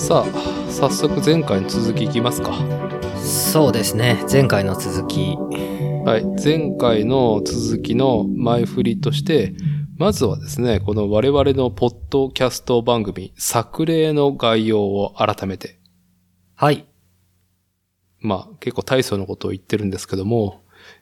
さあ、早速前回の続きいきますか。 そうですね。前回の続き。 はい。前回の続きの前振りとして、まずはですね、この我々のポッドキャスト番組、作例の概要を改めて。 はい。 まあ、結構大層なことを言ってるんですけども、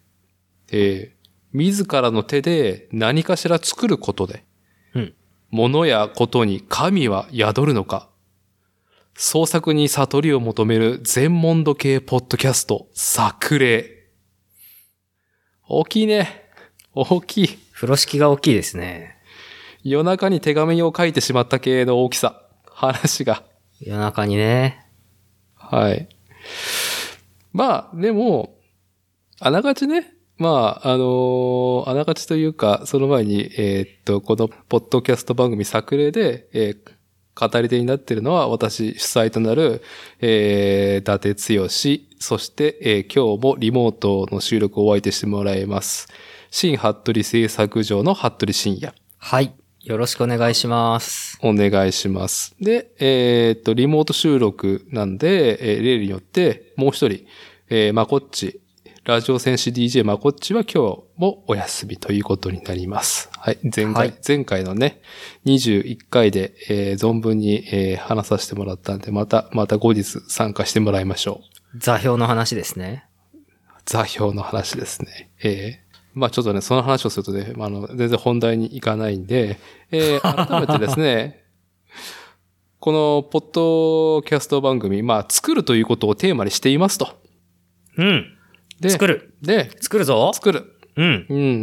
自らの手で何かしら作ることで、物やことに神は宿るのか、創作に悟りを求める全問答系ポッドキャスト、作例。大きいね。大きい。 風呂敷が大きいですね。 夜中に手紙を書いてしまった系の大きさ。話が。 夜中にね。 はい。まあ、でも、あながちね、まあ、あながちというか、その前に、このポッドキャスト番組作例で、語り手になっているのは私主催となる、伊達剛、そして、今日もリモートの収録をお相手してもらいます。新服部製作所の服部深也。 はい。よろしくお願いします。 お願いします。で、リモート収録なんで、例によってもう一人、まこっち、ラジオ戦士 DJ まこっちは今日もお休みということになります。はい。前回のね、21回で、存分に、話させてもらったんで、また後日参加してもらいましょう。座標の話ですね。 座標の話ですね。まあちょっとね、その話をするとね、全然本題に行かないんで、改めてですね、このポッドキャスト番組、まあ作るということをテーマにしていますと。 うん。 で、 作るぞ。 作る。うん。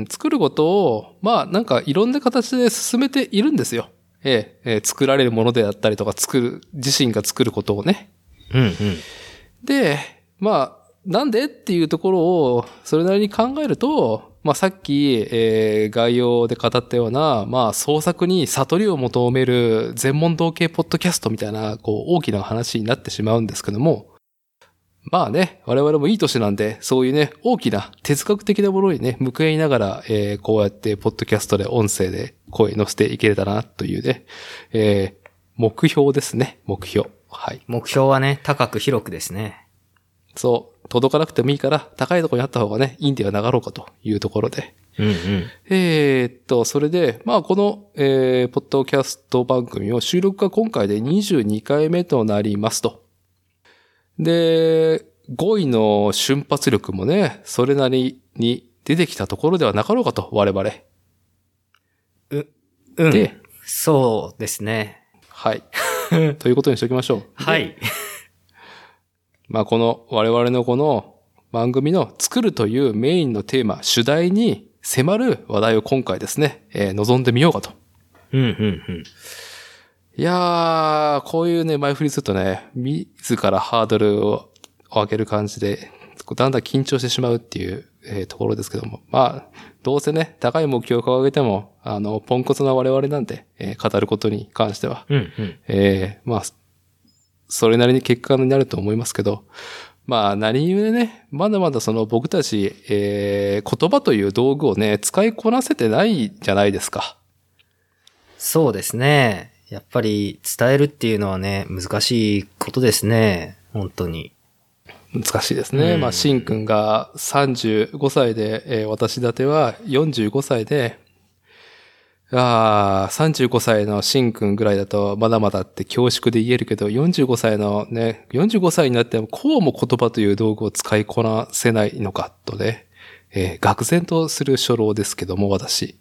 作ることを、まあなんかいろんな形で進めているんですよ。作られるものであったりとか、自身が作ることをね。で、まあ、なんでっていうところを、それなりに考えると、まあさっき、概要で語ったような、まあ創作に悟りを求める全問答系ポッドキャストみたいな、こう大きな話になってしまうんですけども、まあね、我々もいい年なんで、そういうね、大きな哲学的なものにね、向き合いながら、こうやってポッドキャストで音声で声乗せていけれたらなというね、目標ですね、目標。はい。 目標はね、高く広くですね。 そう、届かなくてもいいから、高いところにあった方がね、いいんではなかろうかというところで。それで、まあこの、ポッドキャスト番組を収録が今回で22回目となりますと。で、5位の瞬発力もね、それなりに出てきたところではなかろうかと、我々。 で、そうですね。 はい。ということにしておきましょう。 はい。 まあこの、我々のこの番組の作るというメインのテーマ、主題に迫る話題を今回ですね、臨んでみようかと。いやー、こういうね、前振りするとね、自らハードルを上げる感じで、だんだん緊張してしまうっていう、ところですけども。まあ、どうせね、高い目標を掲げても、ポンコツな我々なんで、語ることに関しては。まあ、それなりに結果になると思いますけど、まあ、何故ね、まだまだその僕たち、言葉という道具をね、使いこなせてないじゃないですか。 そうですね。やっぱり伝えるっていうのはね、難しいことですね。本当に。 難しいですね。まあ、シンくんが35歳で、私立ては45歳で、35歳のシンくんぐらいだとまだまだって恐縮で言えるけど、45歳のね、45歳になってもこうも言葉という道具を使いこなせないのかとね、愕然とする初老ですけども、私。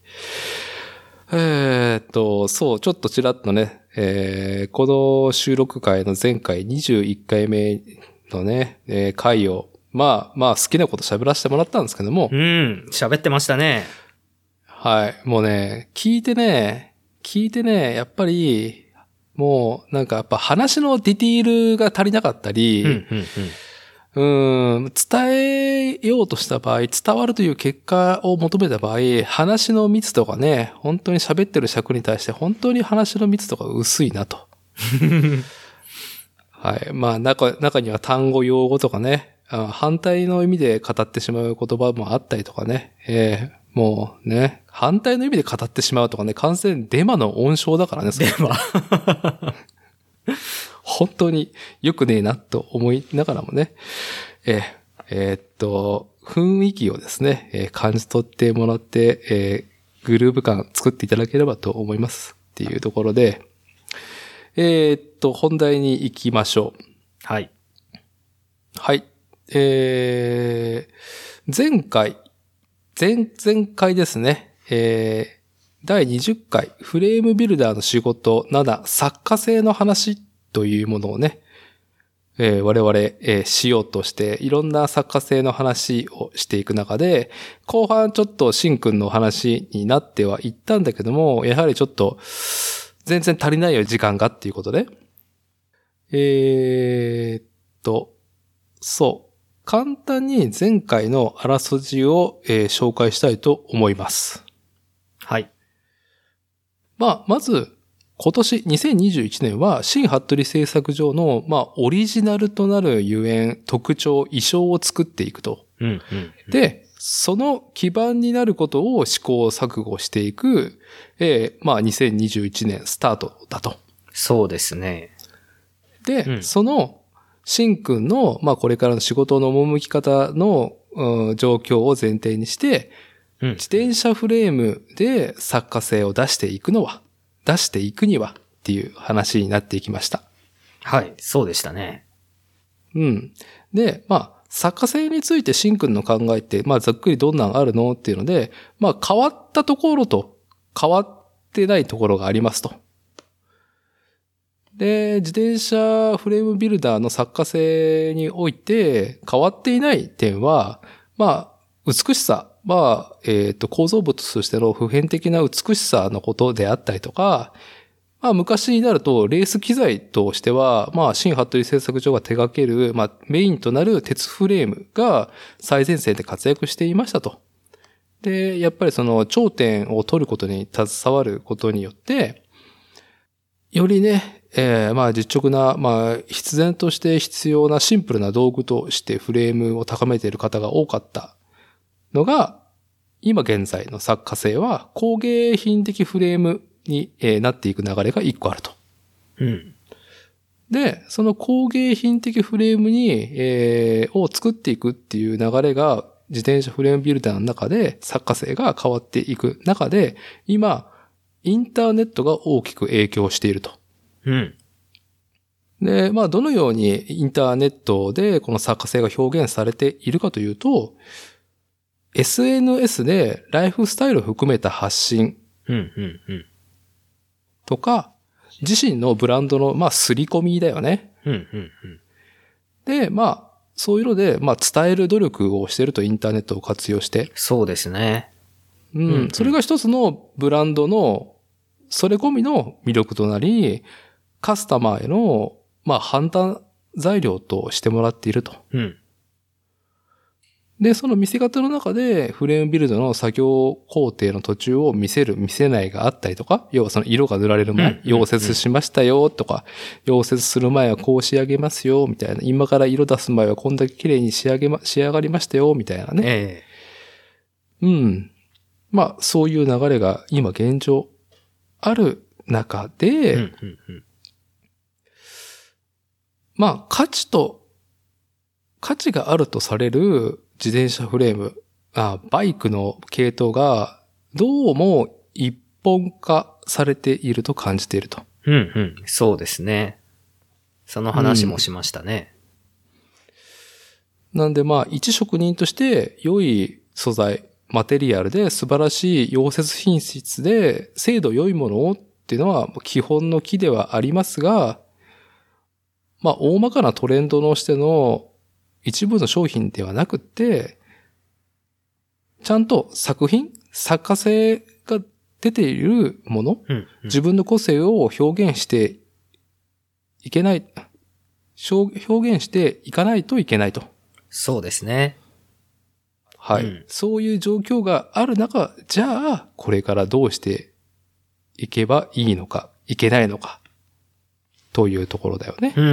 そう、ちょっとちらっとね、この収録回の前回21回目のね、回を、まあ好きなこと喋らせてもらったんですけども。 喋ってましたね。 はい。もうね、聞いてね、やっぱり、もうなんかやっぱ話のディティールが足りなかったり、伝えようとした場合、伝わるという結果を求めた場合、話の密度がね、本当に喋ってる尺に対して本当に話の密度が薄いなと。はい。まあ中には単語用語とかね、反対の意味で語ってしまう言葉もあったりとかね、もうね、反対の意味で語ってしまうとかね、完全にデマの温床だからね、 デマ本当に良くねえなと思いながらもね、雰囲気をですね、感じ取ってもらって、グルーヴ感作っていただければと思いますっていうところで、本題に行きましょう。 はい。 はい。前回ですね、第20回フレームビルダーの仕事7作家性の話というものをね、我々、しようとしていろんな作家性の話をしていく中で、後半ちょっとしんくんの話になってはいったんだけども、やはりちょっと全然足りないよ時間がっていうことで、そう。簡単に前回のあらすじを、紹介したいと思います。 はい。 まず、今年2021年は新服部製作所の、オリジナルとなるゆえん、特徴、意匠を作っていくと。で、その基盤になることを試行錯誤していく、2021年スタートだと。 そうですね。 で、その、しんくんの、これからの仕事の赴き方の、状況を前提にして、自転車フレームで作家性を出していくにはっていう話になっていきました。 はい、そうでしたね。 で、作家性についてしんくんの考えって、ざっくりどんなんあるのっていうので、変わったところと変わってないところがありますと。で、自転車フレームビルダーの作家性において変わっていない点は、美しさ、構造物としての普遍的な美しさのことであったりとか、昔になるとレース機材としては、新服部製作所が手掛ける、メインとなる鉄フレームが最前線で活躍していましたと。で、やっぱりその頂点を取ることに携わることによって、よりね、実直な、必然として必要なシンプルな道具としてフレームを高めている方が多かったのが、今現在の作家性は工芸品的フレームになっていく流れが一個あると。で、その工芸品的フレームに、を作っていくっていう流れが自転車フレームビルダーの中で作家性が変わっていく中で、今、インターネットが大きく影響していると。で、どのようにインターネットでこの作家性が表現されているかというと、SNS でライフスタイルを含めた発信とか、自身のブランドの、刷り込みだよね。で、そういうので、伝える努力をしているとインターネットを活用して。 そうですね。 それが一つのブランドの、それ込みの魅力となり、カスタマーへの、判断材料としてもらっていると。で、その見せ方の中で、フレームビルドの作業工程の途中を見せる、見せないがあったりとか、要はその色が塗られる前、溶接しましたよとか、溶接する前はこう仕上げますよ、みたいな。今から色出す前はこんだけ綺麗に仕上がりましたよ、みたいなね。そういう流れが今現状ある中で、価値があるとされる自転車フレーム、バイクの系統がどうも一本化されていると感じていると。 そうですね。その話もしましたね。 なんで一職人として良い素材、マテリアルで素晴らしい溶接品質で精度良いものっていうのは基本の木ではありますが、大まかなトレンドのしての一部の商品ではなくって、ちゃんと作家性が出ているもの、自分の個性を表現していけない、表現していかないといけないと。 そうですね。 はい。そういう状況がある中、じゃあ、これからどうしていけばいいのか、いけないのか、というところだよね。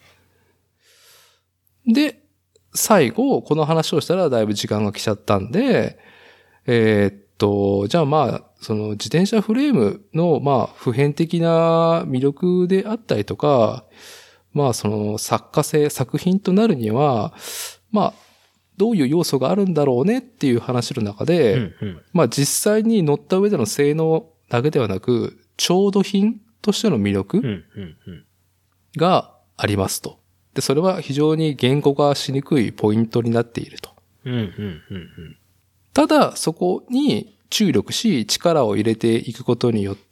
で、最後、この話をしたらだいぶ時間が来ちゃったんで、じゃあその自転車フレームの普遍的な魅力であったりとか、 まあその作家性、作品となるには、まあどういう要素があるんだろうねっていう話の中で、まあ実際に乗った上での性能だけではなく、調度品としての魅力がありますと。で、それは非常に言語化しにくいポイントになっていると。ただ、そこに注力し、力を入れていくことによって、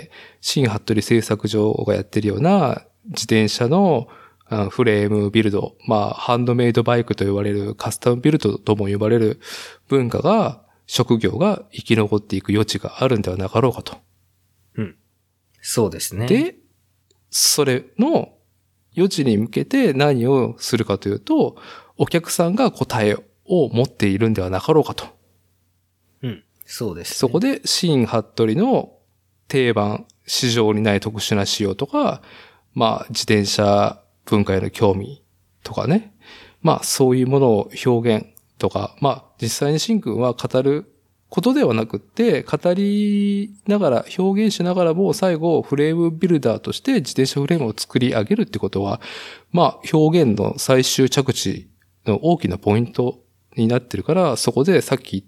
新服部製作所がやってるような自転車のフレームビルド、まあ、ハンドメイドバイクと呼ばれるカスタムビルドとも呼ばれる文化が、職業が生き残っていく余地があるんではなかろうかと。 そうですね。 で、それの余地に向けて何をするかというと、お客さんが答えを持っているんではなかろうかと。 そうですね。 そこで、新服部の定番、市場にない特殊な仕様とか、まあ、自転車文化への興味とかね。まあ、そういうものを表現とか、まあ、実際に新君は語ることではなくって、語りながら、表現しながらも最後、フレームビルダーとして自転車フレームを作り上げるってことは、まあ、表現の最終着地の大きなポイントになってるから、そこでさっき言った、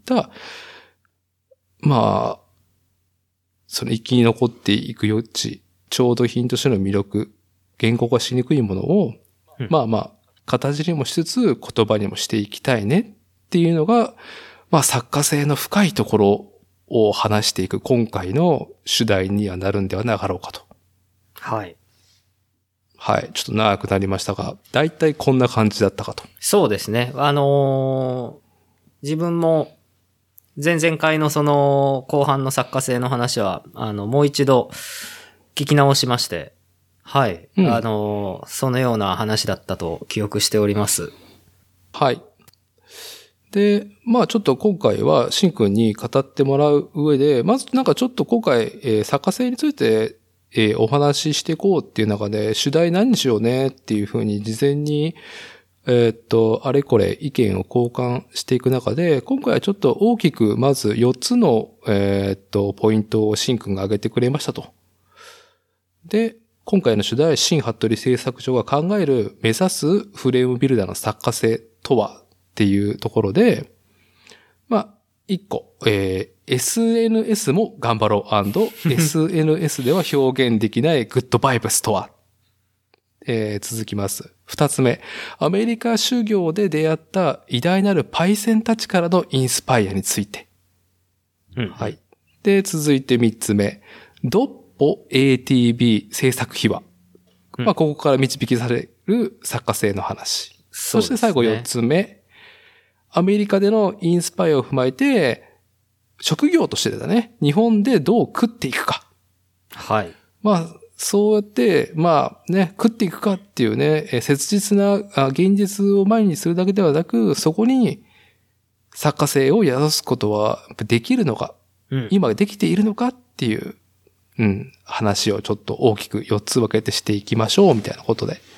まあ、その生き残っていく余地、調度品としての魅力、言語化しにくいものを、まあまあ、形にもしつつ言葉にもしていきたいねっていうのが、まあ作家性の深いところを話していく今回の主題にはなるんではなかろうかと。 はい。 はい。ちょっと長くなりましたが、だいたいこんな感じだったかと。 そうですね。自分も、前々回のその後半の作家性の話は、もう一度聞き直しまして、はい。そのような話だったと記憶しております。 はい。で、まあちょっと今回はしんくんに語ってもらう上で、まずなんかちょっと今回、作家性について、お話ししていこうっていう中で、主題何にしようねっていうふうに事前に、あれこれ意見を交換していく中で、今回はちょっと大きくまず4つの、ポイントをしんくんが挙げてくれましたと。で、今回の主題、新服部製作所が考える目指すフレームビルダーの作家性とはっていうところで、まあ、1個、SNS も頑張ろう&SNS では表現できないグッドバイブスとは、続きます。2つ目、アメリカ修行で出会った偉大なるパイセンたちからのインスパイアについて。はい。で、続いて3つ目、ドッポ ATB 制作秘話。まあ、ここから導きされる作家性の話。そして最後4つ目、アメリカでのインスパイアを踏まえて、職業としてだね、日本でどう食っていくか。 はい。 まあ、そうやって、まあね、食っていくかっていうね、切実な現実を前にするだけではなく、そこに作家性を宿すことはできるのか、今できているのかっていう、話をちょっと大きく4つ分けてしていきましょうみたいなことで。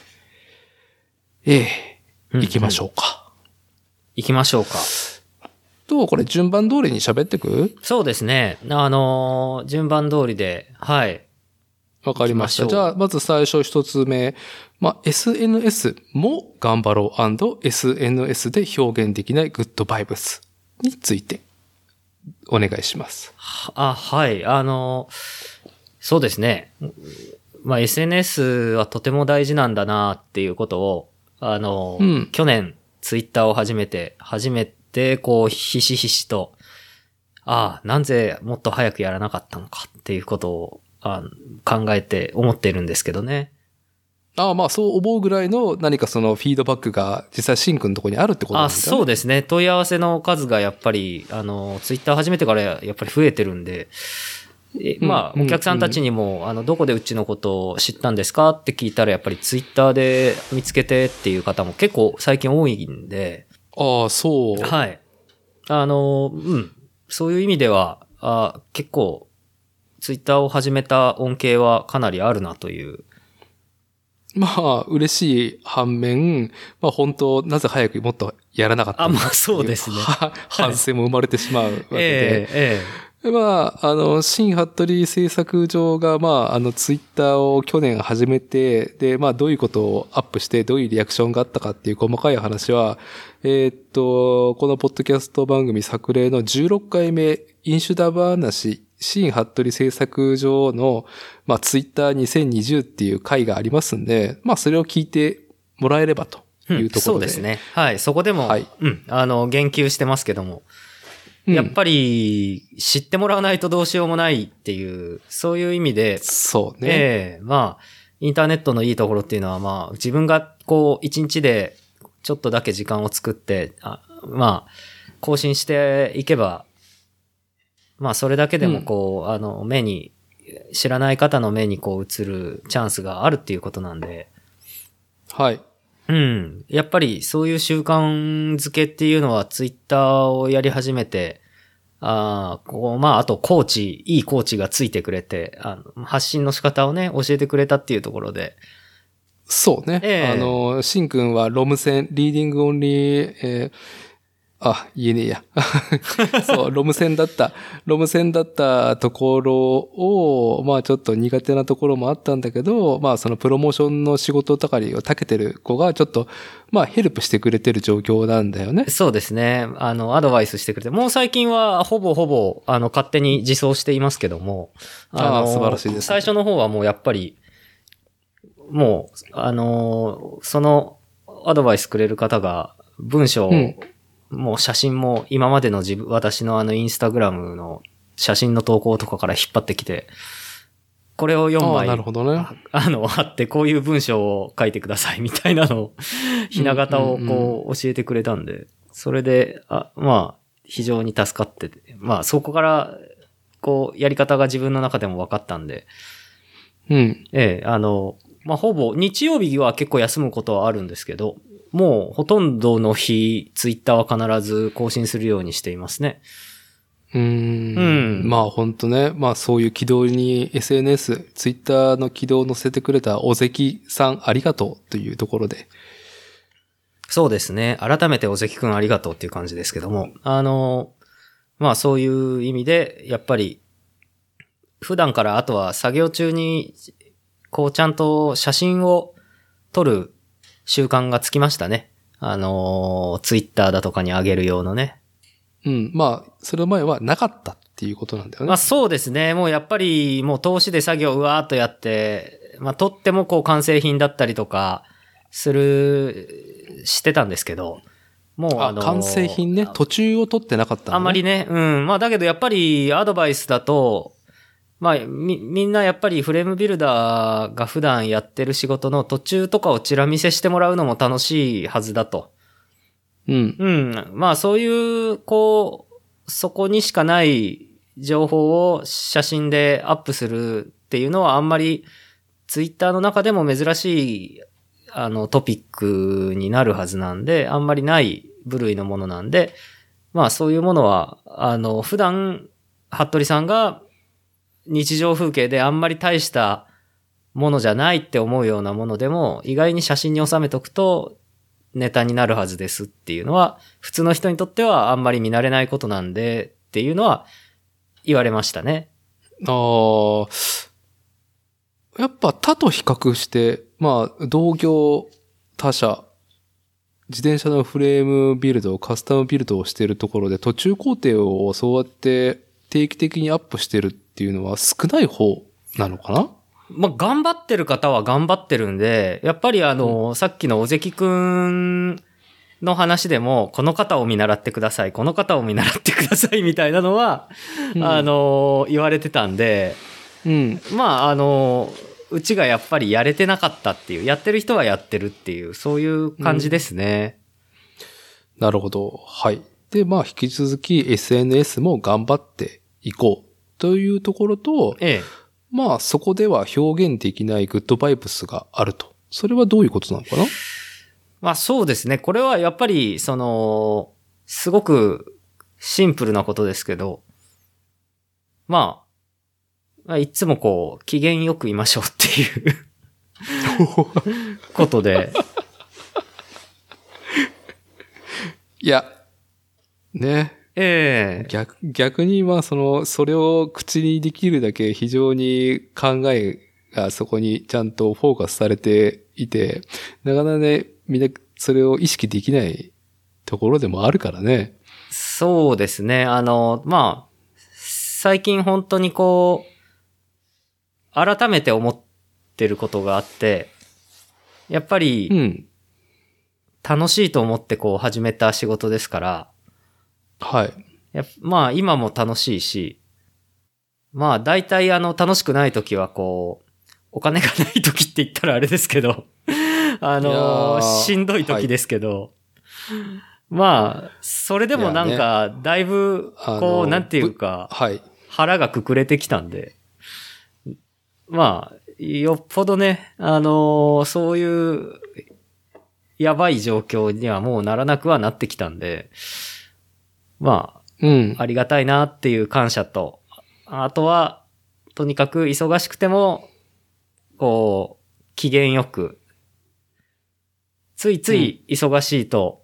行きましょうか。 行きましょうか。 これ順番通りに喋ってく？ そうですね。順番通りで、はい。 わかりました。じゃあ、まず最初一つ目。まあ、SNS も頑張ろう &SNS で表現できないグッドバイブスについてお願いします。 はい。そうですね。まあ、SNS はとても大事なんだなっていうことを、去年ツイッターを始めて、こう、ひしひしと、なんぜもっと早くやらなかったのかっていうことを、考えて思っているんですけどね。 まあそう思うぐらいの何かそのフィードバックが実際シンくんのところにあるってことなんですね。 そうですね。問い合わせの数がやっぱり、ツイッター始めてからやっぱり増えてるんで、まあ、お客さんたちにも、どこでうちのことを知ったんですかって聞いたら、やっぱりツイッターで見つけてっていう方も結構最近多いんで。 そう。 はい。そういう意味では、結構、ツイッターを始めた恩恵はかなりあるなという。 まあ、嬉しい反面、まあ本当、なぜ早くもっとやらなかったのか。 まあそうですね。 反省も生まれてしまうわけで。 まあ、新服部製作所が、まあ、ツイッターを去年始めて、で、まあ、どういうことをアップして、どういうリアクションがあったかっていう細かい話は、このポッドキャスト番組作例の16回目、飲酒だ話、新服部製作所の、まあ、ツイッター2020っていう回がありますんで、まあ、それを聞いてもらえればというところで。 そうですね。はい。そこでも、 はい、 言及してますけども。やっぱり、知ってもらわないとどうしようもないっていう、そういう意味で。 そうね。 まあ、インターネットのいいところっていうのは、まあ、自分がこう、一日でちょっとだけ時間を作って、まあ、更新していけば、まあ、それだけでもこう、目に、知らない方の目にこう映るチャンスがあるっていうことなんで。 はい。 うん。やっぱりそういう習慣づけっていうのはツイッターをやり始めて、まあ、あといいコーチがついてくれて、発信の仕方をね、教えてくれたっていうところで。 そうね。シンくんはロム線、リーディングオンリー、言えねえや。そう、ロム線だったところを、まあちょっと苦手なところもあったんだけど、まあそのプロモーションの仕事とかに長けてる子がちょっと、まあヘルプしてくれてる状況なんだよね。 そうですね。アドバイスしてくれて、もう最近はほぼ、勝手に自走していますけども。 素晴らしいですね。 最初の方はもうやっぱり、もう、そのアドバイスくれる方が文章を、もう写真も今までの私のインスタグラムの写真の投稿とかから引っ張ってきて、これを4枚、 なるほどね。 貼ってこういう文章を書いてくださいみたいなのを、ひな形をこう教えてくれたんで、それで、まあ、非常に助かってて、まあそこから、こう、やり方が自分の中でも分かったんで、 うん。 まあほぼ、日曜日は結構休むことはあるんですけど、もうほとんどの日、ツイッターは必ず更新するようにしていますね。 まあ本当ね。まあそういう軌道に SNS、ツイッターの軌道を載せてくれた尾関さんありがとうというところで。 そうですね。改めて尾関くんありがとうっていう感じですけども。まあそういう意味で、やっぱり、普段からあとは作業中に、こうちゃんと写真を撮る習慣がつきましたね。ツイッターだとかに上げる用のね。 うん。まあ、それ前はなかったっていうことなんだよね。 まあそうですね。もうやっぱり、もう投資で作業うわーっとやって、まあ撮ってもこう完成品だったりとか、してたんですけど、もう完成品ね。途中を撮ってなかったんだね。 あんまりね。まあだけどやっぱりアドバイスだと、まあ、みんなやっぱりフレームビルダーが普段やってる仕事の途中とかをチラ見せしてもらうのも楽しいはずだと。まあそういう、こう、そこにしかない情報を写真でアップするっていうのはあんまりツイッターの中でも珍しい、トピックになるはずなんで、あんまりない部類のものなんで、まあそういうものは、普段、服部さんが日常風景であんまり大したものじゃないって思うようなものでも、意外に写真に収めとくとネタになるはずですっていうのは、普通の人にとってはあんまり見慣れないことなんでっていうのは言われましたね。 やっぱ他と比較して、まあ同業他社、自転車のフレームビルド、カスタムビルドをしているところで途中工程をそうやって定期的にアップしてるっていうのは少ない方なのかな？ まあ、頑張ってる方は頑張ってるんで、やっぱりさっきの尾関くんの話でも、この方を見習ってください、この方を見習ってくださいみたいなのは、言われてたんで、まあ、うちがやっぱりやれてなかったっていう、やってる人はやってるっていう、そういう感じですね。 なるほど。はい。で、まあ、引き続き SNS も頑張っていこうというところと、まあ、そこでは表現できないグッドバイブスがあると。それはどういうことなのかな？ まあ、そうですね。これはやっぱり、すごくシンプルなことですけど、まあ、いつもこう、機嫌よくいましょうっていうことで。 いや、ね。 逆にそれを口にできるだけ非常に考えがそこにちゃんとフォーカスされていて、なかなかね、みんなそれを意識できないところでもあるからね。 そうですね。まあ、最近本当にこう、改めて思ってることがあって、やっぱり、楽しいと思ってこう始めた仕事ですから、 はい。 まあ今も楽しいし、まあ大体楽しくない時はこう、お金がない時って言ったらあれですけど、しんどい時ですけど、まあ、それでもなんか、だいぶ、こう、なんていうか、 はい。 腹がくくれてきたんで、まあ、よっぽどね、そういう、やばい状況にはもうならなくはなってきたんで、まあ、ありがたいなっていう感謝と、あとは、とにかく忙しくても、こう、機嫌よく、ついつい忙しいと、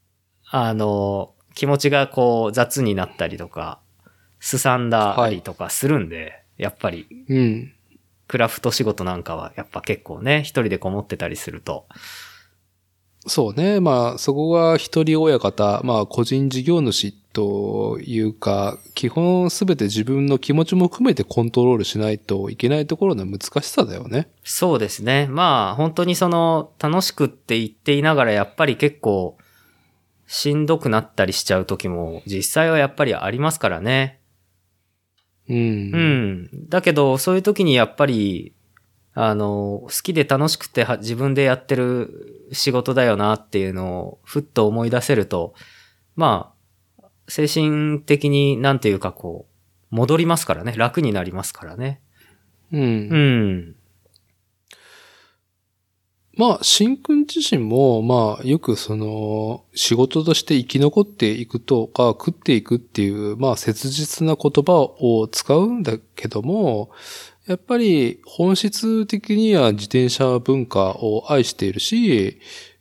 気持ちがこう雑になったりとか、すさんだりとかするんで、やっぱり、クラフト仕事なんかはやっぱ結構ね、一人でこもってたりすると。 そうね。まあ、そこが一人親方、まあ、個人事業主というか、基本すべて自分の気持ちも含めてコントロールしないといけないところの難しさだよね。 そうですね。まあ、本当に楽しくって言っていながらやっぱり結構、しんどくなったりしちゃう時も実際はやっぱりありますからね。だけど、そういう時にやっぱり、好きで楽しくて自分でやってる仕事だよなっていうのをふっと思い出せると、まあ、精神的になんていうかこう、戻りますからね。楽になりますからね。 まあ、新君自身も、まあ、よく仕事として生き残っていくとか、食っていくっていう、まあ、切実な言葉を使うんだけども、やっぱり本質的には自転車文化を愛しているし、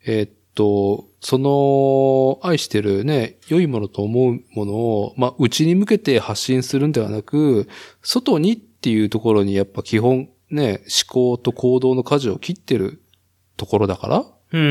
愛してるね、良いものと思うものを、まあ、内に向けて発信するんではなく、外にっていうところにやっぱ基本ね、思考と行動の舵を切ってるところだから。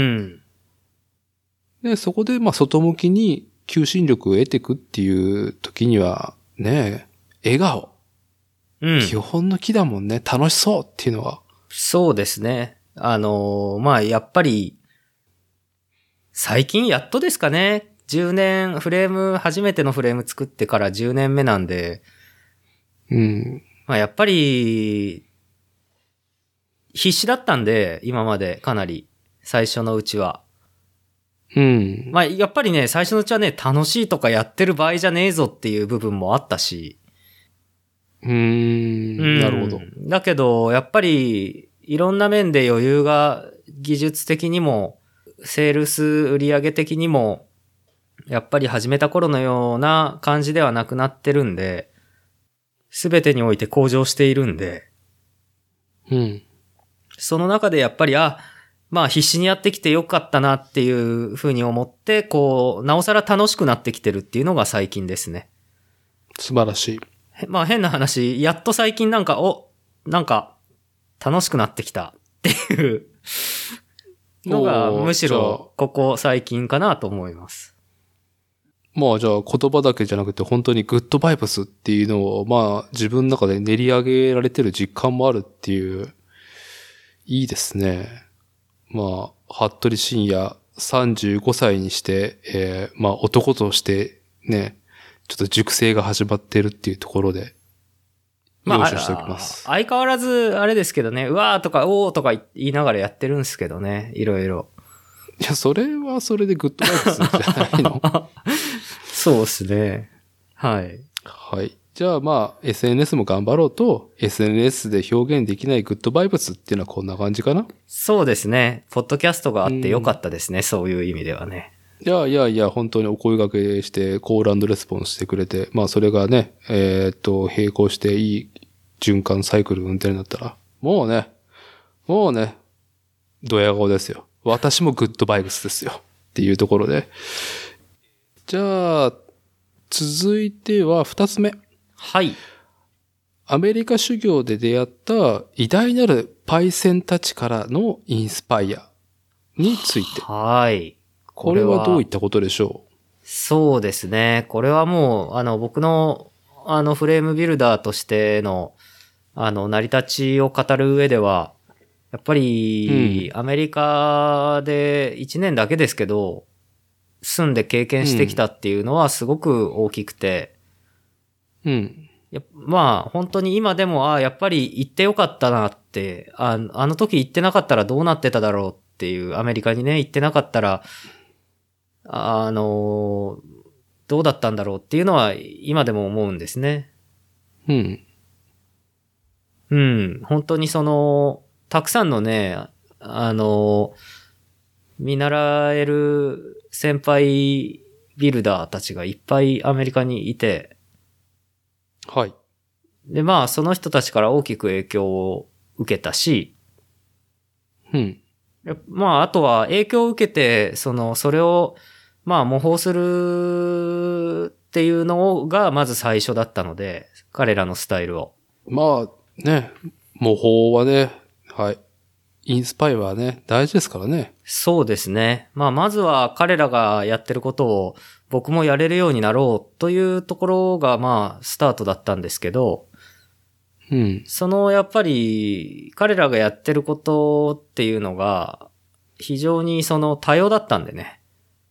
で、そこでまあ外向きに求心力を得ていくっていう時には、ね、笑顔。基本の木だもんね。楽しそうっていうのは。 そうですね。まあ、やっぱり、最近やっとですかね。10年、初めてのフレーム作ってから10年目なんで。まあ、やっぱり、必死だったんで、今までかなり、最初のうちは。まあ、やっぱりね、最初のうちはね、楽しいとかやってる場合じゃねえぞっていう部分もあったし。 なるほど。 だけど、やっぱり、いろんな面で余裕が技術的にも、セールス売上的にも、やっぱり始めた頃のような感じではなくなってるんで、すべてにおいて向上しているんで、その中でやっぱり、まあ必死にやってきてよかったなっていうふうに思って、こう、なおさら楽しくなってきてるっていうのが最近ですね。 素晴らしい。 まあ変な話、やっと最近なんか楽しくなってきたっていうのがむしろここ最近かなと思います。 まあじゃあ言葉だけじゃなくて本当にグッドバイブスっていうのをまあ自分の中で練り上げられてる実感もあるっていう、いいですね。まあ、服部慎也35歳にして、まあ男としてね、ちょっと熟成が始まってるっていうところで、 まあ、相変わらず、あれですけどね、うわーとか、おーとか言いながらやってるんですけどね、いろいろ。 いや、それはそれでグッドバイブスじゃないのそうですね。はい。 はい。じゃあまあ、SNS も頑張ろうと、SNS で表現できないグッドバイブスっていうのはこんな感じかな？ そうですね。ポッドキャストがあってよかったですね、そういう意味ではね。 いや、本当にお声掛けして、コール&レスポンスしてくれて、まあそれがね、並行していい循環サイクル運転になったら、もうね、ドヤ顔ですよ。私もグッドバイブスですよ。っていうところで。じゃあ、 続いては2つ目。 はい。 アメリカ修行で出会った偉大なるパイセンたちからのインスパイアについて。 はい。 これはどういったことでしょう？ そうですね。これはもう、僕の、フレームビルダーとしての、成り立ちを語る上では、やっぱり、アメリカで1年だけですけど、住んで経験してきたっていうのはすごく大きくて、まあ、本当に今でも、やっぱり行ってよかったなって、あの時行ってなかったらどうなってただろうっていう、アメリカにね、行ってなかったら、どうだったんだろうっていうのは今でも思うんですね。本当にたくさんのね、見習える先輩ビルダーたちがいっぱいアメリカにいて、 はい。 で、まあ、その人たちから大きく影響を受けたし、まあ、あとは影響を受けて、それを、まあ、模倣するっていうのが、まず最初だったので、彼らのスタイルを。 まあ、ね、模倣はね、はい。インスパイアはね、大事ですからね。 そうですね。まあ、まずは彼らがやってることを僕もやれるようになろうというところが、まあ、スタートだったんですけど、やっぱり、彼らがやってることっていうのが、非常に多様だったんでね。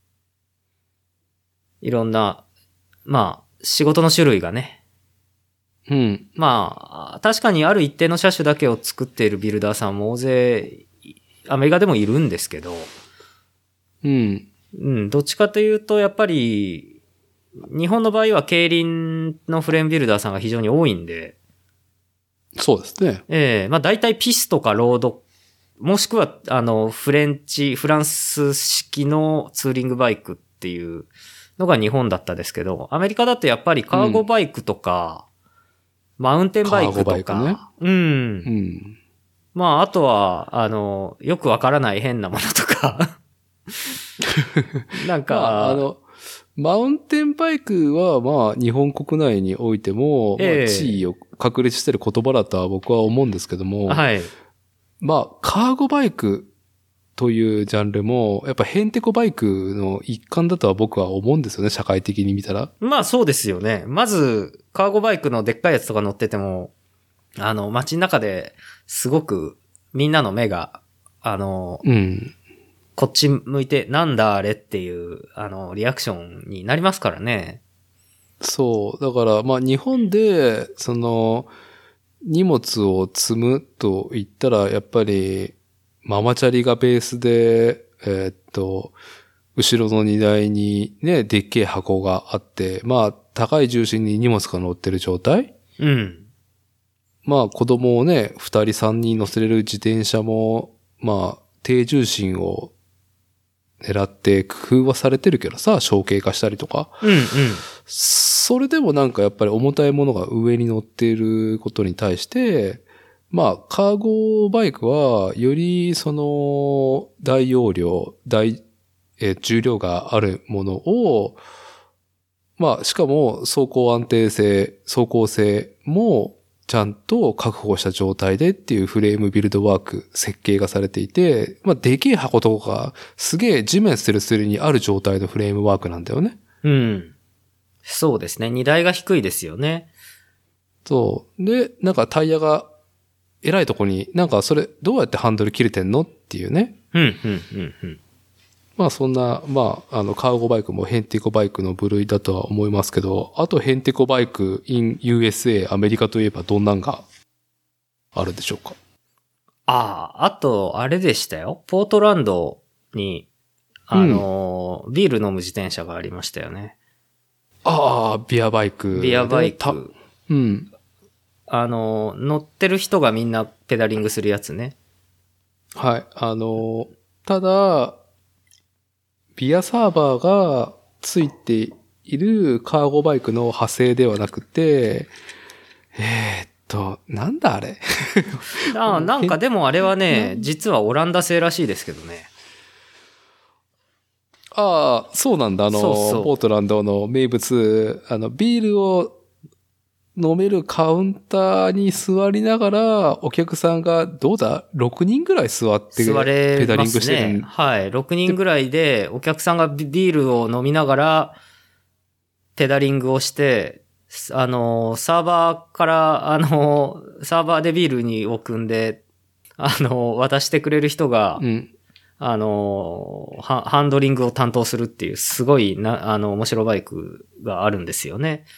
いろんな、まあ、仕事の種類がね。まあ、確かにある一定の車種だけを作っているビルダーさんも大勢、アメリカでもいるんですけど、どっちかというと、やっぱり、日本の場合は競輪のフレームビルダーさんが非常に多いんで、 そうですね。 まあ大体ピストかロード、もしくは、フランス式のツーリングバイクっていうのが日本だったですけど、アメリカだとやっぱりカーゴバイクとか、マウンテンバイクとか、 カーゴバイクね。 まあ、あとは、よくわからない変なものとか。なんか、 まあ、マウンテンバイクは、まあ、日本国内においても、地位を確立している言葉だとは僕は思うんですけども、 はい。 まあ、カーゴバイクというジャンルも、やっぱヘンテコバイクの一環だとは僕は思うんですよね、社会的に見たら。 まあ、そうですよね。まず、カーゴバイクのでっかいやつとか乗ってても、街の中ですごくみんなの目が、こっち向いてなんだあれっていう、リアクションになりますからね。 そう。だから、まあ日本で、荷物を積むと言ったら、やっぱり、ママチャリがベースで、後ろの荷台にね、でっけえ箱があって、まあ、高い重心に荷物が乗ってる状態。まあ、子供をね、2人3人乗せれる自転車も、まあ、低重心を狙って工夫はされてるけどさ、小径化したりとか。それでもなんかやっぱり重たいものが上に乗っていることに対して、まあ、カーゴバイクは、より大容量、重量があるものを、まあ、しかも走行安定性、走行性もちゃんと確保した状態でっていうフレームビルドワーク設計がされていて、まあ、でけえ箱とか、すげえ地面スレスレにある状態のフレームワークなんだよね。 そうですね。荷台が低いですよね。 そう。で、なんかタイヤが偉いとこに、なんかそれどうやってハンドル切れてんのっていうね。まあそんな、まあ、カーゴバイクもヘンテコバイクの部類だとは思いますけど、あとヘンテコバイク in USA、アメリカといえばどんなんがあるでしょうか？ あと、あれでしたよ。ポートランドに、ビール飲む自転車がありましたよね。 ビアバイク。 ビアバイク。乗ってる人がみんなペダリングするやつね。 はい。ただ、ビアサーバーがついているカーゴバイクの派生ではなくて、なんだあれなんかでもあれはね、実はオランダ製らしいですけどね。 ああ、そうなんだ。 そうそうポートランドの名物、ビールを飲めるカウンターに座りながら、お客さんがどうだ ?6 人ぐらい座って座れペダリンますグしてる。 ね。はい。6人ぐらいで、お客さんがビールを飲みながら、ペダリングをして、サーバーから、サーバーでビールにを組んで、渡してくれる人が、 うん、 ハンドリングを担当するっていう、すごい面白バイクがあるんですよね。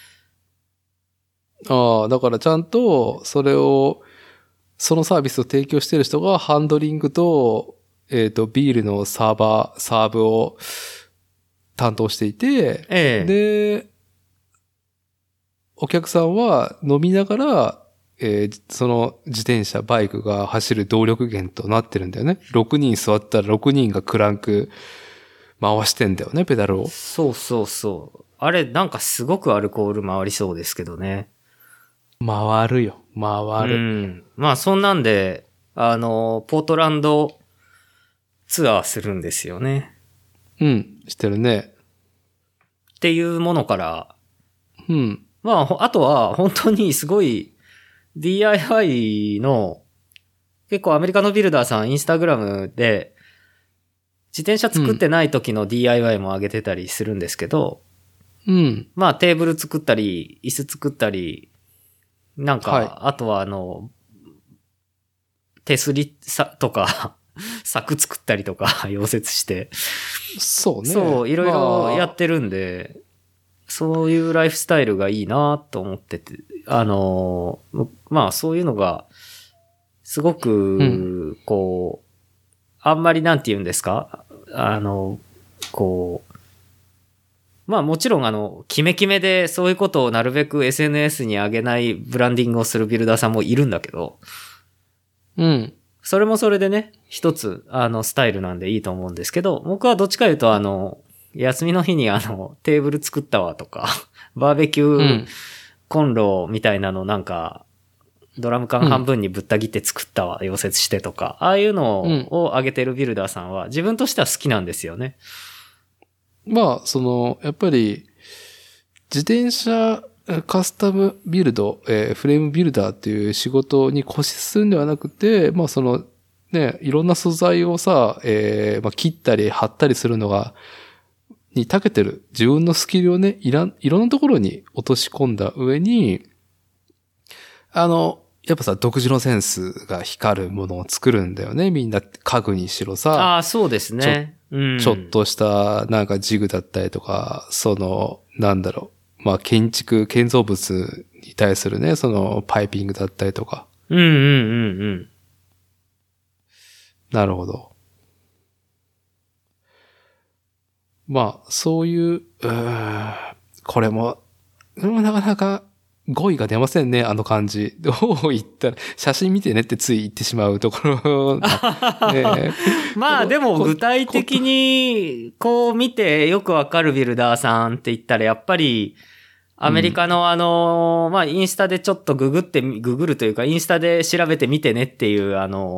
ああ、だからちゃんと、そのサービスを提供している人がハンドリングと、ビールのサーブを担当していて、で、お客さんは飲みながら、その自転車、バイクが走る動力源となってるんだよね。6人座ったら6人がクランク回してんだよね、ペダルを。 そうそうそう。あれ、なんかすごくアルコール回りそうですけどね。 回るよ、回る。 うん。まあ、そんなんで、ポートランドツアーするんですよね。 うん、してるね。 っていうものから、 うん。 まあ、あとは本当にすごい DIY の結構アメリカのビルダーさんインスタグラムで自転車作ってない時の DIY も上げてたりするんですけど、 うん。 まあテーブル作ったり、椅子作ったり、なんか、 はいあとは手すりとか、柵作ったりとか溶接して。 そうね。 そう、いろいろやってるんで、そういうライフスタイルがいいなと思ってて、まあそういうのが、すごく、こう、あんまりなんて言うんですかこう、まあもちろんキメキメでそういうことをなるべく SNS に上げないブランディングをするビルダーさんもいるんだけど、 うん。 それもそれでね、一つ、スタイルなんでいいと思うんですけど、僕はどっちか言うと休みの日にテーブル作ったわとか、バーベキューコンロみたいなのなんか、ドラム缶半分にぶった切って作ったわ、溶接してとか、ああいうのを上げてるビルダーさんは自分としては好きなんですよね。 まあ、やっぱり、自転車カスタムビルド、フレームビルダーっていう仕事に固執するんではなくて、まあね、いろんな素材をさ、まあ、切ったり貼ったりするのに長けてる自分のスキルをね、いろんなところに落とし込んだ上に、やっぱさ、独自のセンスが光るものを作るんだよね。みんな家具にしろさ。 ああ、そうですね。 ちょっとしたなんかジグだったりとか、なんだろう。まあ建造物に対するね、パイピングだったりとか。 うんうんうんうん。 なるほど。まあ、そういう、これも、なかなか語彙が出ませんね、あの感じ。どう言ったら、写真見てねってつい言ってしまうところ、ね。 まあでも具体的にこう見てよくわかるビルダーさんって言ったらやっぱりアメリカのまあインスタでちょっとググるというかインスタで調べてみてねっていう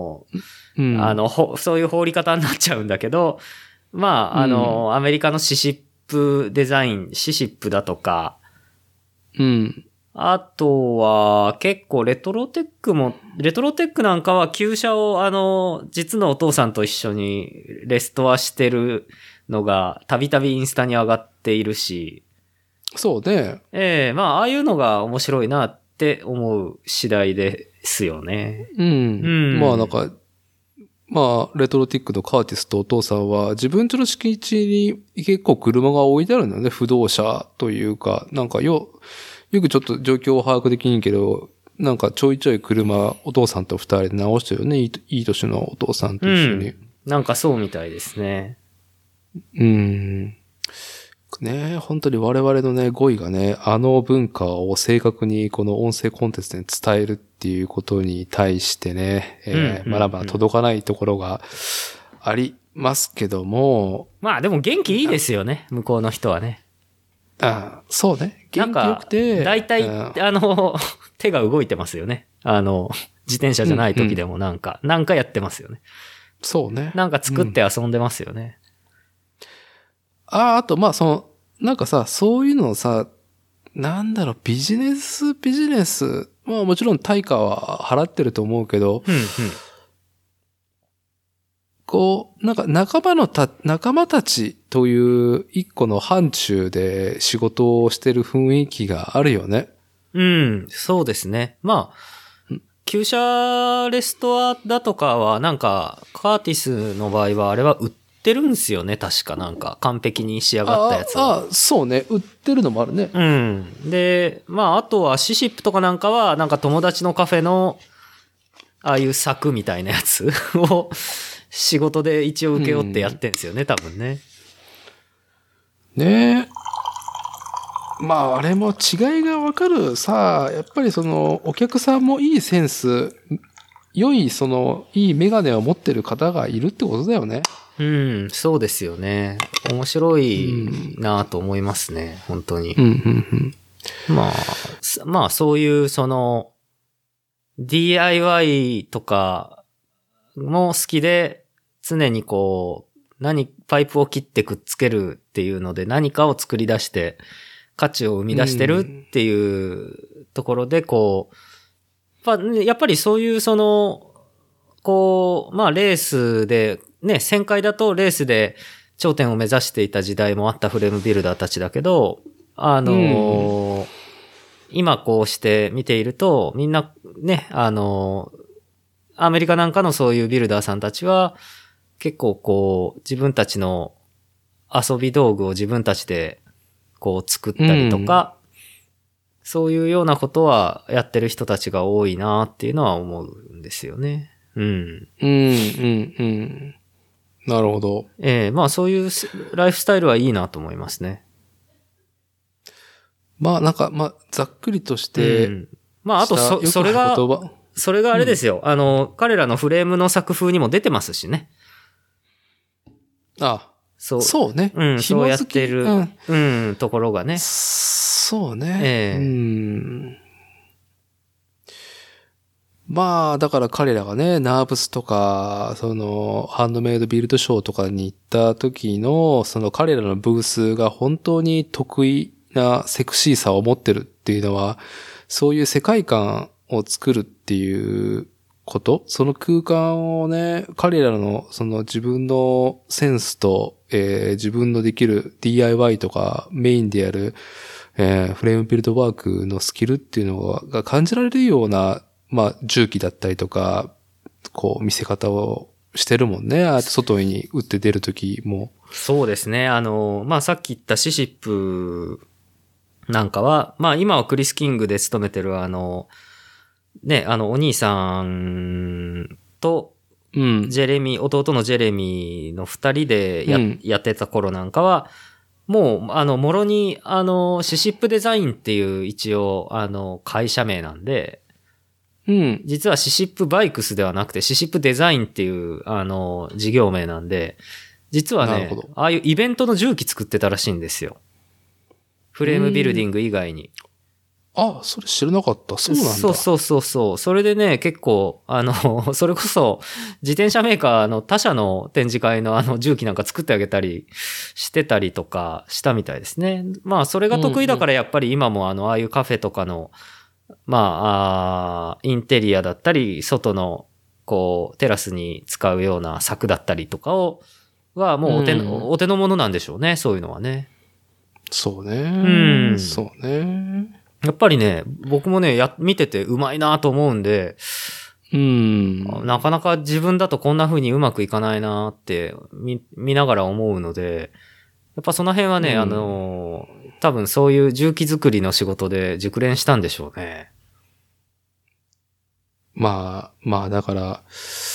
そういう放り方になっちゃうんだけど、まあアメリカのシシップデザイン、シシップだとか、 うん。 あとは、結構レトロテックなんかは旧車を実のお父さんと一緒にレストアしてるのがたびたびインスタに上がっているし。 そうね。 まあ、ああいうのが面白いなって思う次第ですよね。 うん。まあなんか、まあ、レトロティックのカーティスとお父さんは自分家の敷地に結構車が置いてあるんだよね。不動車というか、なんかよくちょっと状況を把握できんけど、なんかちょいちょい車、お父さんと二人で直してるよね。いい年のお父さんと一緒に。 なんかそうみたいですね。 ね、本当に我々のね、語彙がね、あの文化を正確にこの音声コンテンツに伝えるっていうことに対してね、まだまだ届かないところがありますけども。 まあでも元気いいですよね、向こうの人はね。 そうね。元気よくて。 大体、手が動いてますよね。自転車じゃない時でもなんかやってますよね。 そうね。 なんか作って遊んでますよね。 あと、なんかさ、そういうのをさ、なんだろう、ビジネス、まあもちろん対価は払ってると思うけど、 うんうん、 こう、なんか仲間たちという一個の範疇で仕事をしてる雰囲気があるよね。 うん、そうですね。まあ、旧車レストアだとかは、なんか、カーティスの場合は、あれは売ってるんですよね、確かなんか、完璧に仕上がったやつは。 そうね。売ってるのもあるね。 うん。で、まあ、あとはシシップとかなんかは、なんか友達のカフェの、ああいう柵みたいなやつを、仕事で一応請け負ってやってんですよね、多分ね。 ねえ。まあ、あれも違いがわかるさ、やっぱりその、お客さんもいいセンス、良い、いいメガネを持ってる方がいるってことだよね。 うん、そうですよね。面白いなと思いますね、本当に。まあ、そういう、DIY とかも好きで、常にこう、パイプを切ってくっつけるっていうので何かを作り出して、価値を生み出してるっていうところで、こう、やっぱりそういうこう、まあレースで、ね、旋回だとレースで頂点を目指していた時代もあったフレームビルダーたちだけど、今こうして見ていると、みんなね、アメリカなんかのそういうビルダーさんたちは、結構こう、自分たちの遊び道具を自分たちでこう作ったりとか、そういうようなことはやってる人たちが多いなっていうのは思うんですよね。うん。 なるほど。 まあそういうライフスタイルはいいなと思いますね。 まあなんか、ざっくりとして、 まああとそれがあれですよ。彼らのフレームの作風にも出てますしね。 そうね。 そうやってる、ところがね。 そうね。まあ、だから彼らがね、ナーブスとか、ハンドメイドビルドショーとかに行った時の、彼らのブースが本当に得意なセクシーさを持ってるっていうのは、そういう世界観を作るっていうこと、その空間をね、彼らの自分のセンスと、自分のできる DIY とかメインでやる、フレームビルドワークのスキルっていうのが感じられるような、まあ、重機だったりとか、こう見せ方をしてるもんね。外に打って出るときも。 そうですね。まあ、さっき言ったシシップなんかは、まあ、今はクリス・キングで勤めてるね、お兄さんと、ジェレミー、弟のジェレミーの二人でやってた頃なんかは、もう、もろに、シシップデザインっていう一応、会社名なんで、実はシシップバイクスではなくて、シシップデザインっていう、事業名なんで、実はね、ああいうイベントの重機作ってたらしいんですよ。フレームビルディング以外に。 それ知らなかった。そうなんだ。 そう。それでね、結構、それこそ、自転車メーカーの他社の展示会の重機なんか作ってあげたりしてたりとかしたみたいですね。まあ、それが得意だからやっぱり今もああいうカフェとかの、まあ、インテリアだったり、外の、こう、テラスに使うような柵だったりとかはもうお手の物なんでしょうね、そういうのはね。 そうね。そうね。 やっぱりね、僕もね、見ててうまいなと思うんで、なかなか自分だとこんな風にうまくいかないなって見ながら思うので、やっぱその辺はね、多分そういう重機作りの仕事で熟練したんでしょうね。 まあ、だから、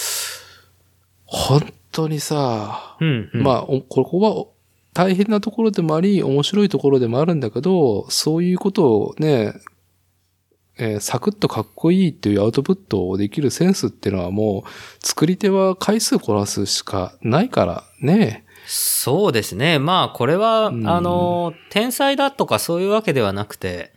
本当にさ、まあ、ここは大変なところでもあり、面白いところでもあるんだけど、そういうことをね、サクッとかっこいいっていうアウトプットをできるセンスっていうのはもう、作り手は回数こなすしかないからね。 そうですね。まあ、これは、天才だとかそういうわけではなくて、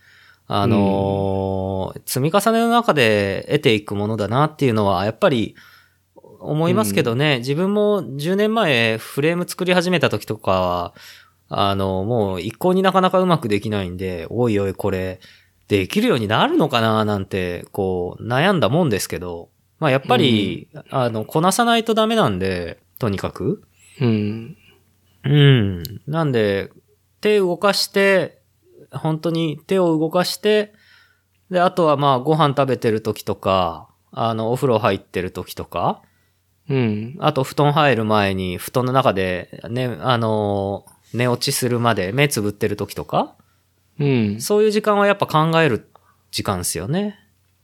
積み重ねの中で得ていくものだなっていうのは、やっぱり思いますけどね。自分も10年前フレーム作り始めた時とかは、 もう一向になかなかうまくできないんで、おいおいこれ、できるようになるのかななんて、こう、悩んだもんですけど、まあやっぱり、こなさないとダメなんで、とにかく。 うん。 うん。なんで、手を動かして、本当に手を動かして、で、あとはまあご飯食べてる時とか、お風呂入ってる時とか、 うん。 あと布団入る前に布団の中でね、寝落ちするまで目つぶってる時とか、 うん。 そういう時間はやっぱ考える時間ですよね。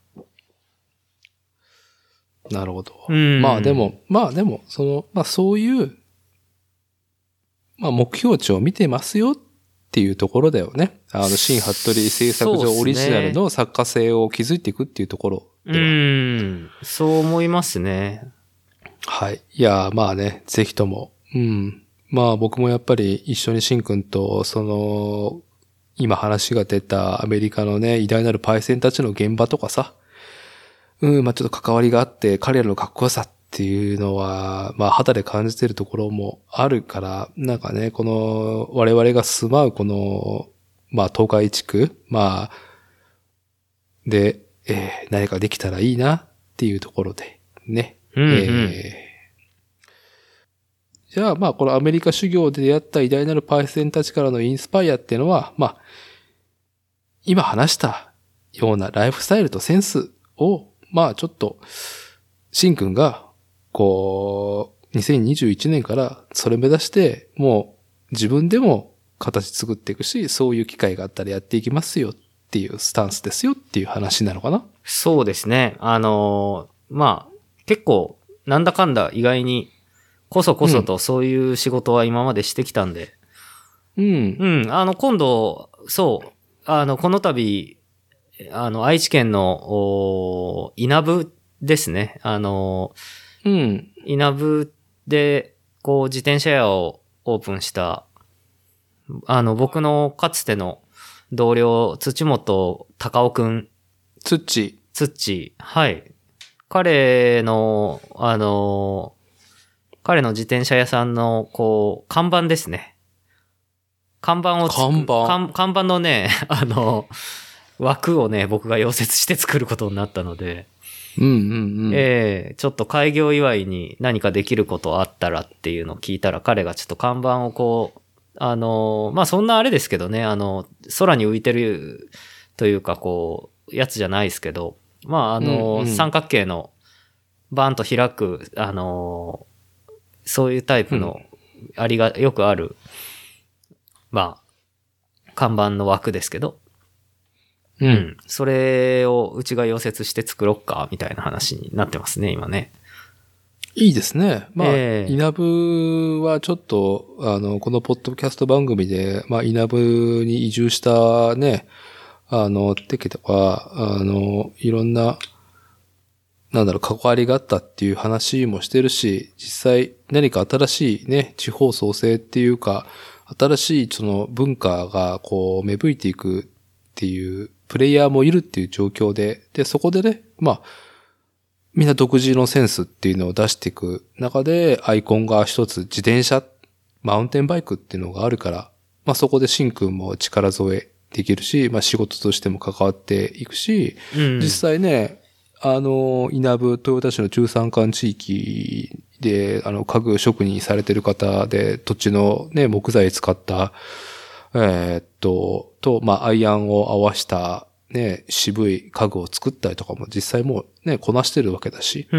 なるほど。 うん。 まあでも、そういう、まあ目標値を見てますよっていうところだよね。新服部製作所オリジナルの作家性を築いていくっていうところでは。 そう思いますね。 はい。いや、まあね、ぜひとも。うん。まあ僕もやっぱり一緒にシンくんと、今話が出たアメリカのね、偉大なるパイセンたちの現場とかさ、まあちょっと関わりがあって、彼らのかっこよさっていうのは、まあ肌で感じてるところもあるから、なんかね、この我々が住まうこの、まあ東海地区、まあ、で、何かできたらいいなっていうところで、ね。じゃあまあこのアメリカ修行で出会った偉大なるパイセンたちからのインスパイアっていうのは、まあ、今話したようなライフスタイルとセンスを、まあちょっと、シンくんが、こう、2021年からそれ目指して、もう自分でも形作っていくし、そういう機会があったらやっていきますよっていうスタンスですよっていう話なのかな？ そうですね。まあ、結構、なんだかんだ意外に、こそこそとそういう仕事は今までしてきたんで。 うん。 今度、そう、この度、愛知県の、稲部ですね。稲部で、こう、自転車屋をオープンした、僕のかつての同僚、土本隆夫くん。 ツッチ。 はい。彼の自転車屋さんの、こう、看板ですね。看板のね、枠をね、僕が溶接して作ることになったので、ちょっと開業祝いに何かできることあったらっていうのを聞いたら、彼がちょっと看板をこう、まあ、そんなあれですけどね、空に浮いてるというか、こう、やつじゃないですけど、まあ、三角形のバーンと開く、そういうタイプの、よくある、まあ、看板の枠ですけど、それをうちが溶接して作ろっか、みたいな話になってますね、今ね。 いいですね。まあ、稲部はちょっと、このポッドキャスト番組で、まあ、稲部に移住したね、テケとか、いろんな、関わりがあったっていう話もしてるし、実際何か新しいね、地方創生っていうか、新しいその文化がこう芽吹いていくっていうプレイヤーもいるっていう状況で、で、そこでね、まあ、みんな独自のセンスっていうのを出していく中で、アイコンが一つ自転車、マウンテンバイクっていうのがあるから、まあそこでシンくんも力添えできるし、まあ仕事としても関わっていくし、実際ね、稲部豊田市の中山間地域で、家具職人されてる方で、土地のね、木材使った、まあ、アイアンを合わしたね、渋い家具を作ったりとかも実際もうね、こなしてるわけだし。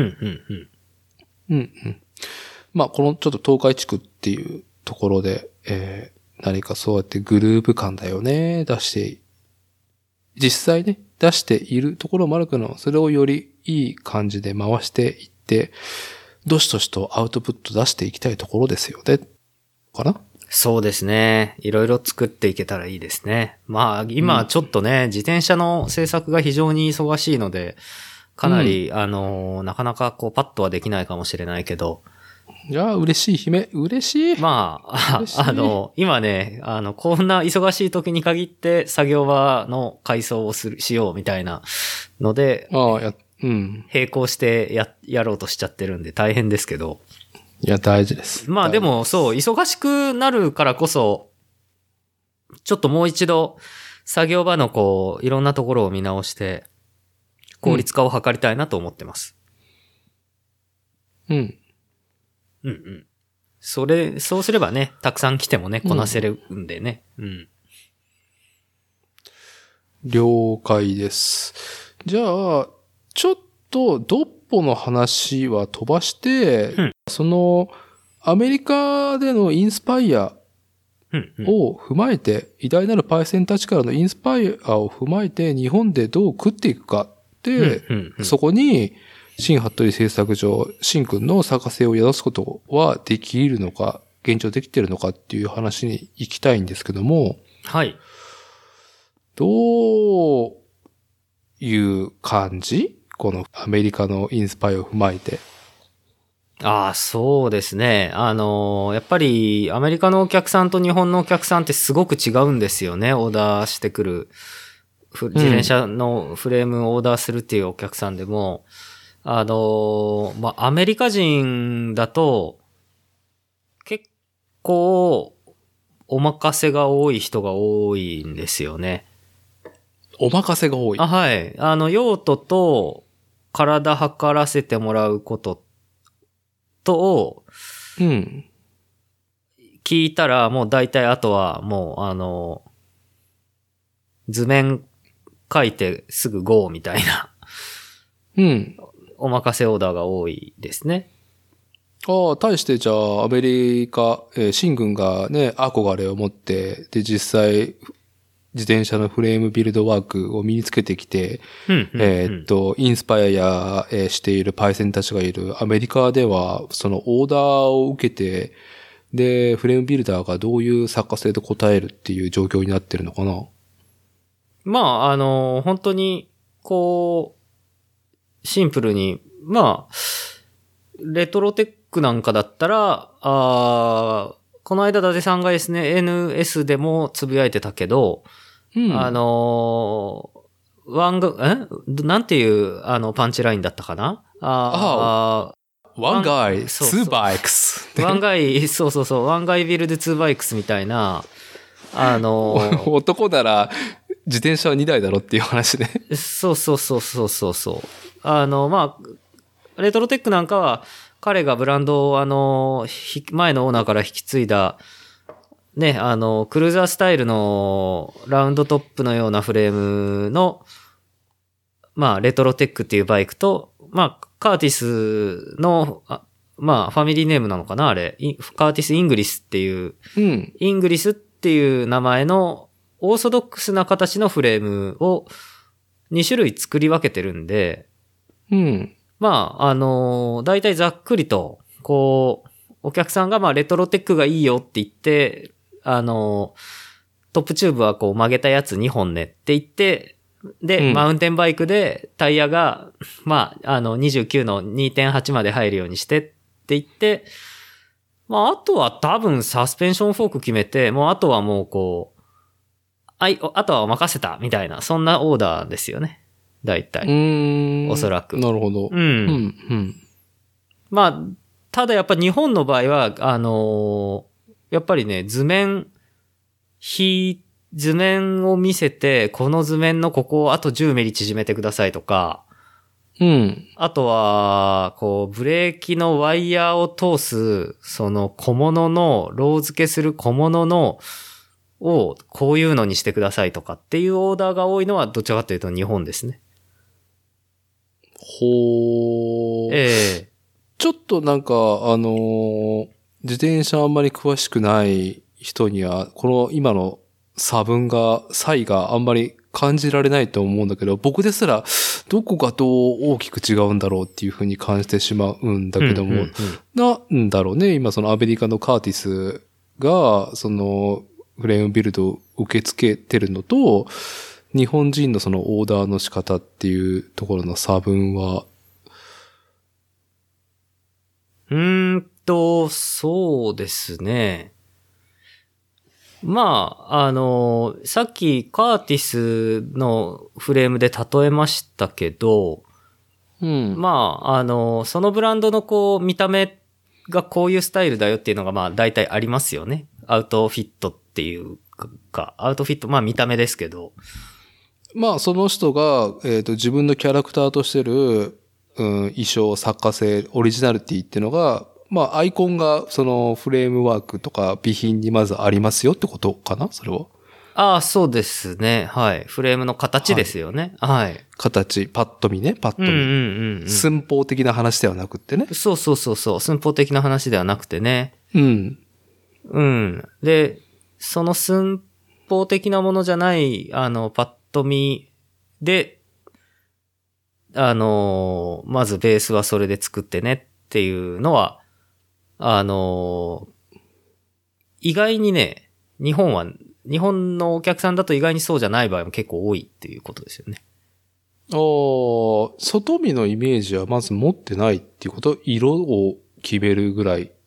まあ、このちょっと東海地区っていうところで、何かそうやってグルーヴ感だよね、実際ね、出しているところもあるけど、それをよりいい感じで回していって、どしどしとアウトプット出していきたいところですよね。かな？ そうですね。いろいろ作っていけたらいいですね。まあ、今ちょっとね、自転車の制作が非常に忙しいので、かなり、なかなかこう、パッとはできないかもしれないけど。 いや、嬉しい姫。嬉しい。 まあ、今ね、こんな忙しい時に限って作業場の改装をしようみたいなので、並行してやろうとしちゃってるんで大変ですけど。 いや、大事です。 まあでもそう、忙しくなるからこそ、 ちょっともう一度、作業場のこう、いろんなところを見直して、効率化を図りたいなと思ってます。 うん。 うんうん。そうすればね、たくさん来てもね、こなせるんでね。うん。 了解です。じゃあ、ちょっと、ドッポの話は飛ばして、その、アメリカでのインスパイアを踏まえて、偉大なるパイセンたちからのインスパイアを踏まえて、日本でどう食っていくかって、そこに、新服部製作所、新君の作家性を宿すことはできるのか、現状できてるのかっていう話に行きたいんですけども、 はい。 どういう感じ？このアメリカのインスパイアを踏まえて。 ああ、そうですね。やっぱりアメリカのお客さんと日本のお客さんってすごく違うんですよね。オーダーしてくる。自転車のフレームをオーダーするっていうお客さんでも、アメリカ人だと、結構、お任せが多い人が多いんですよね。 お任せが多い。 はい。用途と体測らせてもらうことと、 うん。 聞いたらもう大体あとはもう図面書いてすぐ GO みたいな。 うん。 お任せオーダーが多いですね。 ああ、対してじゃあアメリカ、新軍がね、憧れを持って、で、実際、自転車のフレームビルドワークを身につけてきて、インスパイアしているパイセンたちがいるアメリカでは、そのオーダーを受けて、で、フレームビルダーがどういう作家性で答えるっていう状況になってるのかな？ まあ、本当に、こう、シンプルに、まあ、レトロテックなんかだったら、この間伊達さんがですね、NS でもつぶやいてたけど、 うん、 なんていう、パンチラインだったかな One guy, two bikes. ワンガイ、そうそうそう、ワンガイビルドツーバイクスみたいな、 男なら自転車は2台だろっていう話ね。 そう。まあ、レトロテックなんかは、彼がブランドを前のオーナーから引き継いだ、ね、クルーザースタイルのラウンドトップのようなフレームの、まあ、レトロテックっていうバイクと、まあ、カーティスの、まあ、ファミリーネームなのかなあれ。カーティス・イングリスっていう、イングリスっていう名前のオーソドックスな形のフレームを2種類作り分けてるんで、まあ、大体ざっくりと、こう、お客さんがまあ、レトロテックがいいよって言って、トップチューブはこう曲げたやつ2本ねって言って、で、マウンテンバイクでタイヤが、まあ、29の 2.8 まで入るようにしてって言って、まあ、あとは多分サスペンションフォーク決めて、もうあとはもうこう、あとは任せたみたいな、そんなオーダーですよね。大体。おそらく。 なるほど。 まあ、ただやっぱ日本の場合は、やっぱりね、図面を見せて、この図面のここをあと10ミリ縮めてくださいとか、あとは、こう、ブレーキのワイヤーを通す、その小物の、ロー付けする小物の、を、こういうのにしてくださいとかっていうオーダーが多いのは、どちらかというと日本ですね。 ほー。ちょっとなんか、自転車あんまり詳しくない人には、この今の差異があんまり感じられないと思うんだけど、僕ですらどこがどう大きく違うんだろうっていうふうに感じてしまうんだけども、なんだろうね、今そのアメリカのカーティスが、そのフレームビルドを受け付けてるのと、日本人のそのオーダーの仕方っていうところの差分は、 そうですね。まあ、さっきカーティスのフレームで例えましたけど、まあ、そのブランドのこう、見た目がこういうスタイルだよっていうのがまあ大体ありますよね。アウトフィットっていうか。アウトフィット、まあ見た目ですけど。 まあその人が、自分のキャラクターとしてる、衣装、作家性、オリジナリティっていうのが、まあアイコンがそのフレームワークとか備品にまずありますよってことかなそれは。 ああ、そうですね。はい。フレームの形ですよね。はい。 形、パッと見ね、パッと見。 うんうんうんうん、 寸法的な話ではなくってね。 そうそうそうそう。寸法的な話ではなくてね。 うん。 うん。で、その寸法的なものじゃない、パッと見で、まずベースはそれで作ってねっていうのは、意外にね、日本のお客さんだと意外にそうじゃない場合も結構多いっていうことですよね。 外見のイメージはまず持ってないっていうこと？色を決めるぐらい。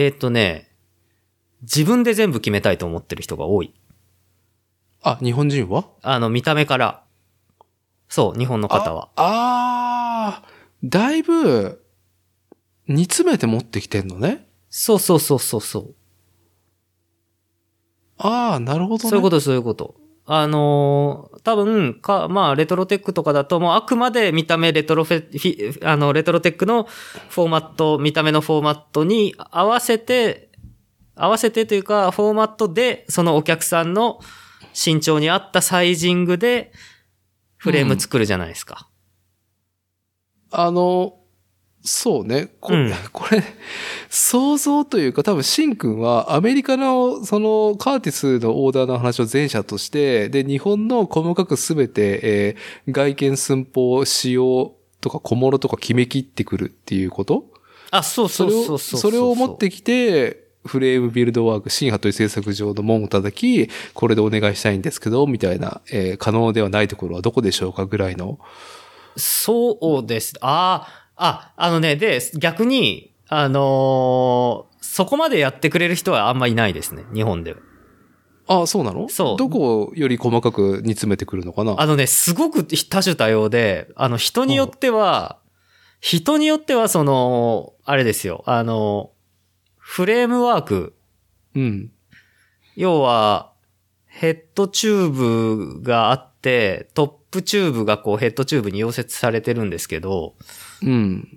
自分で全部決めたいと思ってる人が多い。 あ、日本人は？ 見た目から。そう、日本の方は。 だいぶ、煮詰めて持ってきてんのね。 そうそうそうそうそう。 なるほどね。 そういうこと、そういうこと。多分、まあ、レトロテックとかだと、もうあくまで見た目レトロテックのフォーマット、見た目のフォーマットに合わせてというか、フォーマットで、そのお客さんの身長に合ったサイジングで、フレーム作るじゃないですか。 そうね。これ、想像というか多分シン君はアメリカのそのカーティスのオーダーの話を前者として、で、日本の細かくすべて、外見寸法、仕様とか小物とか決め切ってくるっていうこと？ そうそうそうそう。 それを持ってきて、フレームビルドワーク、新波という制作上の門を叩き、これでお願いしたいんですけど、みたいな、可能ではないところはどこでしょうかぐらいの。 そうです。で、逆に、そこまでやってくれる人はあんまいないですね、日本では。 そうなの？ そう。 どこより細かく煮詰めてくるのかな？ すごく多種多様で、人によっては、その、あれですよ、フレームワーク。 うん。 要は、ヘッドチューブがあって、トップチューブがこうヘッドチューブに溶接されてるんですけど、 うん。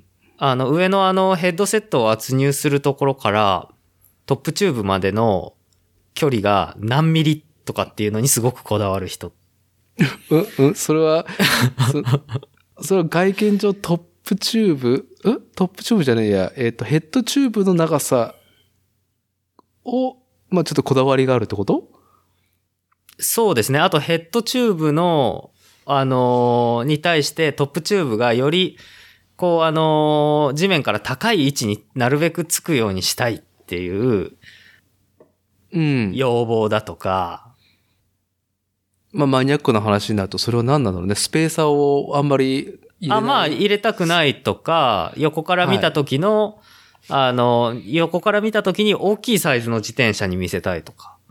上のヘッドセットを圧入するところから、トップチューブまでの距離が何ミリとかっていうのにすごくこだわる人。 それは、それは外見上トップチューブトップチューブじゃねえや。ヘッドチューブの長さを、まあ、ちょっとこだわりがあるってこと？ そうですね。あとヘッドチューブの、に対してトップチューブがより、こう地面から高い位置になるべくつくようにしたいっていう、要望だとか。 まあ、マニアックな話になると、それは何なんだろうね。スペーサーをあんまり入れない。 まあ、入れたくないとか、横から見た時の、横から見た時に大きいサイズの自転車に見せたいとか。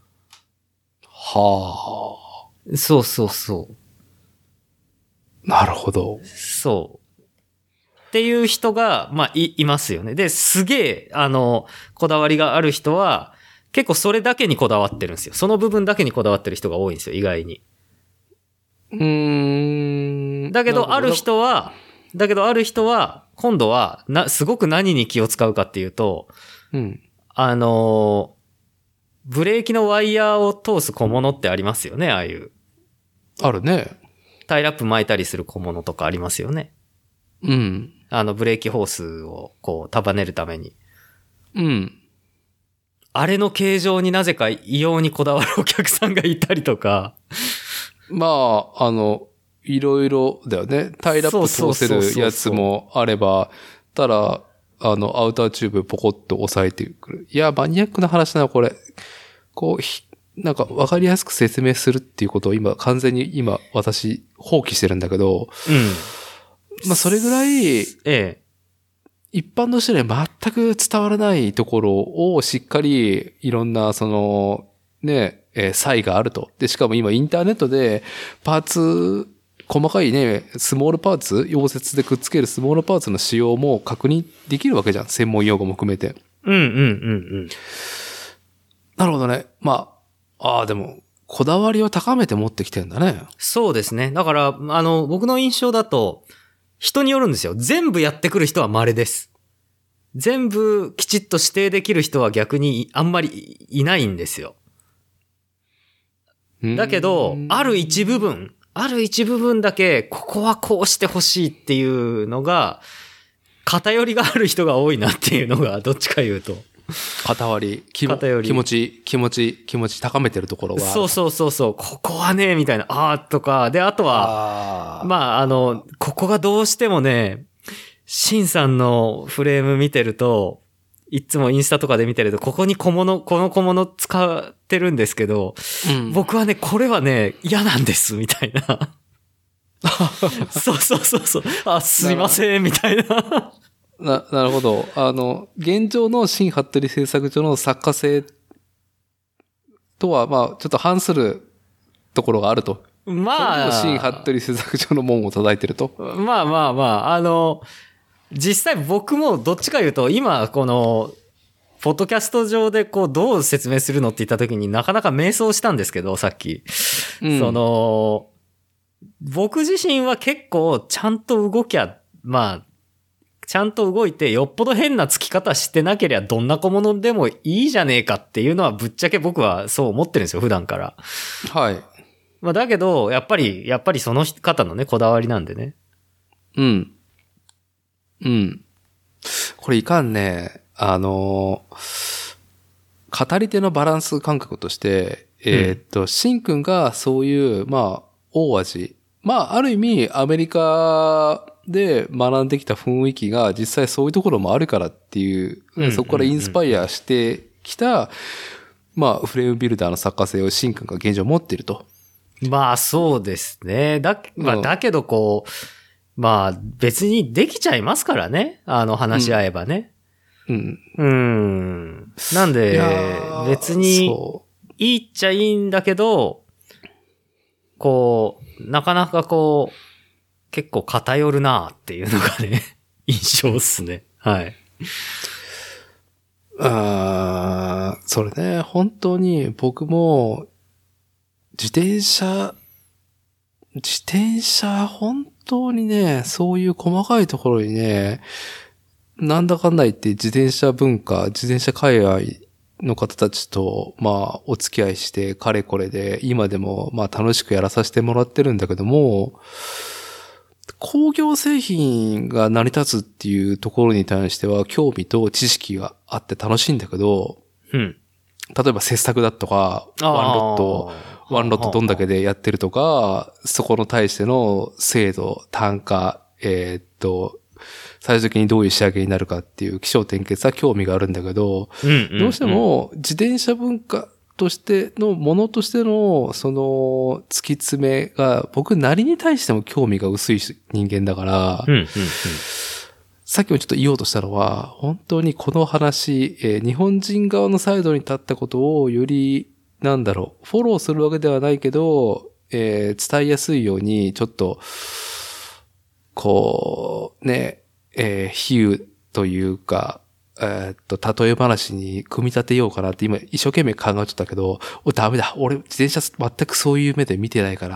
はあ。そうそうそう。 なるほど。 そう。っていう人が、まあ、いますよね。で、すげえ、こだわりがある人は、結構それだけにこだわってるんですよ。その部分だけにこだわってる人が多いんですよ、意外に。だけど、ある人は、今度は、すごく何に気を使うかっていうと、ブレーキのワイヤーを通す小物ってありますよね、ああいう。 あるね。 タイラップ巻いたりする小物とかありますよね。 うん。 ブレーキホースをこう束ねるために。 うん。 あれの形状になぜか異様にこだわるお客さんがいたりとか。 まあ、いろいろだよね。タイラップ通せるやつもあれば、ただ、アウターチューブポコッと押さえてくる。いや、マニアックな話だな、これ。こう、なんかわかりやすく説明するっていうことを完全に私、放棄してるんだけど、まあ、それぐらい、一般の人には全く伝わらないところをしっかりいろんな差異があると。で、しかも今インターネットでパーツ、細かいね、スモールパーツ、溶接でくっつけるスモールパーツの仕様も確認できるわけじゃん。専門用語も含めて。 なるほどね。まあ、でも、 こだわりを高めて持ってきてんだね。 そうですね。だから、僕の印象だと、人によるんですよ。全部やってくる人は稀です。全部きちっと指定できる人は逆にあんまりいないんですよ。だけど、ある一部分だけ、ここはこうしてほしいっていうのが、偏りがある人が多いなっていうのが、どっちか言うと。 偏り。気持ち高めてるところが。 そう。ここはね、みたいな、とか。で、あとは、ここがどうしてもね、シンさんのフレーム見てると、いつもインスタとかで見てると、この小物使ってるんですけど、僕はね、これはね、嫌なんです、みたいな。そう。すいません、みたいな。 なるほど。現状の新服部製作所の作家性とは、ちょっと反するところがあると。新服部製作所の門を叩いてると。 実際僕もどっちか言うと、今、この、ポッドキャスト上でどう説明するのって言った時になかなか迷走したんですけど、さっき。僕自身は結構ちゃんとちゃんと動いて、よっぽど変な付き方してなければどんな小物でもいいじゃねえかっていうのはぶっちゃけ僕はそう思ってるんですよ、普段から。 はい。 だけど、やっぱりその方のね、こだわりなんでね。 これいかんね。語り手のバランス感覚として、シンくんがそういう、大味。ある意味、アメリカで学んできた雰囲気が実際そういうところもあるからっていう、そこからインスパイアしてきた、フレームビルダーの作家性をシンくんが現状持っていると。 そうですね。だけど別にできちゃいますからね。話し合えばね。なんで、別に、いいっちゃいいんだけど、なかなか結構偏るなっていうのがね、印象っすね。はい。 それね、本当に僕も、自転車、本当にね、そういう細かいところにね、なんだかんだ言って自転車文化、自転車界隈の方たちと、お付き合いして、かれこれで、今でも、楽しくやらさせてもらってるんだけども、工業製品が成り立つっていうところに対しては、興味と知識があって楽しいんだけど、例えば切削だとか、ワンロットどんだけでやってるとか、そこの対しての精度、単価、最終的にどういう仕上げになるかっていう起承転結は興味があるんだけど、どうしても自転車文化としてのものとしてのその突き詰めが僕なりに対しても興味が薄い人間だから、さっきもちょっと言おうとしたのは、本当にこの話、日本人側のサイドに立ったことをよりフォローするわけではないけど、伝えやすいようにちょっと比喩というか、例え話に組み立てようかなって今一生懸命考えちゃったけど、ダメだ。俺自転車全くそういう目で見てないから、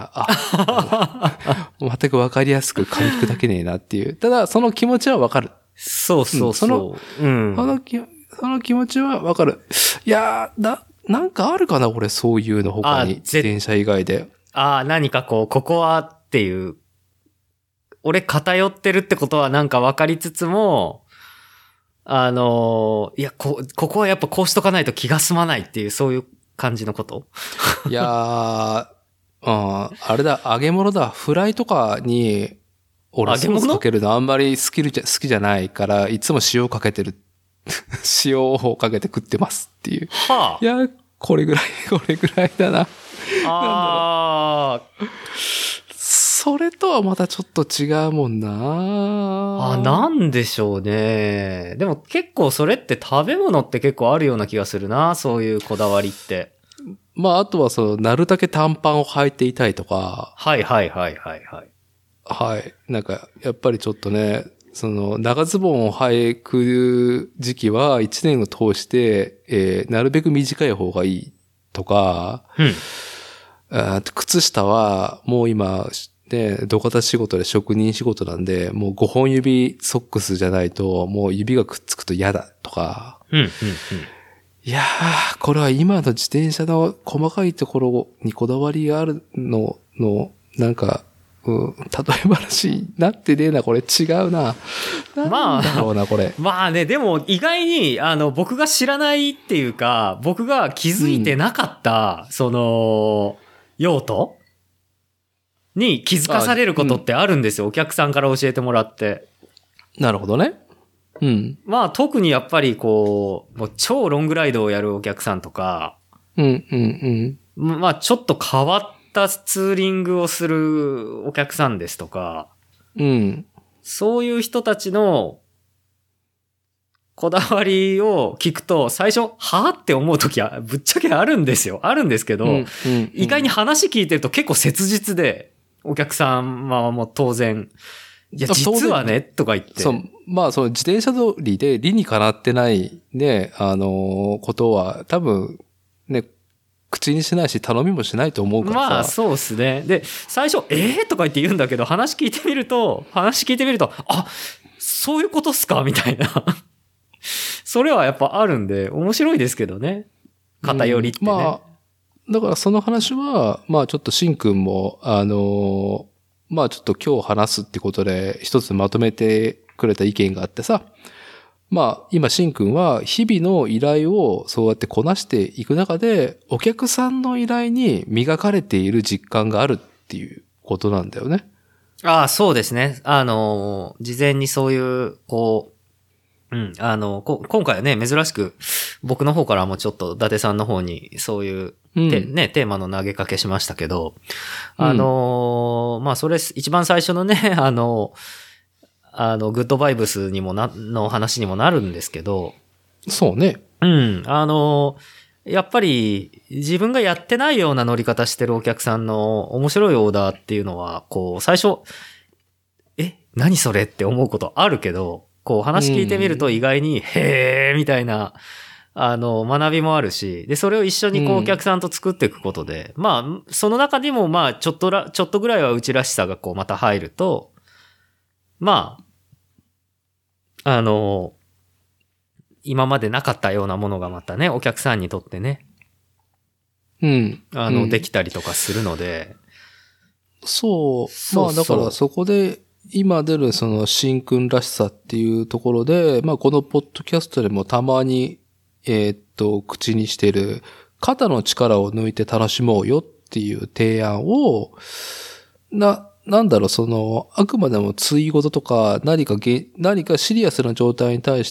全くわかりやすく噛み砕けねえなっていう。ただその気持ちはわかる。 そう。 その気持ちはわかる。いやー、なんかあるかな俺そういうの他に自転車以外で。 何かここはっていう。俺偏ってるってことはなんか分かりつつも、ここはやっぱこうしとかないと気が済まないっていう、そういう感じのこといやー、あれだ、揚げ物だ。フライとかに、俺ソースかけるのあんまり好きじゃないから、いつも塩かけてる。塩をかけて食ってますっていう。いや、これぐらいだな。それとはまたちょっと違うもんな。 なんでしょうね。でも結構それって食べ物って結構あるような気がするな。そういうこだわりって。 あとはなるだけ短パンを履いていたいとか。 はい。はい。 なんか、やっぱりちょっとね、長ズボンを履く時期は1年を通して、なるべく短い方がいいとか、 靴下はもう今、ね、土方仕事で職人仕事なんで、もう5本指ソックスじゃないと、もう指がくっつくと嫌だとか。いやー、これは今の自転車の細かいところにこだわりがあるの、なんか、例え話になってねえな、これ違うな。なんだろうな、これ。 まあね、でも意外に、僕が知らないっていうか、僕が気づいてなかった、その、用途に気づかされることってあるんですよ。お客さんから教えてもらって。 なるほどね。うん。 まあ特にやっぱりこう、もう超ロングライドをやるお客さんとか、まあちょっと変わったツーリングをするお客さんですとか、そういう人たちのこだわりを聞くと、最初、はぁって思うときはぶっちゃけあるんですよ。あるんですけど、意外に話聞いてると結構切実で、お客様はもう当然、いや、実はね、とか言って。 そう、まあ、その自転車通りで理にかなってないね、ことは多分、ね、口にしないし頼みもしないと思うからさ。 まあ、そうですね。で、最初、とか言って言うんだけど、話聞いてみると、あ、そういうことっすかみたいな。それはやっぱあるんで、面白いですけどね。偏りってね。 まあ、だからその話は、まあちょっとシンくんも、まあちょっと今日話すってことで一つまとめてくれた意見があってさ。まあ今シンくんは日々の依頼をそうやってこなしていく中で、お客さんの依頼に磨かれている実感があるっていうことなんだよね。 ああ、そうですね。事前にそういう、こう、今回はね、珍しく、僕の方からもちょっと伊達さんの方にそういう、ね、テーマの投げかけしましたけど、まあ、それ、一番最初のね、グッドバイブスにもの話にもなるんですけど、 そうね。 やっぱり、自分がやってないような乗り方してるお客さんの面白いオーダーっていうのは、こう、最初、何それって思うことあるけど、こう話聞いてみると意外に、へーみたいな、学びもあるし、で、それを一緒にこうお客さんと作っていくことで、まあ、その中にもまあ、ちょっとぐらいはうちらしさがこうまた入ると、まあ、今までなかったようなものがまたね、お客さんにとってね、できたりとかするので。 そう。まあ、だからそこで、今出るそのシンくんらしさっていうところで、まあこのポッドキャストでもたまに、口にしてる肩の力を抜いて楽しもうよっていう提案を、なんだろう、その、あくまでも追事とか何かシリアスな状態に対して、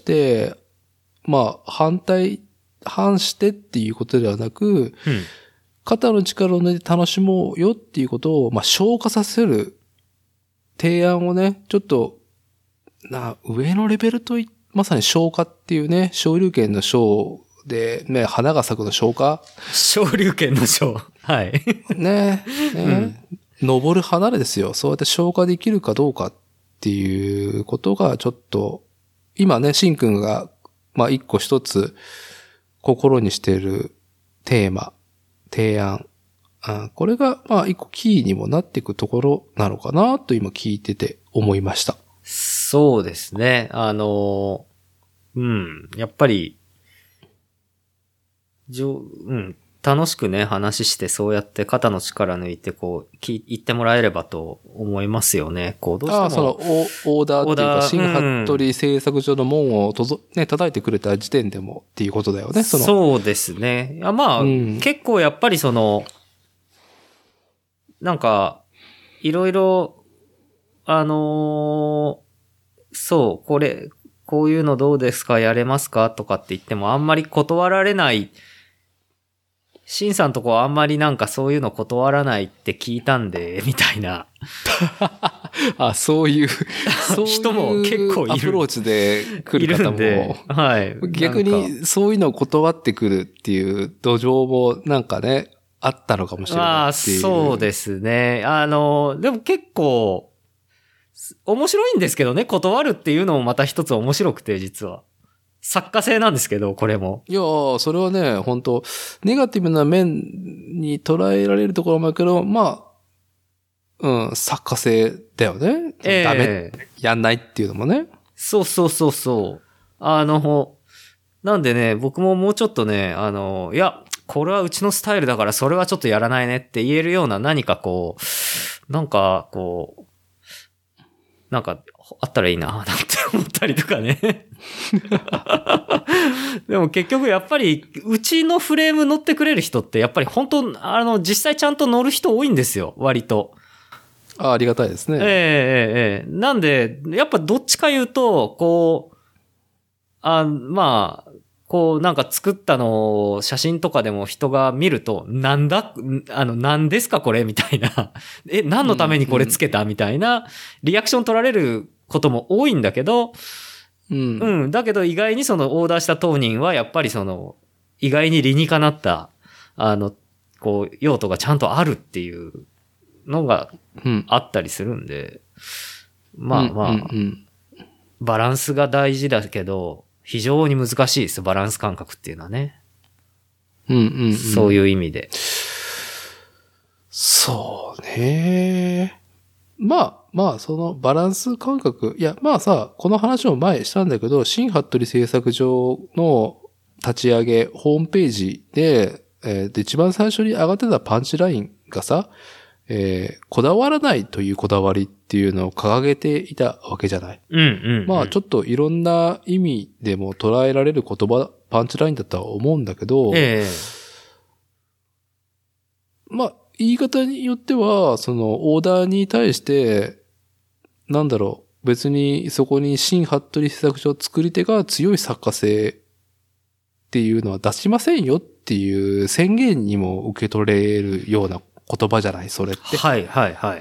まあ反してっていうことではなく、肩の力を抜いて楽しもうよっていうことを、まあ消化させる提案をね、ちょっと、上のレベルとまさに昇華っていうね、昇竜拳の昇で、ね、花が咲くの昇華昇竜拳の昇。はい。 ね、登る花ですよ。そうやって昇華できるかどうかっていうことがちょっと、今ね、シンくんが、まあ一個一つ心にしているテーマ、提案。これが、まあ、一個キーにもなっていくところなのかなと今聞いてて思いました。 そうですね。やっぱり、楽しくね、話してそうやって肩の力抜いてこう、言ってもらえればと思いますよね。こう、どうしても。 そのオーダーっていうか、新服部製作所の門をね、叩いてくれた時点でもっていうことだよね、 そうですね。まあ、結構やっぱりなんか、いろいろ、そう、こういうのどうですかやれますかとかって言ってもあんまり断られない。シンさんとこはあんまりなんかそういうの断らないって聞いたんで、みたいな。 そういう人も結構いる。 アプローチで来る方も。 はい。 逆にそういうのを断ってくるっていう土壌もなんかね、あったのかもしれないっていう。 そうですね。でも結構、面白いんですけどね、断るっていうのもまた一つ面白くて、実は。 作家性なんですけど、これも。 いやー、それはね、本当ネガティブな面に捉えられるところもあるけど、まあ、作家性だよね。ダメ、やんないっていうのもね。 そうそうそうそう。なんでね、僕ももうちょっとね、いや、これはうちのスタイルだからそれはちょっとやらないねって言えるような何かこう、なんかあったらいいな、なんて思ったりとかね。でも結局やっぱり、うちのフレーム乗ってくれる人って、やっぱり本当、実際ちゃんと乗る人多いんですよ、割と。 ありがたいですね。 なんで、やっぱどっちか言うと、なんか作ったのを写真とかでも人が見ると、なんですかこれみたいな。何のためにこれつけたみたいな、リアクション取られることも多いんだけど、だけど意外にそのオーダーした当人はやっぱり意外に理にかなった、用途がちゃんとあるっていうのがあったりするんで、バランスが大事だけど、非常に難しいです、バランス感覚っていうのはね。そういう意味で。 そうね。まあ、そのバランス感覚。いや、まあさ、この話も前したんだけど、新服部製作所の立ち上げ、ホームページで、一番最初に上がってたパンチラインがさ、こだわらないというこだわりっていうのを掲げていたわけじゃない。まあちょっといろんな意味でも捉えられる言葉、パンチラインだとは思うんだけど、まあ言い方によっては、そのオーダーに対して、なんだろう、別にそこに新服部製作所作り手が強い作家性っていうのは出しませんよっていう宣言にも受け取れるような言葉じゃない、それって。 はいはいはい。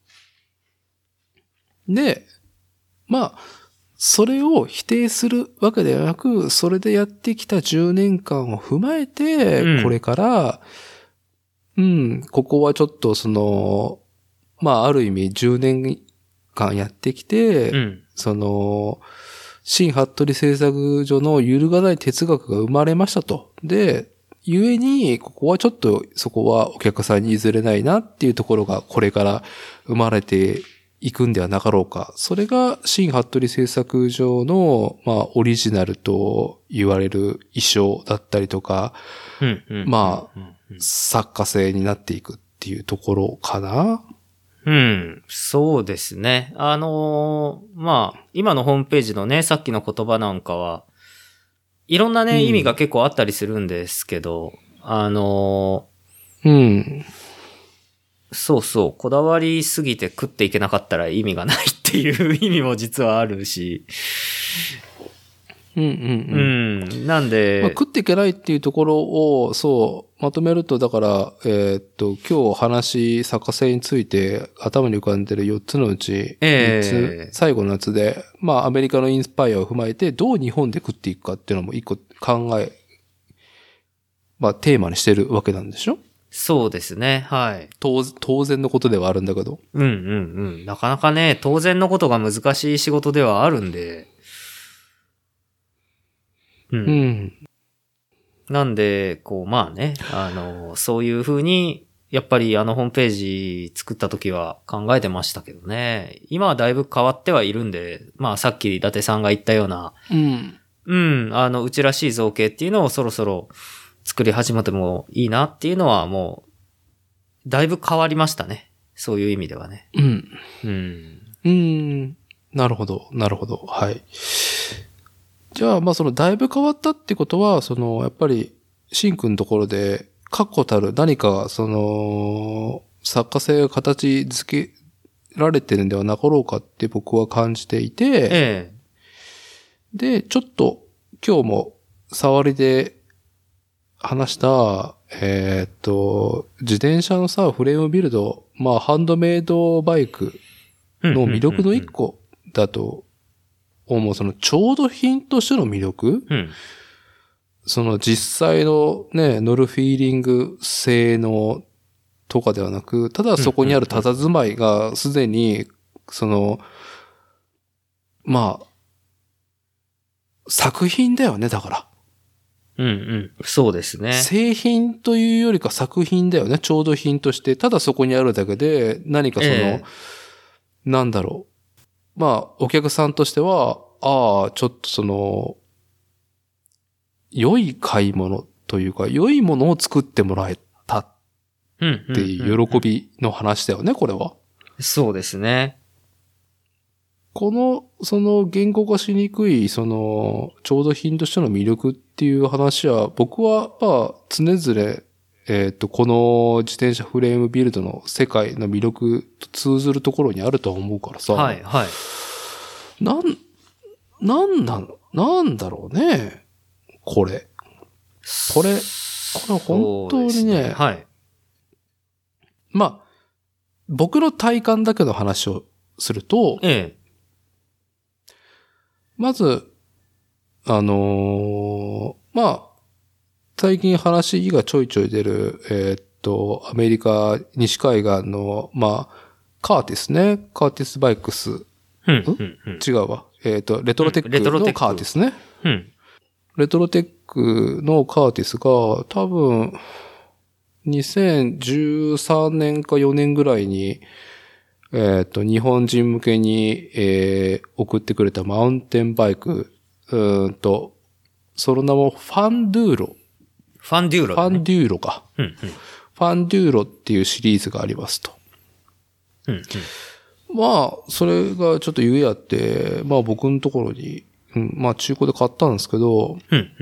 で、まあ、それを否定するわけではなく、それでやってきた10年間を踏まえて、これから、ここはちょっとまあ、ある意味10年間やってきて、新服部製作所の揺るがない哲学が生まれましたと。で、ゆえに、ここはちょっと、そこはお客さんに譲れないなっていうところが、これから生まれていくんではなかろうか。それが、新服部製作所の、まあ、オリジナルと言われる衣装だったりとか、まあ、作家性になっていくっていうところかな。 そうですね。まあ、今のホームページのね、さっきの言葉なんかは、いろんなね、意味が結構あったりするんですけど、そうそう、こだわりすぎて食っていけなかったら意味がないっていう意味も実はあるし、なんで、 まあ、食っていけないっていうところを、そう、まとめると、だから、今日作家性について頭に浮かんでる4つのうち、3つ、最後のやつで、まあ、アメリカのインスパイアを踏まえて、どう日本で食っていくかっていうのも一個まあ、テーマにしてるわけなんでしょ？ そうですね、はい。 当然のことではあるんだけど。 なかなかね、当然のことが難しい仕事ではあるんで、なんで、まあね、そういう風に、やっぱりホームページ作った時は考えてましたけどね。今はだいぶ変わってはいるんで、まあさっき伊達さんが言ったような、うちらしい造形っていうのをそろそろ作り始めてもいいなっていうのはもう、だいぶ変わりましたね。そういう意味ではね。 なるほど、なるほど。はい。じゃあ、まあだいぶ変わったってことは、やっぱり、シンくんのところで、確固たる何か、作家性が形付けられてるんではなかろうかって僕は感じていて、で、ちょっと、今日も、触りで話した、自転車のさ、フレームビルド、まあ、ハンドメイドバイクの魅力の一個だと、もう調度品としての魅力、実際のね、乗るフィーリング性能とかではなく、ただそこにある佇まいがすでに、まあ、 作品だよね、だから。 うんうん。そうですね。 製品というよりか作品だよね。調度品として。ただそこにあるだけで、何かその、なんだろう。まあ、お客さんとしては、ああ、ちょっとその、良い買い物というか、良いものを作ってもらえたっていう喜びの話だよね、これは。 そうですね。 この、その言語化しにくい、その、調度品としての魅力っていう話は、僕は、まあ、常々、この自転車フレームビルドの世界の魅力と通ずるところにあると思うからさ。 はい、はい。 なんだろうね。これ本当にね。 はい。 まあ、僕の体感だけの話をすると、まず、まあ、最近話がちょいちょい出る、アメリカ西海岸の、まあ、カーティスね。カーティスバイクス。違うわ。レトロテックのカーティスね。レトロテックのカーティスが多分、2013年か4年ぐらいに、日本人向けに、送ってくれたマウンテンバイク、その名もファンデューロ。 ファンデューロ、 ね。ファンデューロか。 ファンデューロっていうシリーズがありますと。まあ、それがちょっとゆえあって、まあ僕のところに、まあ中古で買ったんですけど、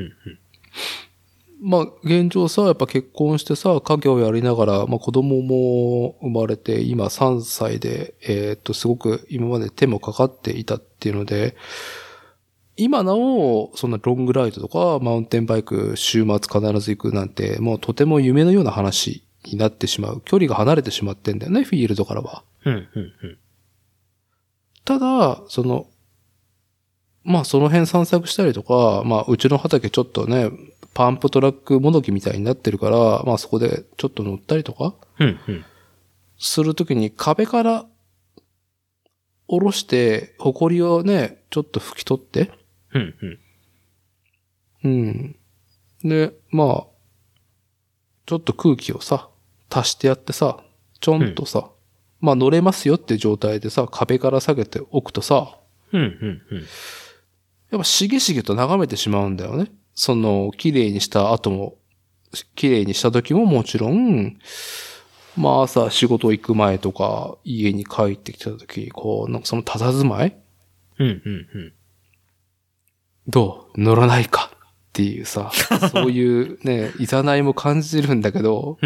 まあ現状さ、やっぱ結婚してさ、家業をやりながら、まあ子供も生まれて、今3歳で、すごく今まで手もかかっていたっていうので、今なお、そんなロングライドとか、マウンテンバイク週末必ず行くなんて、もうとても夢のような話になってしまう。距離が離れてしまってんだよね、フィールドからは。ただ、まあその辺散策したりとか、まあうちの畑ちょっとね、パンプトラックもどきみたいになってるから、まあそこでちょっと乗ったりとか、するときに壁から下ろして、埃をね、ちょっと拭き取って、で、まあ、ちょっと空気をさ、足してやってさ、ちょんとさ、まあ乗れますよって状態でさ、壁から下げておくとさ、やっぱしげしげと眺めてしまうんだよね。綺麗にした後も、綺麗にした時ももちろん、まあ朝仕事行く前とか、家に帰ってきた時、こう、なんかその佇まいどう乗らないかっていうさ、そういうね、いざないも感じるんだけど、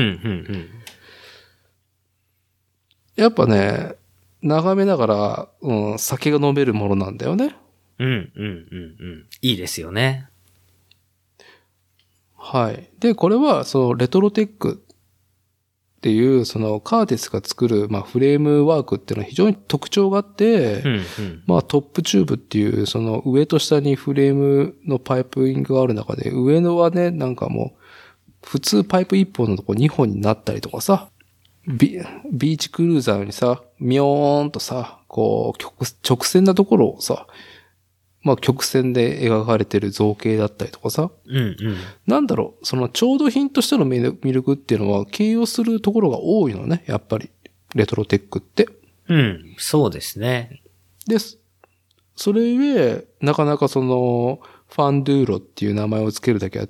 やっぱね、眺めながら、酒が飲めるものなんだよね。 いいですよね。 はい。で、これは、レトロテックっていう、カーティスが作る、まあ、フレームワークっていうのは非常に特徴があって、まあ、トップチューブっていう、上と下にフレームのパイプイングがある中で、上のはね、なんかもう、普通パイプ1本のとこ2本になったりとかさ、ビーチクルーザーにさ、ミョーンとさ、こう、直線なところをさ、まあ曲線で描かれてる造形だったりとかさ。なんだろう、調度品としての魅力っていうのは形容するところが多いのね、やっぱり。レトロテックって。 そうですね。 です。それゆえ、なかなかファンドゥーロっていう名前をつけるだけあって、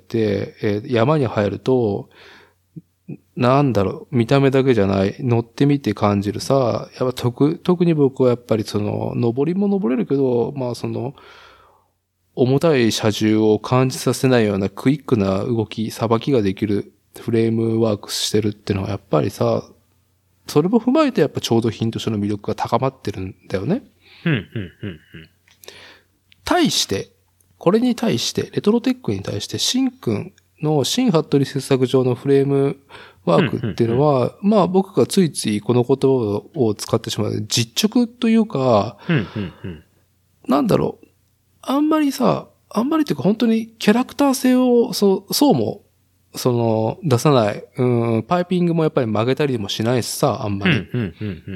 山に入ると、なんだろう、見た目だけじゃない、乗ってみて感じるさ、やっぱ特に僕はやっぱり登りも登れるけど、まあ重たい車重を感じさせないようなクイックな動き、さばきができるフレームワークしてるっていうのはやっぱりさ、それも踏まえてやっぱ調度品としての魅力が高まってるんだよね。これに対して、レトロテックに対して、シンくんの新服部製作上のフレームワークっていうのは、まあ僕がついついこの言葉を使ってしまう実直というか、なんだろう、あんまりっていうか本当にキャラクター性をそうも、出さない、パイピングもやっぱり曲げたりもしないしさ、あんまり。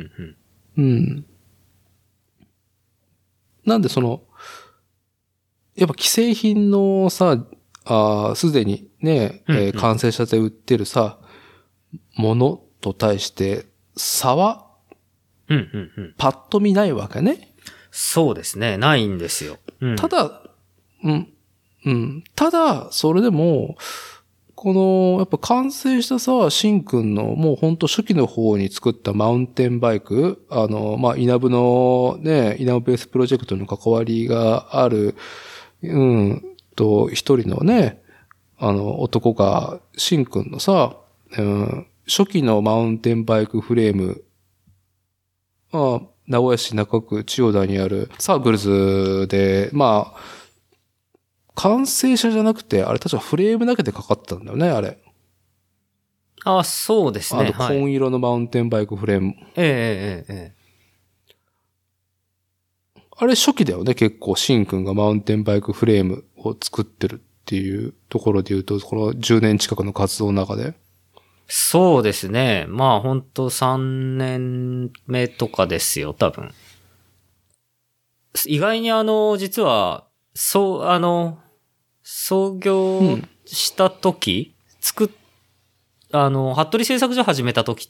なんでやっぱ既製品のさ、すでにね、完成したて売ってるさ、ものと対して差は、パッと見ないわけね。 そうですね。ないんですよ。 ただ、ただ、それでも、この、やっぱ完成したさ、シンくんのもうほんと初期の方に作ったマウンテンバイク、イナブのね、イナブベースプロジェクトの関わりがある、一人のね、男が、シンくんのさ、初期のマウンテンバイクフレーム、名古屋市中区千代田にあるサークルズで、完成車じゃなくて、あれ確かフレームだけでかかってたんだよね、あれ。 そうですね。 紺色のマウンテンバイクフレーム。あれ初期だよね、結構、シンくんがマウンテンバイクフレームを作ってるっていうところで言うと、この10年近くの活動の中で。 そうですね。ほんと3年目とかですよ、多分。意外に実は、創業した時、服部製作所始めた時って、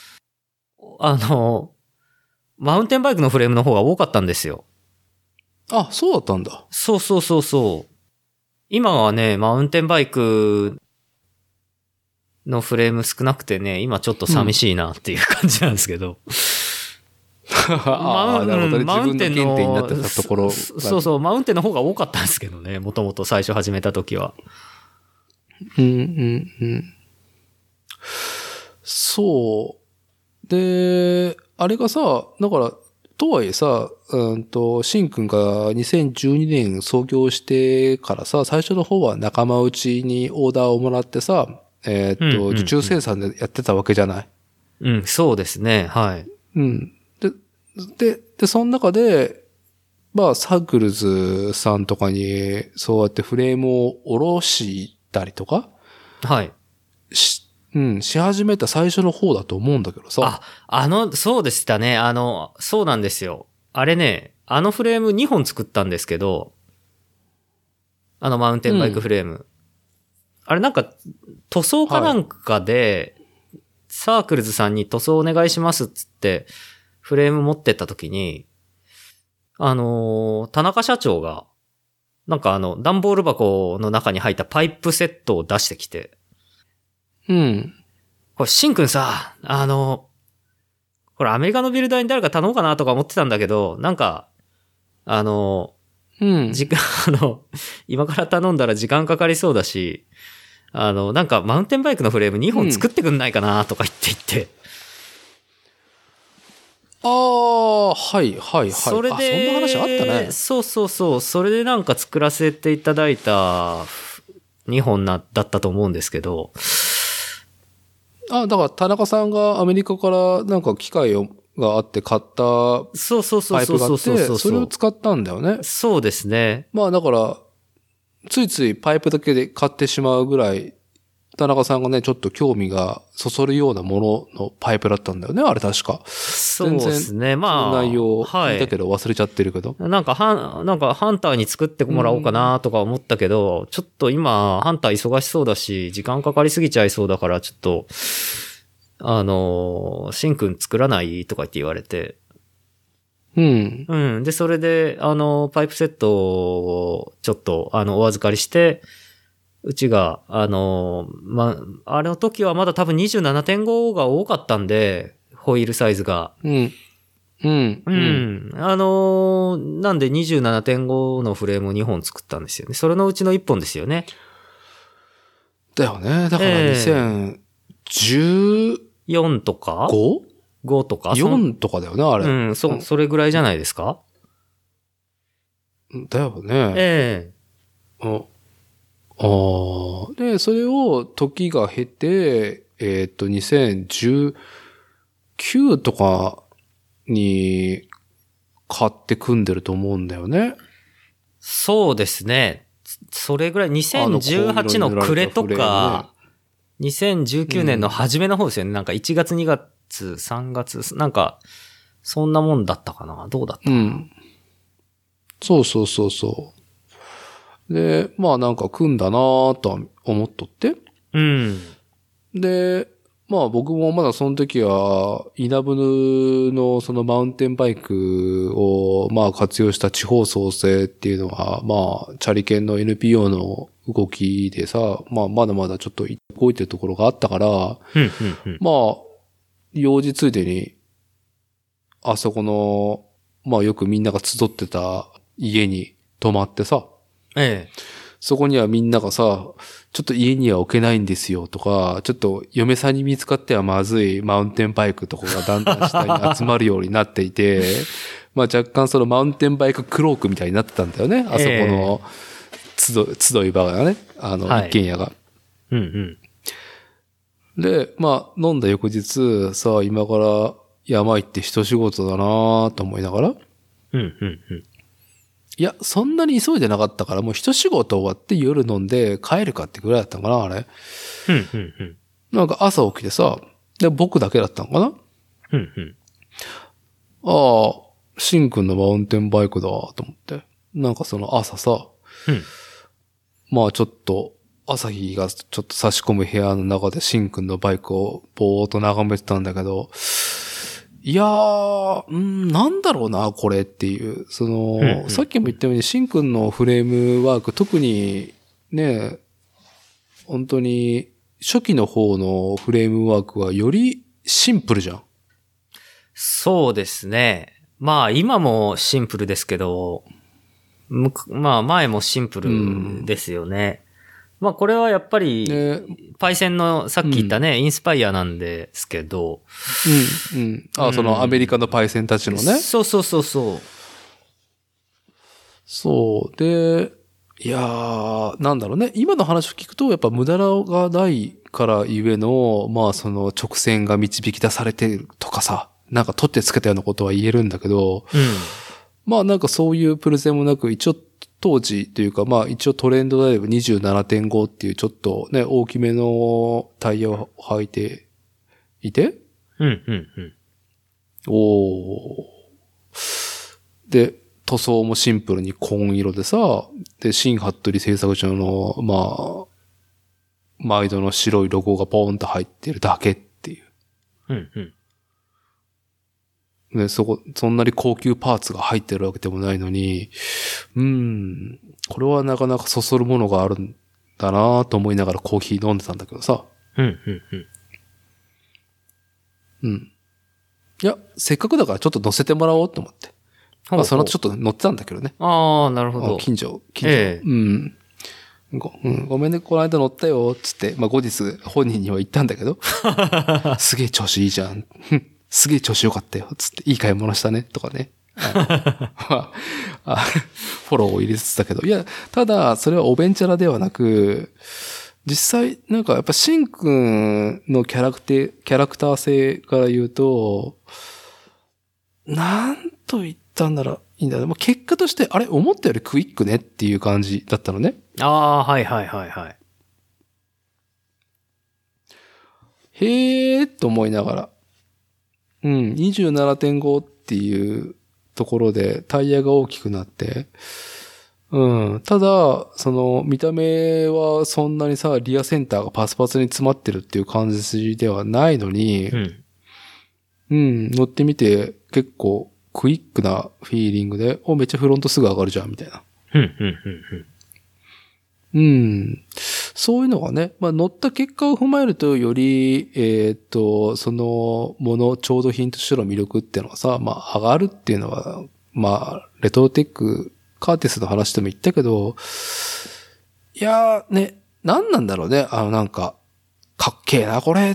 マウンテンバイクのフレームの方が多かったんですよ。 あ、そうだったんだ。 そう。今はね、マウンテンバイクのフレーム少なくてね、今ちょっと寂しいなっていう感じなんですけど。 なるほどね。自分の原点になってたところ。 そう、マウンテンの方が多かったんですけどね、もともと最初始めた時は。 そう。で、あれがさ、だから、とはいえさ、シンくんが2012年創業してからさ、最初の方は仲間内にオーダーをもらってさ、受注生産でやってたわけじゃない。 そうですね、はい。 で、その中で、サークルズさんとかに、そうやってフレームを下ろしたりとか、 はい。 し始めた最初の方だと思うんだけどさ。 そうでしたね。そうなんですよ。あれね、フレーム2本作ったんですけど、マウンテンバイクフレーム。あれなんか、塗装かなんかで、サークルズさんに塗装お願いしますっつって、フレーム持ってった時に、田中社長が、なんか段ボール箱の中に入ったパイプセットを出してきて、これ、シンくんさ、これアメリカのビルダーに誰か頼もうかなとか思ってたんだけど、なんか、今から頼んだら時間かかりそうだし、なんかマウンテンバイクのフレーム2本作ってくんないかなとか言って。 はい。 それで、 そんな話あったね。 そう。それでなんか作らせていただいた2本だったと思うんですけど。 だから田中さんがアメリカからなんか機械があって買ったパイプがあって、それを使ったんだよね。 そうですね。 だから、ついついパイプだけで買ってしまうぐらい、田中さんがね、ちょっと興味がそそるようなもののパイプだったんだよね、あれ確か。 そうですね。 その内容だけど忘れちゃってるけど。 なんかハンターに作ってもらおうかなとか思ったけど、ちょっと今、ハンター忙しそうだし、時間かかりすぎちゃいそうだから、ちょっと、シンくん作らないとか言って言われて。で、それで、パイプセットをちょっと、お預かりして、うちが、あれの時はまだ多分 27.5 が多かったんで、ホイールサイズが。なんで 27.5 のフレームを2本作ったんですよね。それのうちの1本ですよね。 だよね。だから2014 とか 5 とか 4 とかだよね、あれ。 それぐらいじゃないですか。 だよね。で、それを時が経て、2019とかに買って組んでると思うんだよね。 そうですね。それぐらい、2018の暮れとか、2019年の初めの方ですよね。なんか1月2月3月、なんか、そんなもんだったかな。どうだったかな。 そう。 で、まあなんか組んだなぁとは思っとって。 うん。 で、まあ僕もまだその時は、稲部のそのマウンテンバイクをまあ活用した地方創生っていうのは、まあチャリケンの NPO の動きでさ、まあまだまだちょっと動いてるところがあったから、まあ、用事ついでに、あそこの、まあよくみんなが集ってた家に泊まってさ、そこにはみんながさ、ちょっと家には置けないんですよとか、ちょっと嫁さんに見つかってはまずいマウンテンバイクとかがだんだん下に集まるようになっていて、まあ若干そのマウンテンバイククロークみたいになってたんだよね。あそこの集い場がね、一軒家が。で、まあ飲んだ翌日、さあ今から山行って一仕事だなぁと思いながら、いや、そんなに急いでなかったから、もう一仕事終わって夜飲んで帰るかってぐらいだったのかな、あれ。なんか朝起きてさ、で、僕だけだったのかな。ああ、シンくんのマウンテンバイクだと思って。なんかその朝さ、まあちょっと、朝日がちょっと差し込む部屋の中でシンくんのバイクをぼーっと眺めてたんだけど、いやー、なんだろうな、これっていう。さっきも言ったように、シンくんのフレームワーク、特にね、本当に初期の方のフレームワークはよりシンプルじゃん。 そうですね。まあ今もシンプルですけど、まあ前もシンプルですよね。まあこれはやっぱり、パイセンのさっき言ったね、インスパイアなんですけど。 そのアメリカのパイセンたちのね。 そう。 そう。で、いやー、なんだろうね。今の話を聞くと、やっぱ無駄がないからゆえの、まあその直線が導き出されてるとかさ、なんか取ってつけたようなことは言えるんだけど、まあなんかそういうプレゼンもなく、一応当時というか、まあ一応トレンドであれば 27.5 っていうちょっとね、大きめのタイヤを履いていて、で、塗装もシンプルに紺色でさ、で、新服部製作所の、まあ、毎度の白いロゴがポーンと入ってるだけっていう。で、そんなに高級パーツが入ってるわけでもないのに、これはなかなかそそるものがあるんだなと思いながらコーヒー飲んでたんだけどさ。いや、せっかくだからちょっと乗せてもらおうと思って。まあ、その後ちょっと乗ってたんだけどね。 ああ、なるほど。 近所。ごめんね、この間乗ったよ、つって、まあ、後日本人には言ったんだけど、すげえ調子いいじゃん。すげえ調子よかったよ、つって、いい買い物したね、とかね。フォローを入れつつだけど。いや、ただ、それはおべんちゃらではなく、実際、なんかやっぱシンくんのキャラクター性から言うと、なんと言ったんならいいんだろう。結果として、あれ、思ったよりクイックねっていう感じだったのね。 ああ、はい。 へーと思いながら。27.5 っていうところでタイヤが大きくなって、ただ、その見た目はそんなにさ、リアセンターがパツパツに詰まってるっていう感じではないのに、乗ってみて結構クイックなフィーリングで、めっちゃフロントすぐ上がるじゃん、みたいな。そういうのがね、まあ乗った結果を踏まえるとより、そのもの、調度品としての魅力っていうのはさ、まあ上がるっていうのは、まあレトロテック、カーティスの話でも言ったけど、いやーね、何なんだろうね、なんか、かっけーなこれって、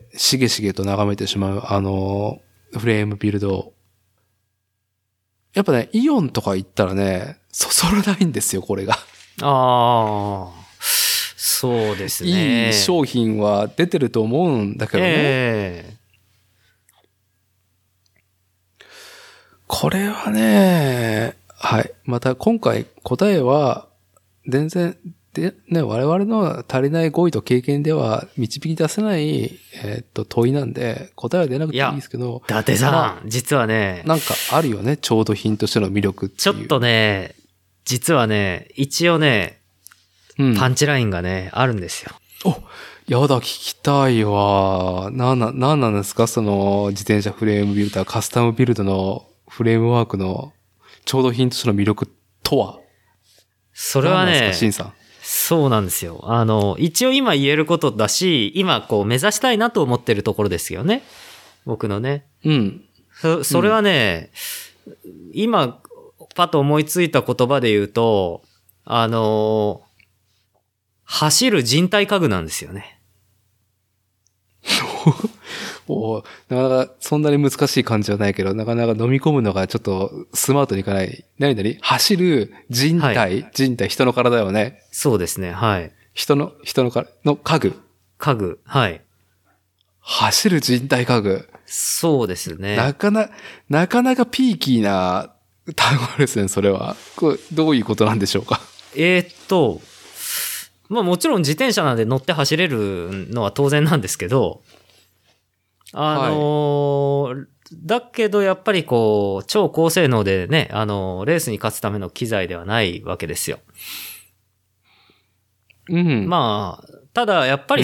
しげしげと眺めてしまう、フレームビルド。やっぱね、イオンとか行ったらね、そそらないんですよ、これが。 ああ、そうですね。 いい商品は出てると思うんだけどね。これはね、はい。また今回答えは全然で、ね、我々の足りない語彙と経験では導き出せない、問いなんで答えは出なくていいですけど。 伊達さん、実はね。 なんかあるよね、調度品としての魅力っていう。 ちょっとね、 実はね、一応ね、パンチラインがね、あるんですよ。 やだ、聞きたいわ。なんなんですかその自転車フレームビルダー、カスタムビルドのフレームワークのちょうど品としての魅力とは？ それはね、 何なんですか、シンさん。 そうなんですよ。一応今言えることだし、今こう目指したいなと思ってるところですよね。僕のね。 うん。 それはね、今、パッと思いついた言葉で言うと、走る人体家具なんですよね。 なかなかそんなに難しい感じはないけど、なかなか飲み込むのがちょっとスマートにいかない。何走る人体、はい、人体、人の体よね。 そうですね、はい。 人の家具。 家具、はい。 走る人体家具。 そうですね。 なかなかピーキーな単語ですね、それは。これどういうことなんでしょうか。 まあもちろん自転車なんで乗って走れるのは当然なんですけど、はい、だけどやっぱりこう、超高性能でね、レースに勝つための機材ではないわけですよ。 うん。 まあ、ただやっぱり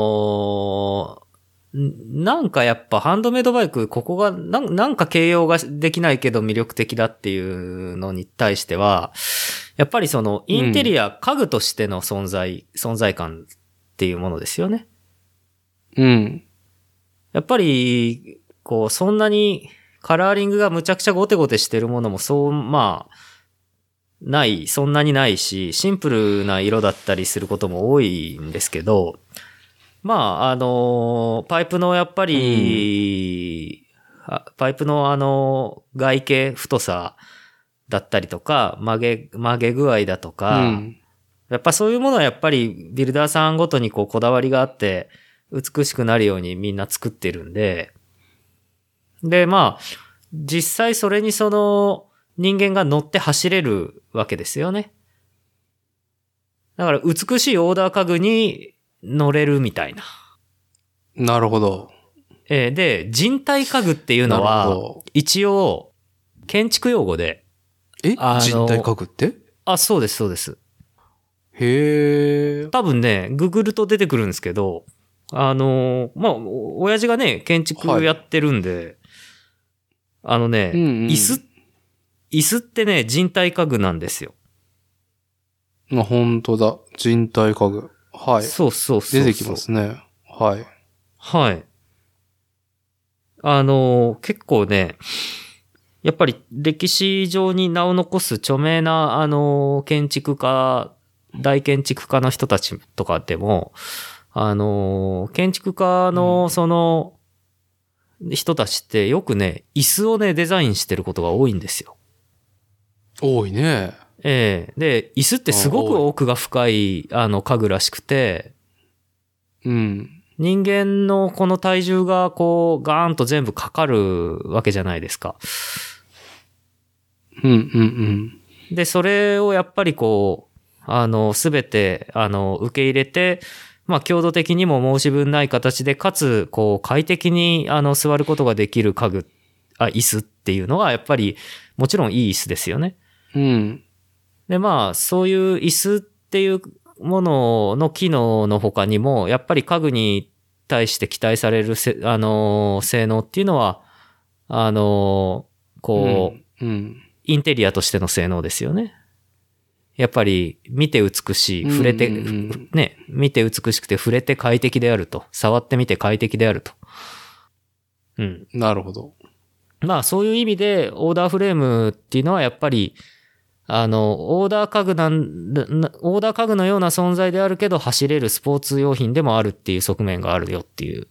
なんかやっぱハンドメイドバイク、ここがなんか形容ができないけど魅力的だっていうのに対しては、やっぱりインテリア、家具としての存在感っていうものですよね。 うん。 やっぱり、こう、そんなにカラーリングがむちゃくちゃゴテゴテしてるものもまあ、そんなにないし、シンプルな色だったりすることも多いんですけど、まあ、パイプのやっぱり、パイプの外径、太さだったりとか、曲げ具合だとか、やっぱそういうものはやっぱりビルダーさんごとにこだわりがあって、美しくなるようにみんな作ってるんで、で、まあ、実際それに人間が乗って走れるわけですよね。だから美しいオーダー家具に乗れるみたいな。 なるほど。 で、人体家具っていうのは、一応、建築用語で。 人体家具って？ そうです、そうです。 へー。 多分ね、ググると出てくるんですけど、まあ、親父がね、建築やってるんで、はい、椅子ってね、人体家具なんですよ。 本当だ。人体家具。はい。 そう。 出てきますね。はい。 はい。結構ね、やっぱり歴史上に名を残す著名な、建築家、大建築家の人たちとかでも、建築家の人たちってよくね、椅子をね、デザインしてることが多いんですよ。 多いね。 で、椅子ってすごく奥が深い、家具らしくて、 うん。 人間のこの体重がこう、ガーンと全部かかるわけじゃないですか。で、それをやっぱりこう、すべて、受け入れて、まあ、強度的にも申し分ない形で、かつ、こう、快適に、座ることができる椅子っていうのは、やっぱり、もちろんいい椅子ですよね。 うん。 で、まあ、そういう椅子っていうものの機能の他にも、やっぱり家具に対して期待される性能っていうのは、インテリアとしての性能ですよね。やっぱり見て美しい、触れて、ね、見て美しくて触れて快適であると。触ってみて快適であると。うん。 なるほど。 まあそういう意味でオーダーフレームっていうのはやっぱり、オーダー家具のような存在であるけど走れるスポーツ用品でもあるっていう側面があるよっていう。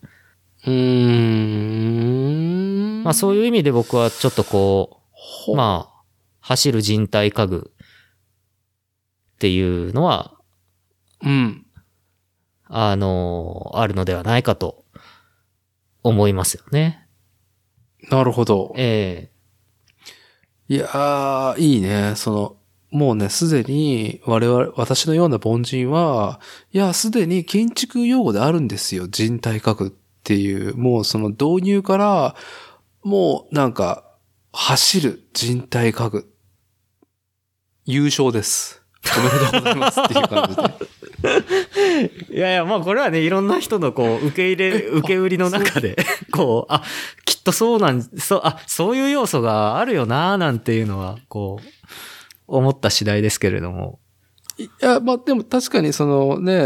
まあそういう意味で僕はちょっとこう、まあ、走る人体家具っていうのは、あるのではないかと思いますよね。 なるほど。いやー、いいね。もうね、すでに私のような凡人は、いや、すでに建築用語であるんですよ。人体家具っていう。もうその導入から、もうなんか、走る人体家具っ優勝です。おめでとうございますっていう感じで。いやいや、まあこれはね、いろんな人のこう、受け売りの中で、こう、きっとそういう要素があるよな、なんていうのは、こう、思った次第ですけれども。 いや、まあでも確かに自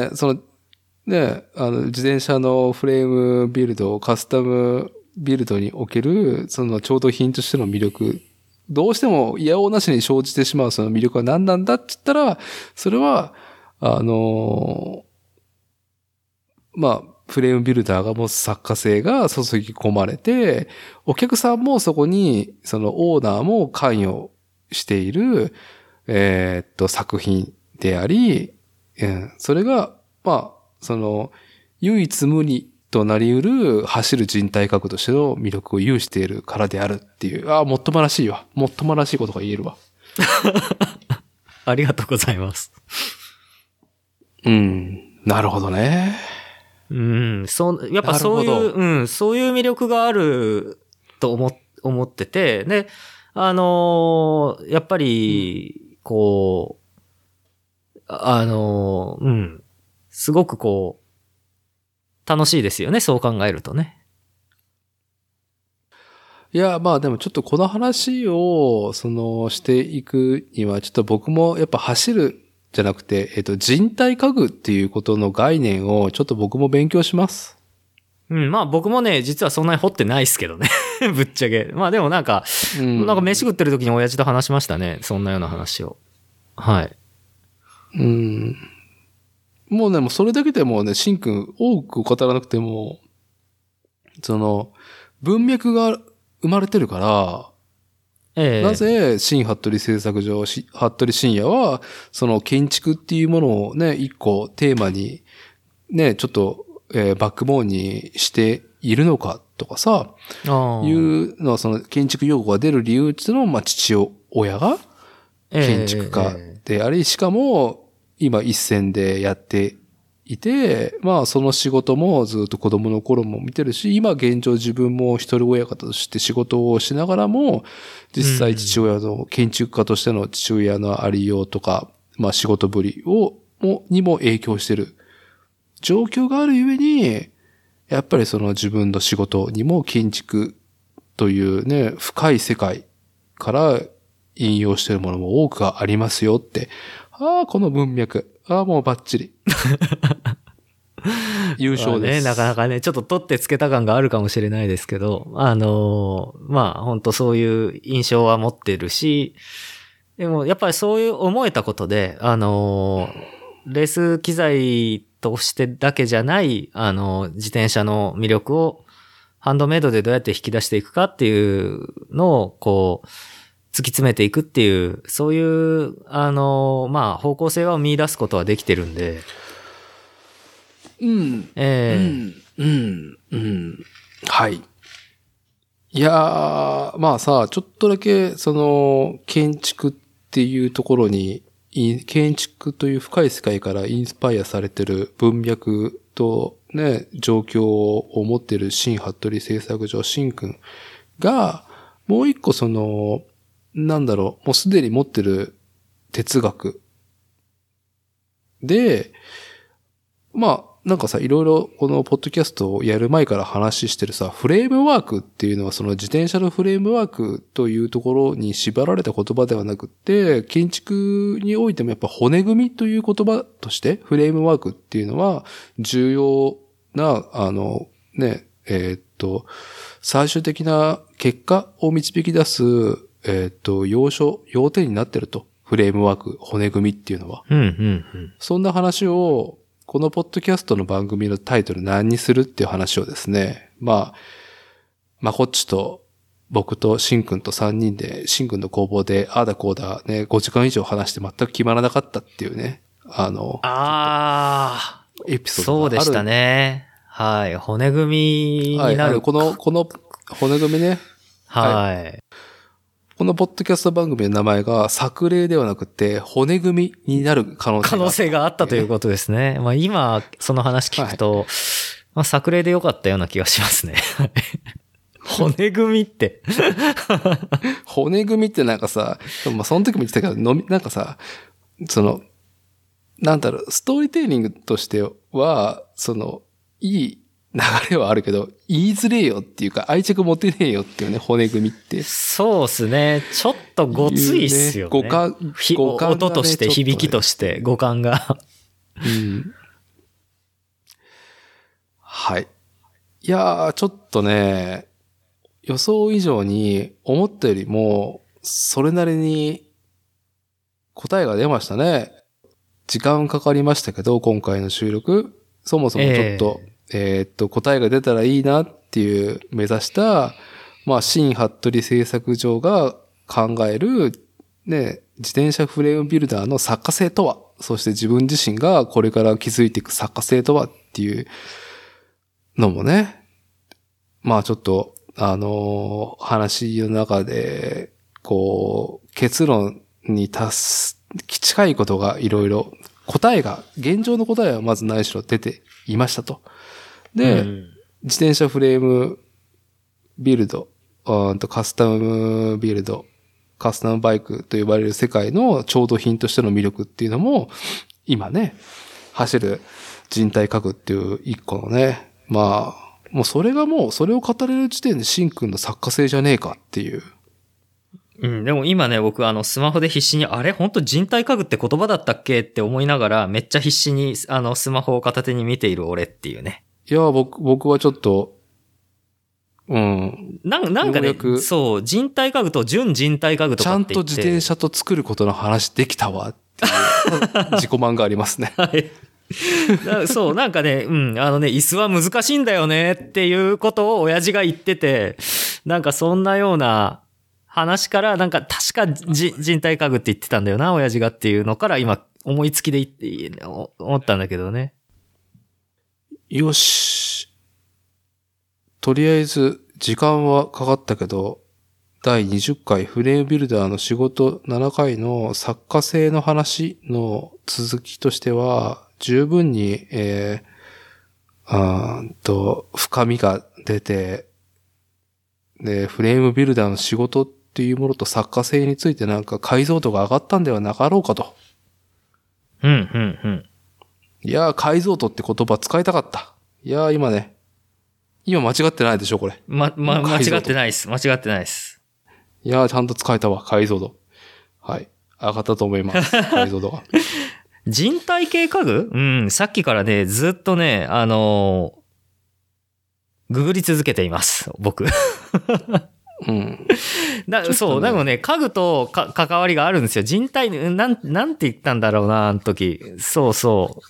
転車のフレームビルド、カスタムビルドにおける、調度品としての魅力、どうしても嫌おなしに生じてしまうその魅力は何なんだって言ったら、それは、フレームビルダーが持つ作家性が注ぎ込まれて、お客さんもそこに、オーナーも関与している、作品であり、それが、唯一無二となり得る走る人体格としての魅力を有しているからであるっていう、もっともらしいわ。もっともらしいことが言えるわ。 ありがとうございます。 なるほどね。 やっぱそういう、そういう魅力があると思ってて、で、やっぱり、こう、すごくこう、楽しいですよね、そう考えるとね。 いや、まあでもちょっとこの話を、していくには、ちょっと僕もやっぱ走るじゃなくて、人体家具っていうことの概念をちょっと僕も勉強します。 まあ僕もね、実はそんなに掘ってないですけどね。ぶっちゃけ。まあでもなんか飯食ってる時に親父と話しましたね。そんなような話を。はい。 もうね、もうそれだけでもね、シンくん多く語らなくても、文脈が生まれてるから、なぜ新服部製作所、服部深也は、建築っていうものをね、一個テーマに、ね、ちょっと、バックボーンにしているのかとかさ、いうのは建築用語が出る理由っていうのも、父親が建築家であり、しかも、今一線でやっていて、その仕事もずっと子供の頃も見てるし、今現状自分も一人親方として仕事をしながらも、実際父親の建築家としての父親のありようとか、仕事ぶりにも影響してる状況があるゆえに、やっぱり自分の仕事にも建築というね、深い世界から引用しているものも多くありますよって。この文脈。もうバッチリ。優勝です。 なかなかね、ちょっと取ってつけた感があるかもしれないですけど、本当そういう印象は持ってるし、でもやっぱりそういう思えたことで、レース機材としてだけじゃない、自転車の魅力をハンドメイドでどうやって引き出していくかっていうのを、こう、突き詰めていくっていう、そういう、方向性を見出すことはできてるんで。 はい。いやー、ちょっとだけ、建築っていうところに、建築という深い世界からインスパイアされてる文脈とね、状況を持ってる新服部製作所新くんが、もう一個もうすでに持ってる哲学で、いろいろこのポッドキャストをやる前から話してるさ、フレームワークっていうのは自転車のフレームワークというところに縛られた言葉ではなくって、建築においてもやっぱ骨組みという言葉としてフレームワークっていうのは重要な、最終的な結果を導き出す要点になってると。フレームワーク、骨組みっていうのは。そんな話を、このポッドキャストの番組のタイトル何にするっていう話をですね、こっちと僕とシンくんと3人で、シンくんの工房で、ああだこうだね、5時間以上話して全く決まらなかったっていうね、エピソードがある。 そうでしたね。はい。骨組みになる。 この骨組みね。 はい。 このポッドキャスト番組の名前が作例ではなくて骨組みになる可能性があったということですね。今、その話聞くと、作例で良かったような気がしますね。 骨組みって。 骨組みってなんかさ、まあその時も言ってたけど、なんかさ、なんだろう、ストーリーテリングとしては、いい流れはあるけど、言いづれえよっていうか、愛着持てねえよっていうね、骨組みって。 そうっすね。ちょっとごついっすよね。五感がね、音として、響きとして、五感が。 うん。はい。いやー、ちょっとね、予想以上に思ったよりも、それなりに答えが出ましたね。時間かかりましたけど、今回の収録。そもそもちょっと、答えが出たらいいなっていう目指した、まあ、新服部製作所が考える、ね、自転車フレームビルダーの作家性とは、そして自分自身がこれから築いていく作家性とはっていうのもね、まあちょっと、話の中で、こう、結論に近いことがいろいろ、現状の答えはまずないしろ出ていましたと。で、自転車フレームビルド、カスタムビルド、カスタムバイクと呼ばれる世界の調度品としての魅力っていうのも、今ね、走る人体家具っていう一個のね、まあ、もうそれを語れる時点でシンくんの作家性じゃねえかっていう。 うん、でも今ね、僕スマホで必死に、あれ本当人体家具って言葉だったっけって思いながら、めっちゃ必死にスマホを片手に見ている俺っていうね。 いや、僕はちょっと、うん。 なんかね、そう、人体家具と純人体家具とかって言って。 ちゃんと自転車と作ることの話できたわっていう自己満がありますね。 はい。そう、なんかね、椅子は難しいんだよねっていうことを親父が言ってて、なんかそんなような話から、なんか確か人体家具って言ってたんだよな、親父がっていうのから今思いつきで思ったんだけどね。 よし。とりあえず時間はかかったけど、第20回フレームビルダーの仕事7回の作家性の話の続きとしては、十分に、深みが出て、で、フレームビルダーの仕事っていうものと作家性についてなんか解像度が上がったんではなかろうかと。いやー、解像度って言葉使いたかった。いやー、今間違ってないでしょ、これ。 間違ってないです。間違ってないです。 いやー、ちゃんと使えたわ、解像度。はい。上がったと思います、解像度が。 人体系家具？さっきからね、ずっとね、ググり続けています、僕。 うん。 そう、でもね、家具と関わりがあるんですよ。人体、なんて言ったんだろうな、あの時。そうそう。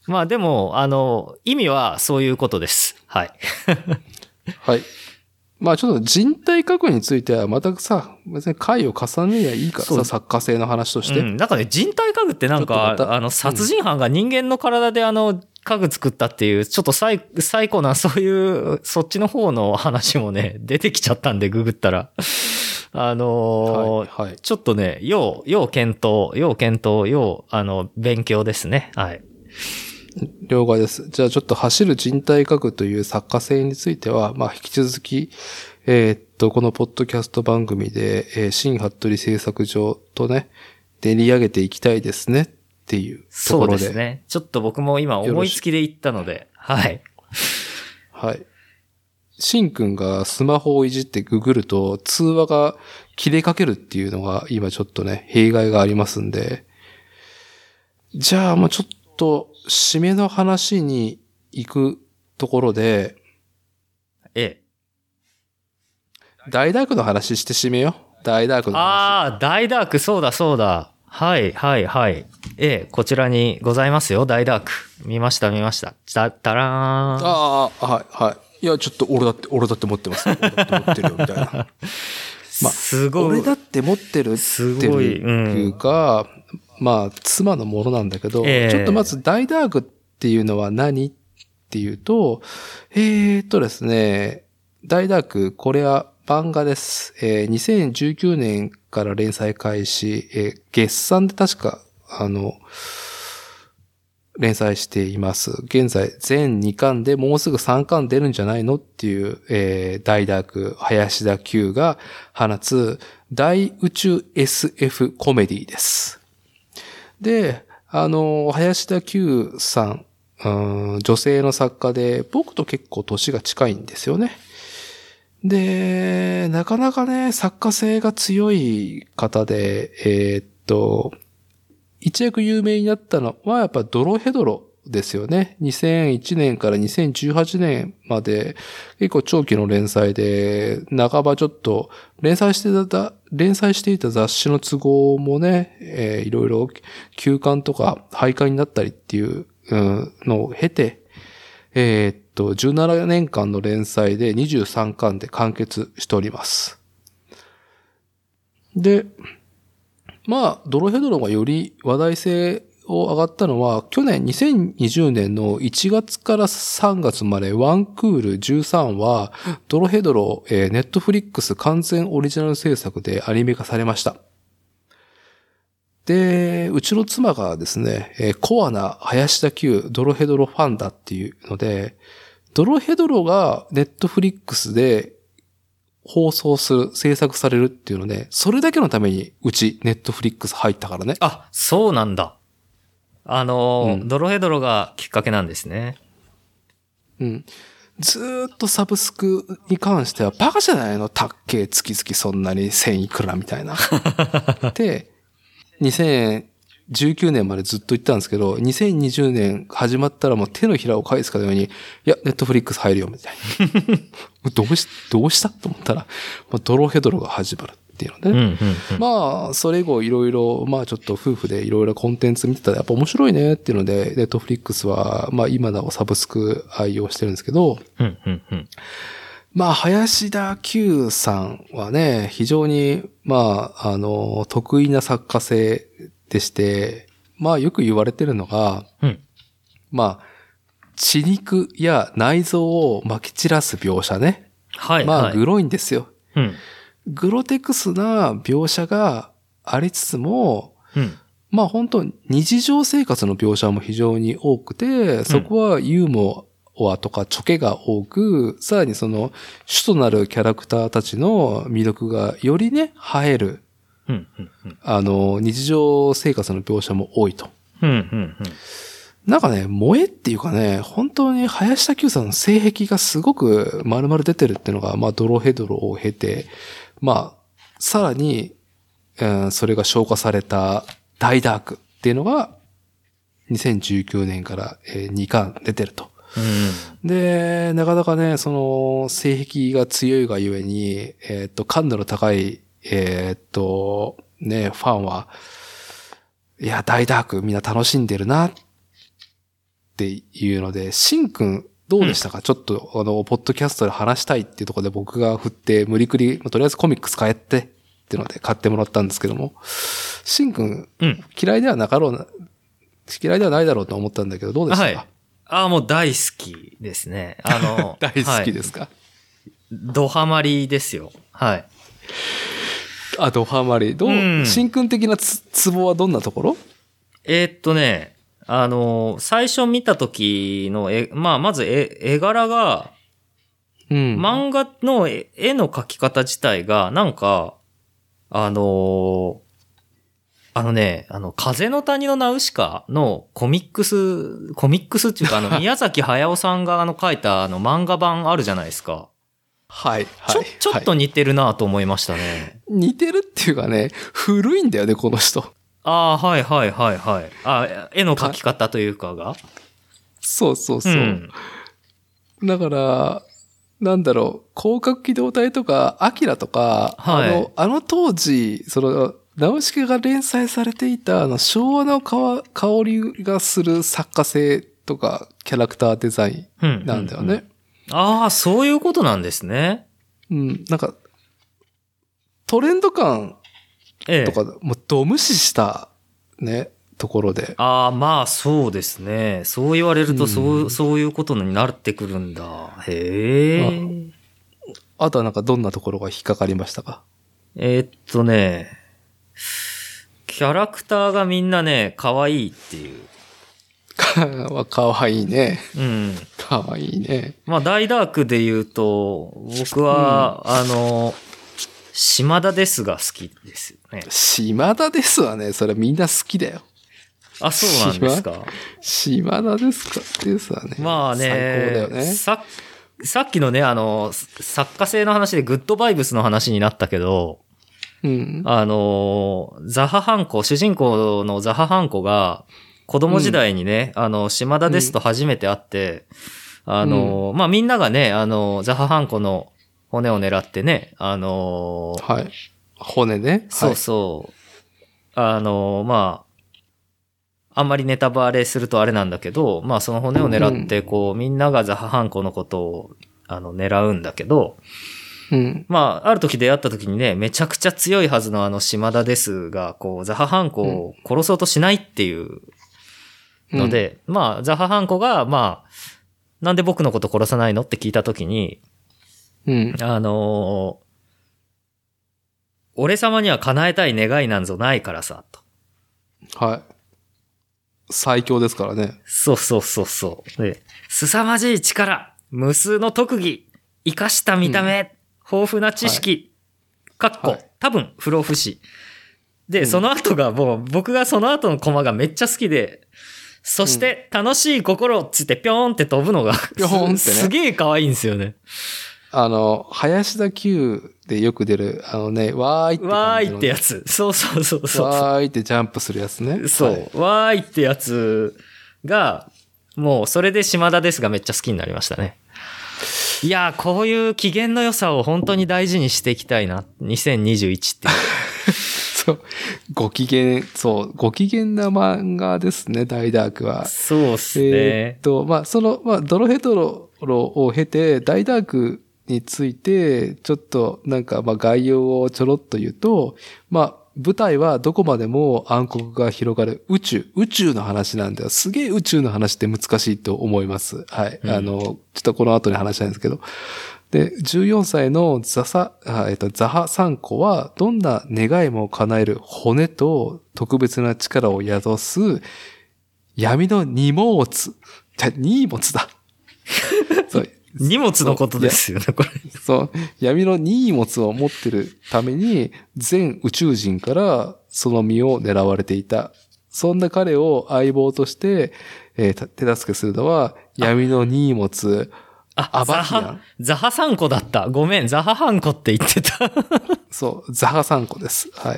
まあでも、意味はそういうことです。はい。 はい。まあちょっと人体家具についてはまたさ、別に回を重ねりゃいいからさ、作家性の話として。 なんかね、人体家具ってなんか、殺人犯が人間の体で家具作ったっていう、ちょっと最高な、そういう、そっちの方の話もね、出てきちゃったんで、ググったら。ちょっとね、要検討、勉強ですね。はい。 了解です。じゃあちょっと走る人体家具という作家性については、まあ引き続き、このポッドキャスト番組で、新服部製作所とね、練り上げていきたいですねっていうところで。 そうですね。ちょっと僕も今思いつきで言ったので、はい。 はい。シンくんがスマホをいじってググると通話が切れかけるっていうのが今ちょっとね、弊害がありますんで。じゃあもうちょっと締めの話に行くところで、大ダークの話して締めよう。大ダークの話。 ああ、大ダーク、そうだ。はい。こちらにございますよ、大ダーク。見ました。たらーん。 はい。いや、ちょっと俺だって持ってます。俺だって持ってるよ、みたいな。まあ、 すごい。 俺だって持ってるっていうか、まあ、妻のものなんだけど、ちょっとまず大ダークっていうのは何っていうと、ですね、大ダーク、これは漫画です。2019年から連載開始、月産で確か、 連載しています。現在全2巻でもうすぐ3巻出るんじゃないのっていう、大ダーク林田久が放つ大宇宙 SF コメディです。で、林田久さん、女性の作家で僕と結構年が近いんですよね。で、なかなかね、作家性が強い方で、一躍有名になったのはやっぱドロヘドロですよね。2001年から2018年まで結構長期の連載で、半ばちょっと連載していた雑誌の都合もね、いろいろ休刊とか廃刊になったりっていうのを経て、17年間の連載で23巻で完結しております。で、ドロヘドロがより話題性を上がったのは、去年2020年の1月から3月までワンクール13は、ドロヘドロ、ネットフリックス完全オリジナル制作でアニメ化されました。で、うちの妻がですね、コアな林田久ドロヘドロファンだっていうので、ドロヘドロがネットフリックスで放送する、制作されるっていうので、それだけのためにうちネットフリックス入ったからね。 あ、そうなんだ。ドロヘドロがきっかけなんですね。 うん。ずーっとサブスクに関してはバカじゃないの？たっけー月々そんなに1000いくらみたいな。で、2019年までずっと言ったんですけど、2020年始まったらもう手のひらを返すかのように、いや、ネットフリックス入るよ、みたいな。どうしたと思ったら、ドロヘドロが始まるっていうので、ね、それ以後いろいろ、ちょっと夫婦でいろいろコンテンツ見てたらやっぱ面白いねっていうので、ネットフリックスは、今なおサブスク愛用してるんですけど、林田久さんはね、非常に、得意な作家性でして、よく言われてるのが、血肉や内臓を撒き散らす描写ね。グロいんですよ。グロテクスな描写がありつつも、本当日常生活の描写も非常に多くて、そこはユーモアとかちょけが多く、さらにその主となるキャラクターたちの魅力がよりね、映える。日常生活の描写も多いと。なんかね、萌えっていうかね、本当に林田久さんの性癖がすごく丸々出てるっていうのが、ドロヘドロを経て、さらに、それが消化された大ダークっていうのが、2019年から2巻出てると。で、なかなかね、その、性癖が強いがゆえに、感度の高い、ファンは、いや、大ダークみんな楽しんでるな、っていうので、シンくんどうでしたか？ちょっと、ポッドキャストで話したいっていうところで僕が振って、無理くり、とりあえずコミックス買えっていうので買ってもらったんですけども、シンくん、嫌いではないだろうと思ったんだけど、どうでしたか？ もう大好きですね。 大好きですか？ ドハマりですよ。はい。 ドハマり。シンくん的なツボはどんなところ？ 最初見た時のまず絵柄が、漫画の絵の描き方自体が、なんか、風の谷のナウシカのコミックスっていうか、宮崎駿さんが描いた漫画版あるじゃないですか。 はい。 ちょっと似てるなと思いましたね。 似てるっていうかね、古いんだよね、この人。 はい。絵の描き方というかが。 そう。だから、なんだろう、広角機動隊とか、アキラとか、あの当時、ナウシカが連載されていた、昭和の香りがする作家性とか、キャラクターデザインなんだよね。 そういうことなんですね。 なんか、トレンド感とか、もうド無視したね、ところで。 そうですね。そう言われると、そういうことになってくるんだ。へえ。 あとはなんかどんなところが引っかかりましたか？ キャラクターがみんなね、可愛いっていう。 かわいいね。 うん。 かわいいね。 まあ、大ダークで言うと、僕は、島田ですが好きですよね。 島田ですわね。それみんな好きだよ。 あ、そうなんですか。 島田ですかですわね。 まあね、 最高だよね。 さっきのね、作家性の話でグッドバイブスの話になったけど、 うん、 ザハハンコ、主人公のザハハンコが、子供時代にね、島田ですと初めて会って、まあ、みんながね、ザハハンコの骨を狙ってね、 はい。骨ね。 そうそう。まあ、あんまりネタバレするとあれなんだけど、まあ、その骨を狙って、こう、みんながザハハンコのことを、狙うんだけど、 うん、 まあ、ある時出会った時にね、めちゃくちゃ強いはずの島田ですが、こう、ザハハンコを殺そうとしないっていうので、まあ、ザハハンコが、まあ、なんで僕のこと殺さないのって聞いた時に、 うん、 俺様には叶えたい願いなんぞないからさ、と。 はい。最強ですからね。 そうそうそうそう。で、凄まじい力、無数の特技、生かした見た目、豊富な知識、 はい、 多分不老不死。で、その後がもう、僕がその後のコマがめっちゃ好きで、そして、楽しい心っつってぴょーんって飛ぶのが、 ぴょーんってね。 すげえ可愛いんですよね。 林田久でよく出る、わーいって感じの、 わーいってやつ。そうそうそうそう。 わーいってジャンプするやつね。 そう。はい、わーいってやつが、もうそれで島田ですがめっちゃ好きになりましたね。いやー、こういう機嫌の良さを本当に大事にしていきたいな。2021っていう。 そう。ご機嫌な漫画ですね、大ダークは。 そうっすね。 まあ、ドロヘドロを経て、大ダークについて、ちょっとなんか、まあ、概要をちょろっと言うと、まあ、舞台はどこまでも暗黒が広がる宇宙の話なんだよ。すげえ宇宙の話って難しいと思います。はい。ちょっとこの後に話したいんですけど。で、14歳のザハサンコは、どんな願いも叶える骨と特別な力を宿す闇の荷物。荷物だ。 そう荷物のことですよね、これ。 そう。闇の荷物を持ってるために、全宇宙人からその身を狙われていた。そんな彼を相棒として、手助けするのは、闇の荷物、アバキアン。 ザハサンコだった。ごめん、ザハハンコって言ってた。 そう、ザハサンコです。はい。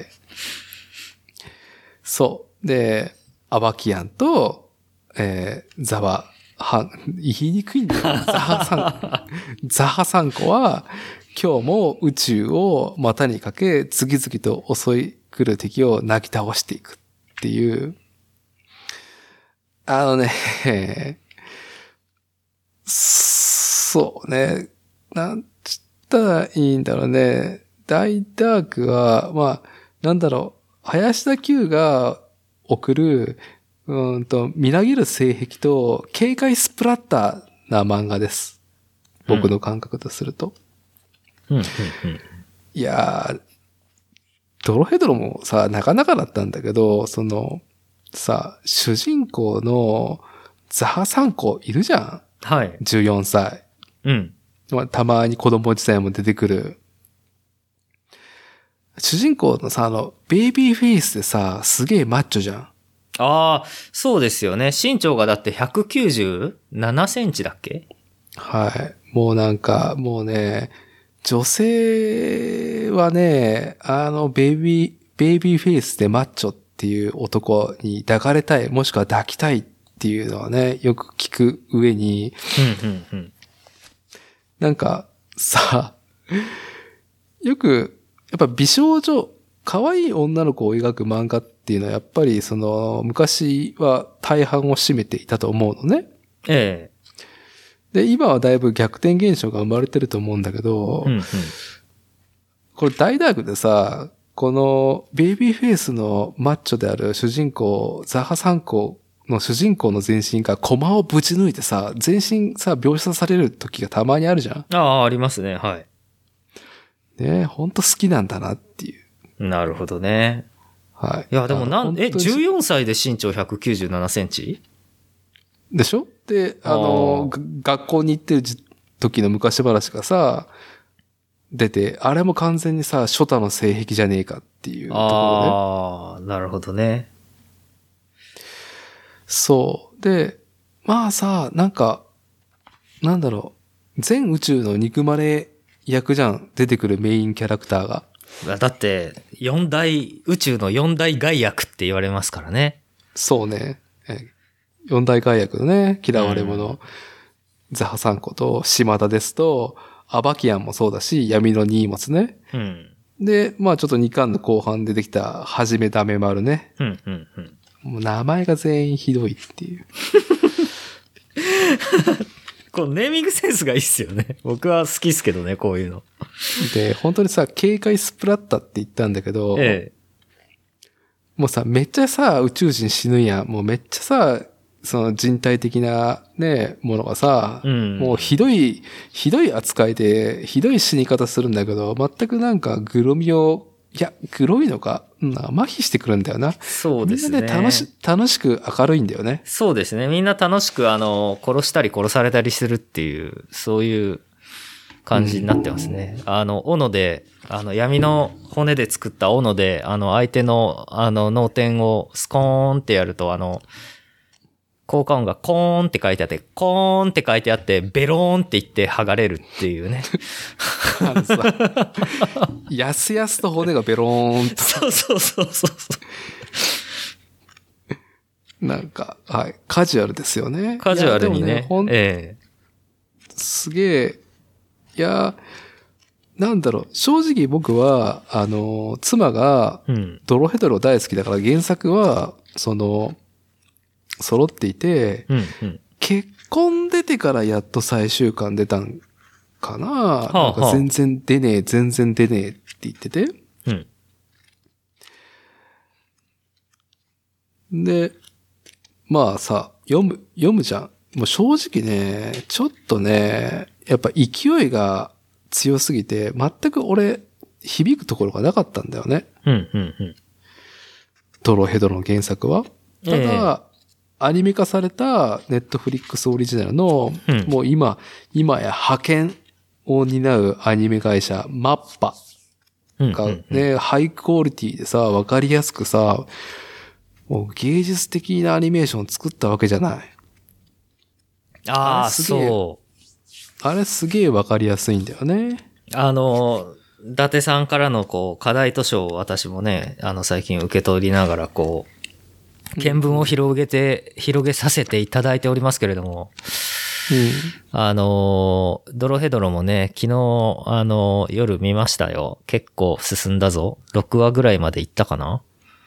そう。で、アバキアンと、ザワ、言いにくいんだよ。ザハサンコは、今日も宇宙を股にかけ、次々と襲い来る敵を泣き倒していくっていう。そうね。なんつったらいいんだろうね。大ダークは、まあ、なんだろう。林田久が送る、みなぎる性癖と軽快スプラッターな漫画です。僕の感覚とすると。いやー、ドロヘドロもさ、なかなかだったんだけど、主人公のザハサンコいるじゃん。 はい。 14歳。 うん。 たまに子供時代も出てくる。主人公のさ、ベイビーフェイスでさ、すげえマッチョじゃん。 ああ、そうですよね。身長がだって197センチだっけ？ はい。もうね、女性はね、ベイビーフェイスでマッチョっていう男に抱かれたい、もしくは抱きたいっていうのはね、よく聞く上に、なんかさ、よく、やっぱ美少女、可愛い女の子を描く漫画っていうのはやっぱり昔は大半を占めていたと思うのね。 ええ。 で、今はだいぶ逆転現象が生まれてると思うんだけど、これ大ダークでさ、このベイビーフェイスのマッチョである主人公、ザハサンコの主人公の全身がコマをぶち抜いてさ、全身さ、描写される時がたまにあるじゃん。 ああ、ありますね、はい。 ね、ほんと好きなんだなっていう。 なるほどね。 はい。 いや、でも14歳で身長197センチ？ でしょで、学校に行ってる時の昔話がさ、出て、あれも完全にさ、ショタの性癖じゃねえかっていうところね。 ああ、なるほどね。 そう。で、まあさ、なんか、なんだろう。全宇宙の憎まれ役じゃん。出てくるメインキャラクターが。 だって、宇宙の四大害悪って言われますからね。 そうね。四大害悪のね、嫌われ者。ザハサンコと島田ですと、アバキアンもそうだし、闇の荷物ね。 うん。 で、まあちょっと2巻の後半出てきた、はじめダメ丸ね。 うんうんうん。 もう名前が全員ひどいっていう。 このネーミングセンスがいいっすよね。僕は好きっすけどね、こういうの。 で、本当にさ、警戒スプラッタって言ったんだけど、もうさ、めっちゃさ、宇宙人死ぬんや。もうめっちゃさ、その人体的なね、ものがさ、もうひどい扱いで、ひどい死に方するんだけど、全くなんかグロみを、いや、グロいのか、麻痺してくるんだよな。 そうですね。 みんなね、楽しく明るいんだよね。 そうですね。みんな楽しく殺したり殺されたりするっていう、そういう感じになってますね。斧で、闇の骨で作った斧で、相手の、脳天をスコーンってやると、効果音がコーンって書いてあって、コーンって書いてあって、ベローンって言って剥がれるっていうね。 やすやすと骨がベローンと。 そう。 なんか、はい。カジュアルですよね。 カジュアルにね。 すげえ。いや、なんだろう。正直僕は、妻が、ドロヘドロ大好きだから原作は、揃っていて、結婚出てからやっと最終巻出たんかな、なんか全然出ねえって言ってて。で、まあさ、読むじゃん。もう正直ね、ちょっとね、やっぱ勢いが強すぎて、全く俺、響くところがなかったんだよね。ドロヘドロの原作は。ただ、アニメ化されたネットフリックスオリジナルの、もう今や派遣を担うアニメ会社、マッパがね、ハイクオリティでさ、わかりやすくさ、もう芸術的なアニメーションを作ったわけじゃない。 ああ、そう。 あれすげえわかりやすいんだよね。 伊達さんからの課題図書を私もね、最近受け取りながら見聞を広げさせていただいておりますけれども、ドロヘドロもね、昨日、夜見ましたよ。結構進んだぞ。6話ぐらいまで行ったかな？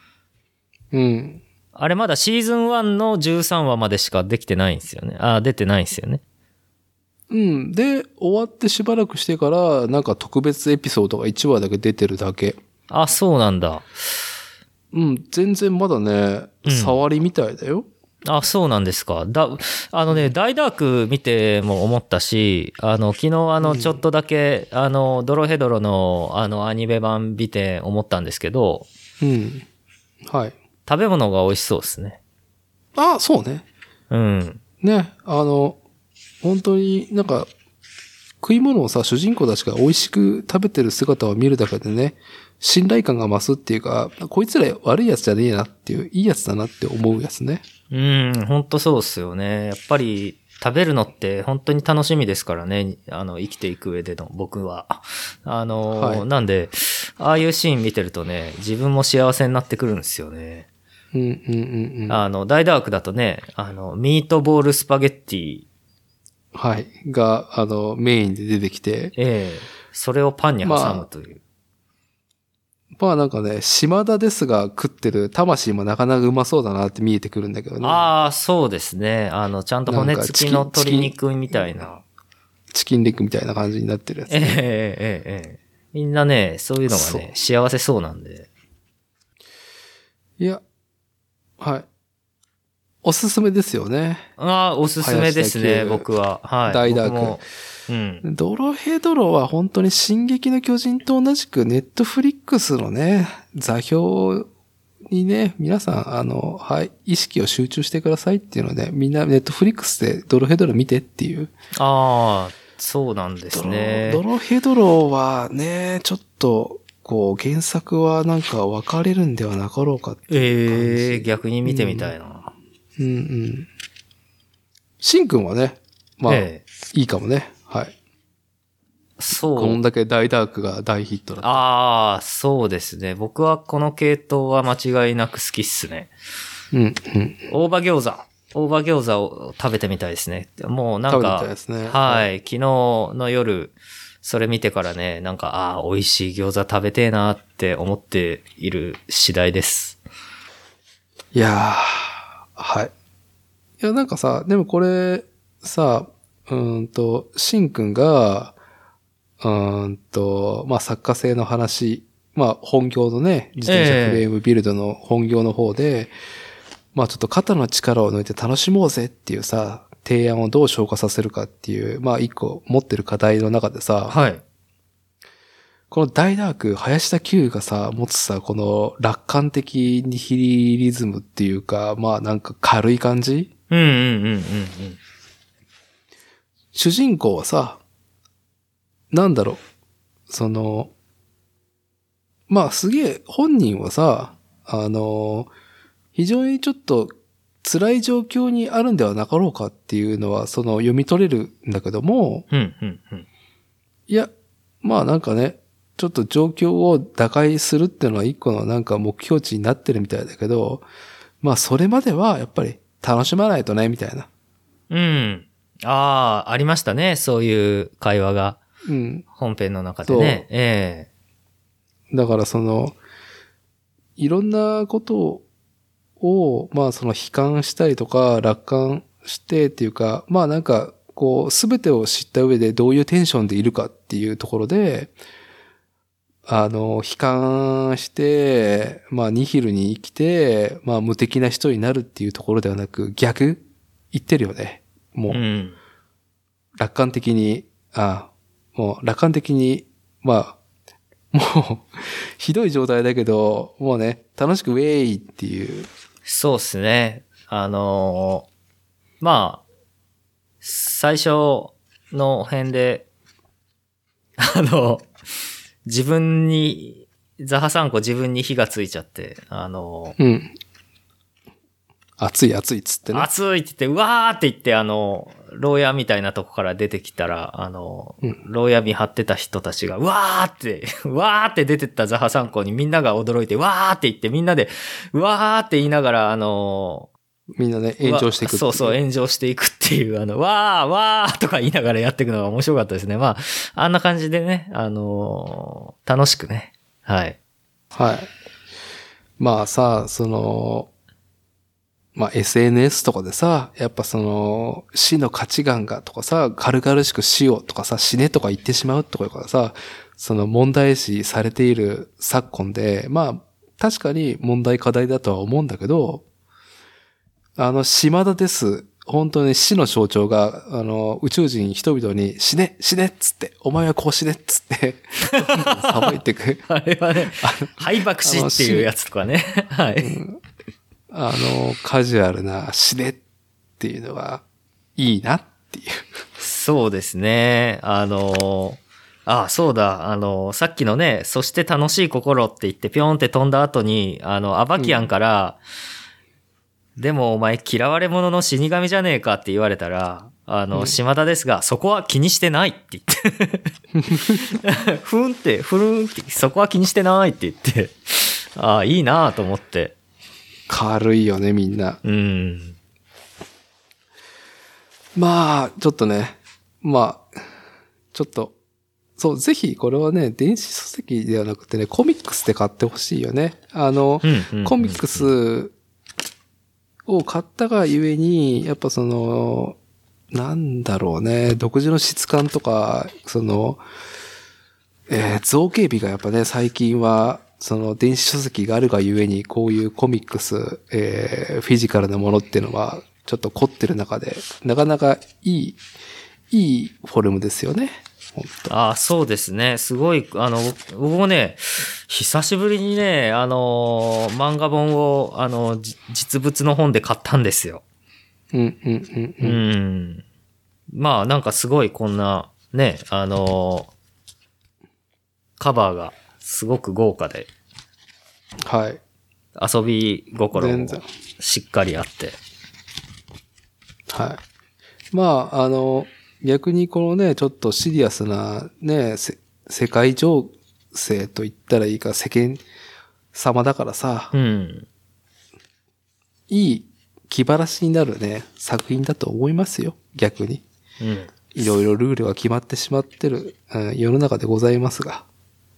あれまだシーズン1の13話までしかできてないんですよね。出てないんですよね。 で、終わってしばらくしてから、なんか特別エピソードが1話だけ出てるだけ。 あ、そうなんだ。 全然まだね、触りみたいだよ。 あ、そうなんですか。大ダーク見ても思ったし、昨日ちょっとだけ、ドロヘドロのアニメ版見て思ったんですけど、 はい。 食べ物が美味しそうですね。 あ、そうね。ね、本当になんか、食い物をさ、主人公たちが美味しく食べてる姿を見るだけでね、信頼感が増すっていうか、こいつら悪いやつじゃねえなっていう、いいやつだなって思うやつね。 本当そうっすよね。やっぱり食べるのって本当に楽しみですからね。生きていく上での僕は。なんで、ああいうシーン見てるとね、自分も幸せになってくるんですよね。大ダークだとね、ミートボールスパゲッティ。 はい。が、メインで出てきて。 それをパンに挟むという。 まあなんかね、島田ですが食ってる魂もなかなかうまそうだなって見えてくるんだけどね。 ああ、そうですね。ちゃんと骨付きの鶏肉みたいな。 チキンレッグみたいな感じになってるやつ。 みんなね、そういうのがね、幸せそうなんで。 いや、はい。おすすめですよね。 おすすめですね、僕は。はい。 大ダーク。ドロヘドロは本当に進撃の巨人と同じくネットフリックスのね、座標にね、皆さん、はい、意識を集中してくださいっていうので、みんなネットフリックスでドロヘドロ見てっていう。 ああ、そうなんですね。 ドロヘドロはね、ちょっと、こう、原作はなんか分かれるんではなかろうかっていう感じ。 逆に見てみたいな。 うんうん。シンくんはね、まあ、いいかもね。はい。 そう。 こんだけ大ダークが大ヒットだった。 ああ、そうですね。僕はこの系統は間違いなく好きっすね。 うん、うん。 大葉餃子を食べてみたいですね。もうなんか、 ね、 はい、昨日の夜、それ見てからね、なんか、美味しい餃子食べてえなって思っている次第です。 いやー、はい。いや、なんかさ、でもこれ、さ、シンくんが、まあ、作家性の話、まあ、本業のね、自転車フレームビルドの本業の方で、まあ、ちょっと肩の力を抜いて楽しもうぜっていうさ、提案をどう消化させるかっていう、まあ、一個持ってる課題の中でさ、 はい。 この大ダーク、林田久がさ、持つさ、この楽観的ニヒリズムっていうか、まあ、なんか軽い感じ？ うんうんうんうんうん。 主人公はさ、なんだろう、まあすげえ本人はさ、非常にちょっと辛い状況にあるんではなかろうかっていうのは、読み取れるんだけども、いや、まあなんかね、ちょっと状況を打開するっていうのは一個のなんか目標値になってるみたいだけど、まあそれまではやっぱり楽しまないとね、みたいな。 うん。ありましたね。そういう会話が。 うん。 本編の中でね。 だからいろんなことを、まあ悲観したりとか、楽観してっていうか、まあなんか、こう、すべてを知った上でどういうテンションでいるかっていうところで、悲観して、まあニヒルに生きて、まあ無敵な人になるっていうところではなく、逆言ってるよね。もう、楽観的に、もう楽観的に、まあ、もう、ひどい状態だけど、もうね、楽しくウェイっていう。 そうっすね。まあ、最初の辺で、自分に、ザハ3個自分に火がついちゃって、 うん。熱い熱いっつってね。 熱いって言って、うわーって言って、牢屋みたいなとこから出てきたら、牢屋見張ってた人たちが、うわーって、うわーって出てったザハ3個にみんなが驚いて、わーって言って、みんなで、うわーって言いながら、 みんなね、炎上していく。 そうそう、炎上していくっていう、わー、わーとか言いながらやっていくのが面白かったですね。まあ、あんな感じでね、楽しくね。はい。 はい。まあさ、まあ SNS とかでさ、やっぱ死の価値観がとかさ、軽々しく死をとかさ、死ねとか言ってしまうとかからさ、問題視されている昨今で、まあ、確かに問題課題だとは思うんだけど、島田です。本当に死の象徴が、宇宙人人々に死ね死ねっつって、お前はこう死ねっつって、さばいてく。 あれはね、敗北死っていうやつとかね。はい。 カジュアルな死ねっていうのがいいなっていう。 そうですね。そうだ。さっきのね、そして楽しい心って言ってぴょんって飛んだ後に、アバキアンから、でもお前嫌われ者の死神じゃねえかって言われたら、島田ですが、そこは気にしてないって言って。ふるんって、そこは気にしてないって言って。いいなと思って。 軽いよね、みんな。まあ、ちょっとね、ちょっと、そう、ぜひこれはね、電子書籍ではなくてね、コミックスで買ってほしいよね。コミックスを買ったがゆえに、やっぱなんだろうね、独自の質感とか、造形美がやっぱね、最近は、電子書籍があるがゆえに、こういうコミックス、フィジカルなものっていうのは、ちょっと凝ってる中で、なかなかいいフォルムですよね。 本当。 ああ、そうですね。すごい、僕もね、久しぶりにね、漫画本を、実物の本で買ったんですよ。まあ、なんかすごいこんな、ね、カバーがすごく豪華で。 はい。 遊び心もしっかりあって。 はい。まあ、逆にこのね、ちょっとシリアスなね、世界情勢と言ったらいいか、世間様だからさ、いい気晴らしになるね、作品だと思いますよ、逆に。いろいろルールが決まってしまってる、世の中でございますが。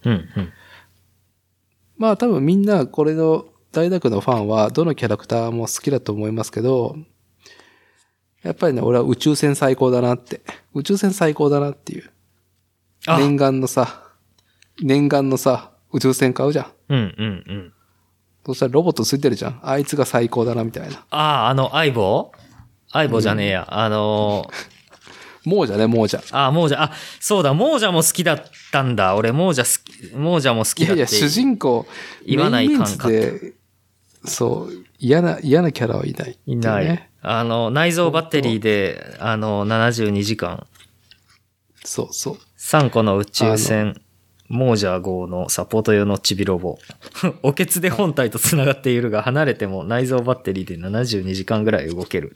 まあ多分みんなこれの大学のファンはどのキャラクターも好きだと思いますけど、やっぱりね、俺は宇宙船最高だなって。宇宙船最高だなっていう。念願のさ、宇宙船買うじゃん。そしたらロボットついてるじゃん。あいつが最高だなみたいな。 相棒じゃねえや。 亡者ね、亡者。 亡者。あ、そうだ、亡者も好きだったんだ。俺、亡者も好きだって。 いや、主人公、 言わない感覚で、そう、嫌なキャラはいない、ね。 いない。内蔵バッテリーで、72時間。 そうそう。 3個の宇宙船、亡者号のサポート用のチビロボ。おけつで本体と繋がっているが、離れても内蔵バッテリーで72時間ぐらい動ける。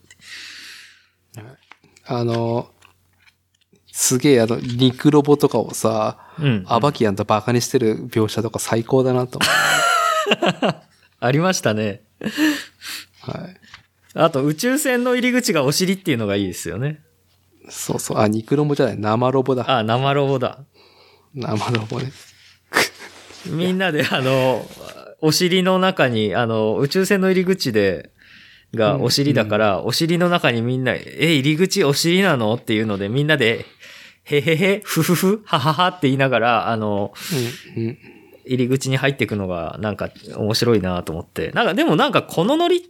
すげえ肉ロボとかをさ、アバキアンとバカにしてる描写とか最高だなと思う。ありましたね。 はい。 あと、宇宙船の入り口がお尻っていうのがいいですよね。 そうそう。あ、肉ロボじゃない、生ロボだ。 生ロボだ。 生ロボね。 みんなでお尻の中に、宇宙船の入り口がお尻だから、お尻の中にみんな、入り口お尻なのっていうので、みんなで、へへへ、ふふふ、はははって言いながら、入り口に入っていくのが、なんか面白いなと思って。でもこのノリって、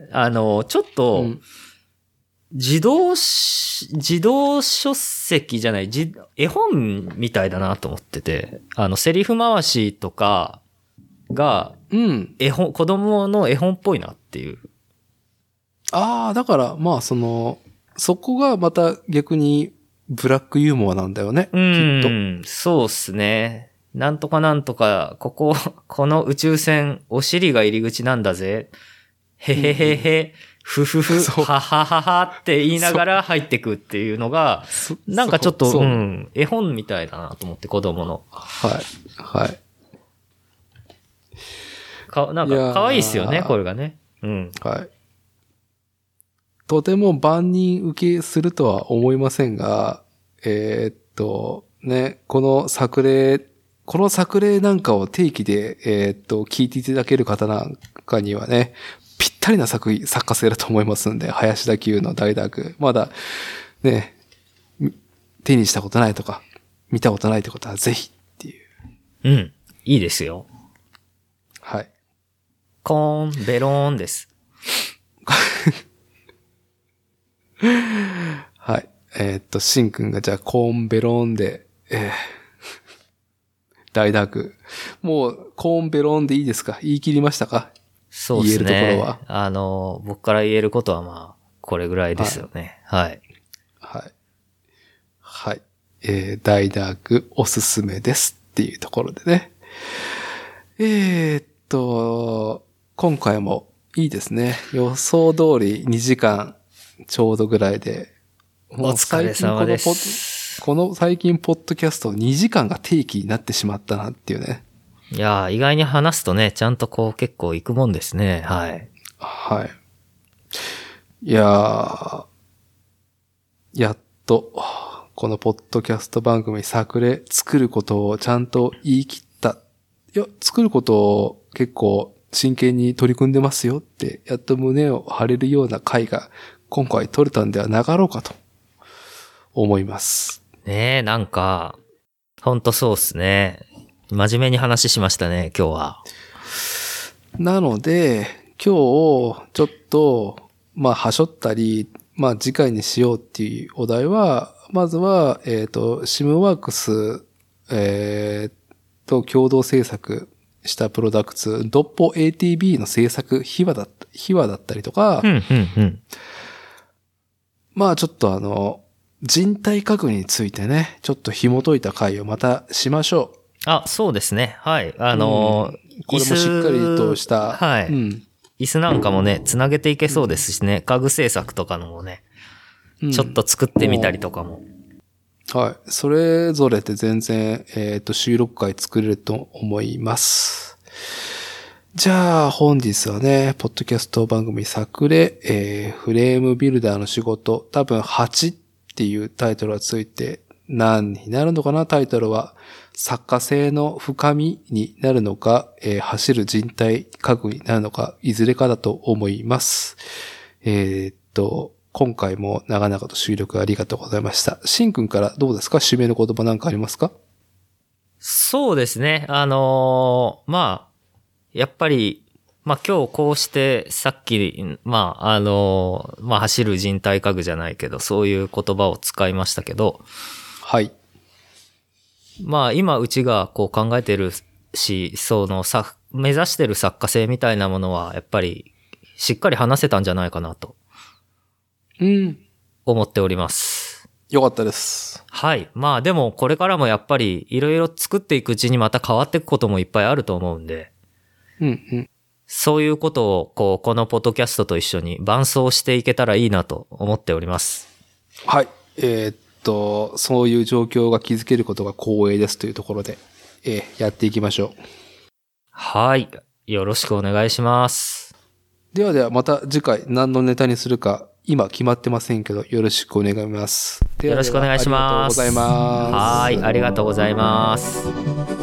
ちょっと、自動書籍じゃない、絵本みたいだなと思ってて、セリフ回しとかが、子供の絵本っぽいなっていう。 だから、まあそこがまた逆にブラックユーモアなんだよね。きっと。 そうっすね。なんとかなんとか、この宇宙船、お尻が入り口なんだぜ。へへへへ、ふふふ、ははははって言いながら入ってくっていうのが、なんかちょっと、絵本みたいだなと思って、子供の。 はい。はい。 なんか可愛いっすよね、これがね。 はい。とても万人受けするとは思いませんが、ね、この作例なんかを定期で、聞いていただける方なんかにはね、ぴったりな作家性だと思いますんで、林田久の大学。まだ、ね、手にしたことないとか、見たことないってことはぜひっていう。 いいですよ。 はい。 コーン、ベローンです。 はい。シンくんがじゃあコーンベローンで、大ダーク。もう、コーンベローンでいいですか？言い切りましたか？ そうですね。 言えるところは。僕から言えることはまあ、これぐらいですよね。はい。 はい。はい。大ダークおすすめですっていうところでね。今回もいいですね。予想通り2時間ちょうどぐらいで。 お疲れ様です。 最近ポッドキャスト2時間が定期になってしまったなっていうね。 いやー、意外に話すとね、ちゃんと結構行くもんですね。はい。 はい。いやー、やっと、このポッドキャスト番組作ることをちゃんと言い切った。いや、作ることを結構真剣に取り組んでますよって、やっと胸を張れるような回が今回取れたんではなかろうかと思います。 ねえ、なんか、ほんとそうっすね。真面目に話しましたね、今日は。 なので、今日、ちょっと、はしょったり、次回にしようっていうお題は、 まずは、シムワークス、と共同制作したプロダクツ、ドッポ ATB の制作秘話だったりとか、まあちょっと人体家具についてね、ちょっと紐解いた回をまたしましょう。 あ、そうですね。はい。 これもしっかりとした。 はい。椅子なんかもね、つなげていけそうですしね、家具製作とかのもね、ちょっと作ってみたりとかも。 はい。それぞれで全然、収録回作れると思います。じゃあ、本日はね、ポッドキャスト番組作例、フレームビルダーの仕事、多分8っていうタイトルがついて、何になるのかな、タイトルは。作家性の深みになるのか、走る人体家具になるのか、いずれかだと思います。今回も長々と収録ありがとうございました。しんくんからどうですか？締めの言葉なんかありますか？ そうですね。まあ、やっぱり、まあ今日こうしてさっき、まあ走る人体家具じゃないけど、そういう言葉を使いましたけど、 はい。 まあ今うちがこう考えてるし、目指してる作家性みたいなものはやっぱりしっかり話せたんじゃないかなと。思っております。 よかったです。 はい。まあでもこれからもやっぱりいろいろ作っていくうちにまた変わっていくこともいっぱいあると思うんで。そういうことをこのポッドキャストと一緒に伴走していけたらいいなと思っております。 はい。そういう状況が築けることが光栄ですというところで、やっていきましょう。 はい。よろしくお願いします。 ではまた次回何のネタにするか今決まってませんけどよろしくお願いします。 よろしくお願いします。 ありがとうございます。 はい。ありがとうございます。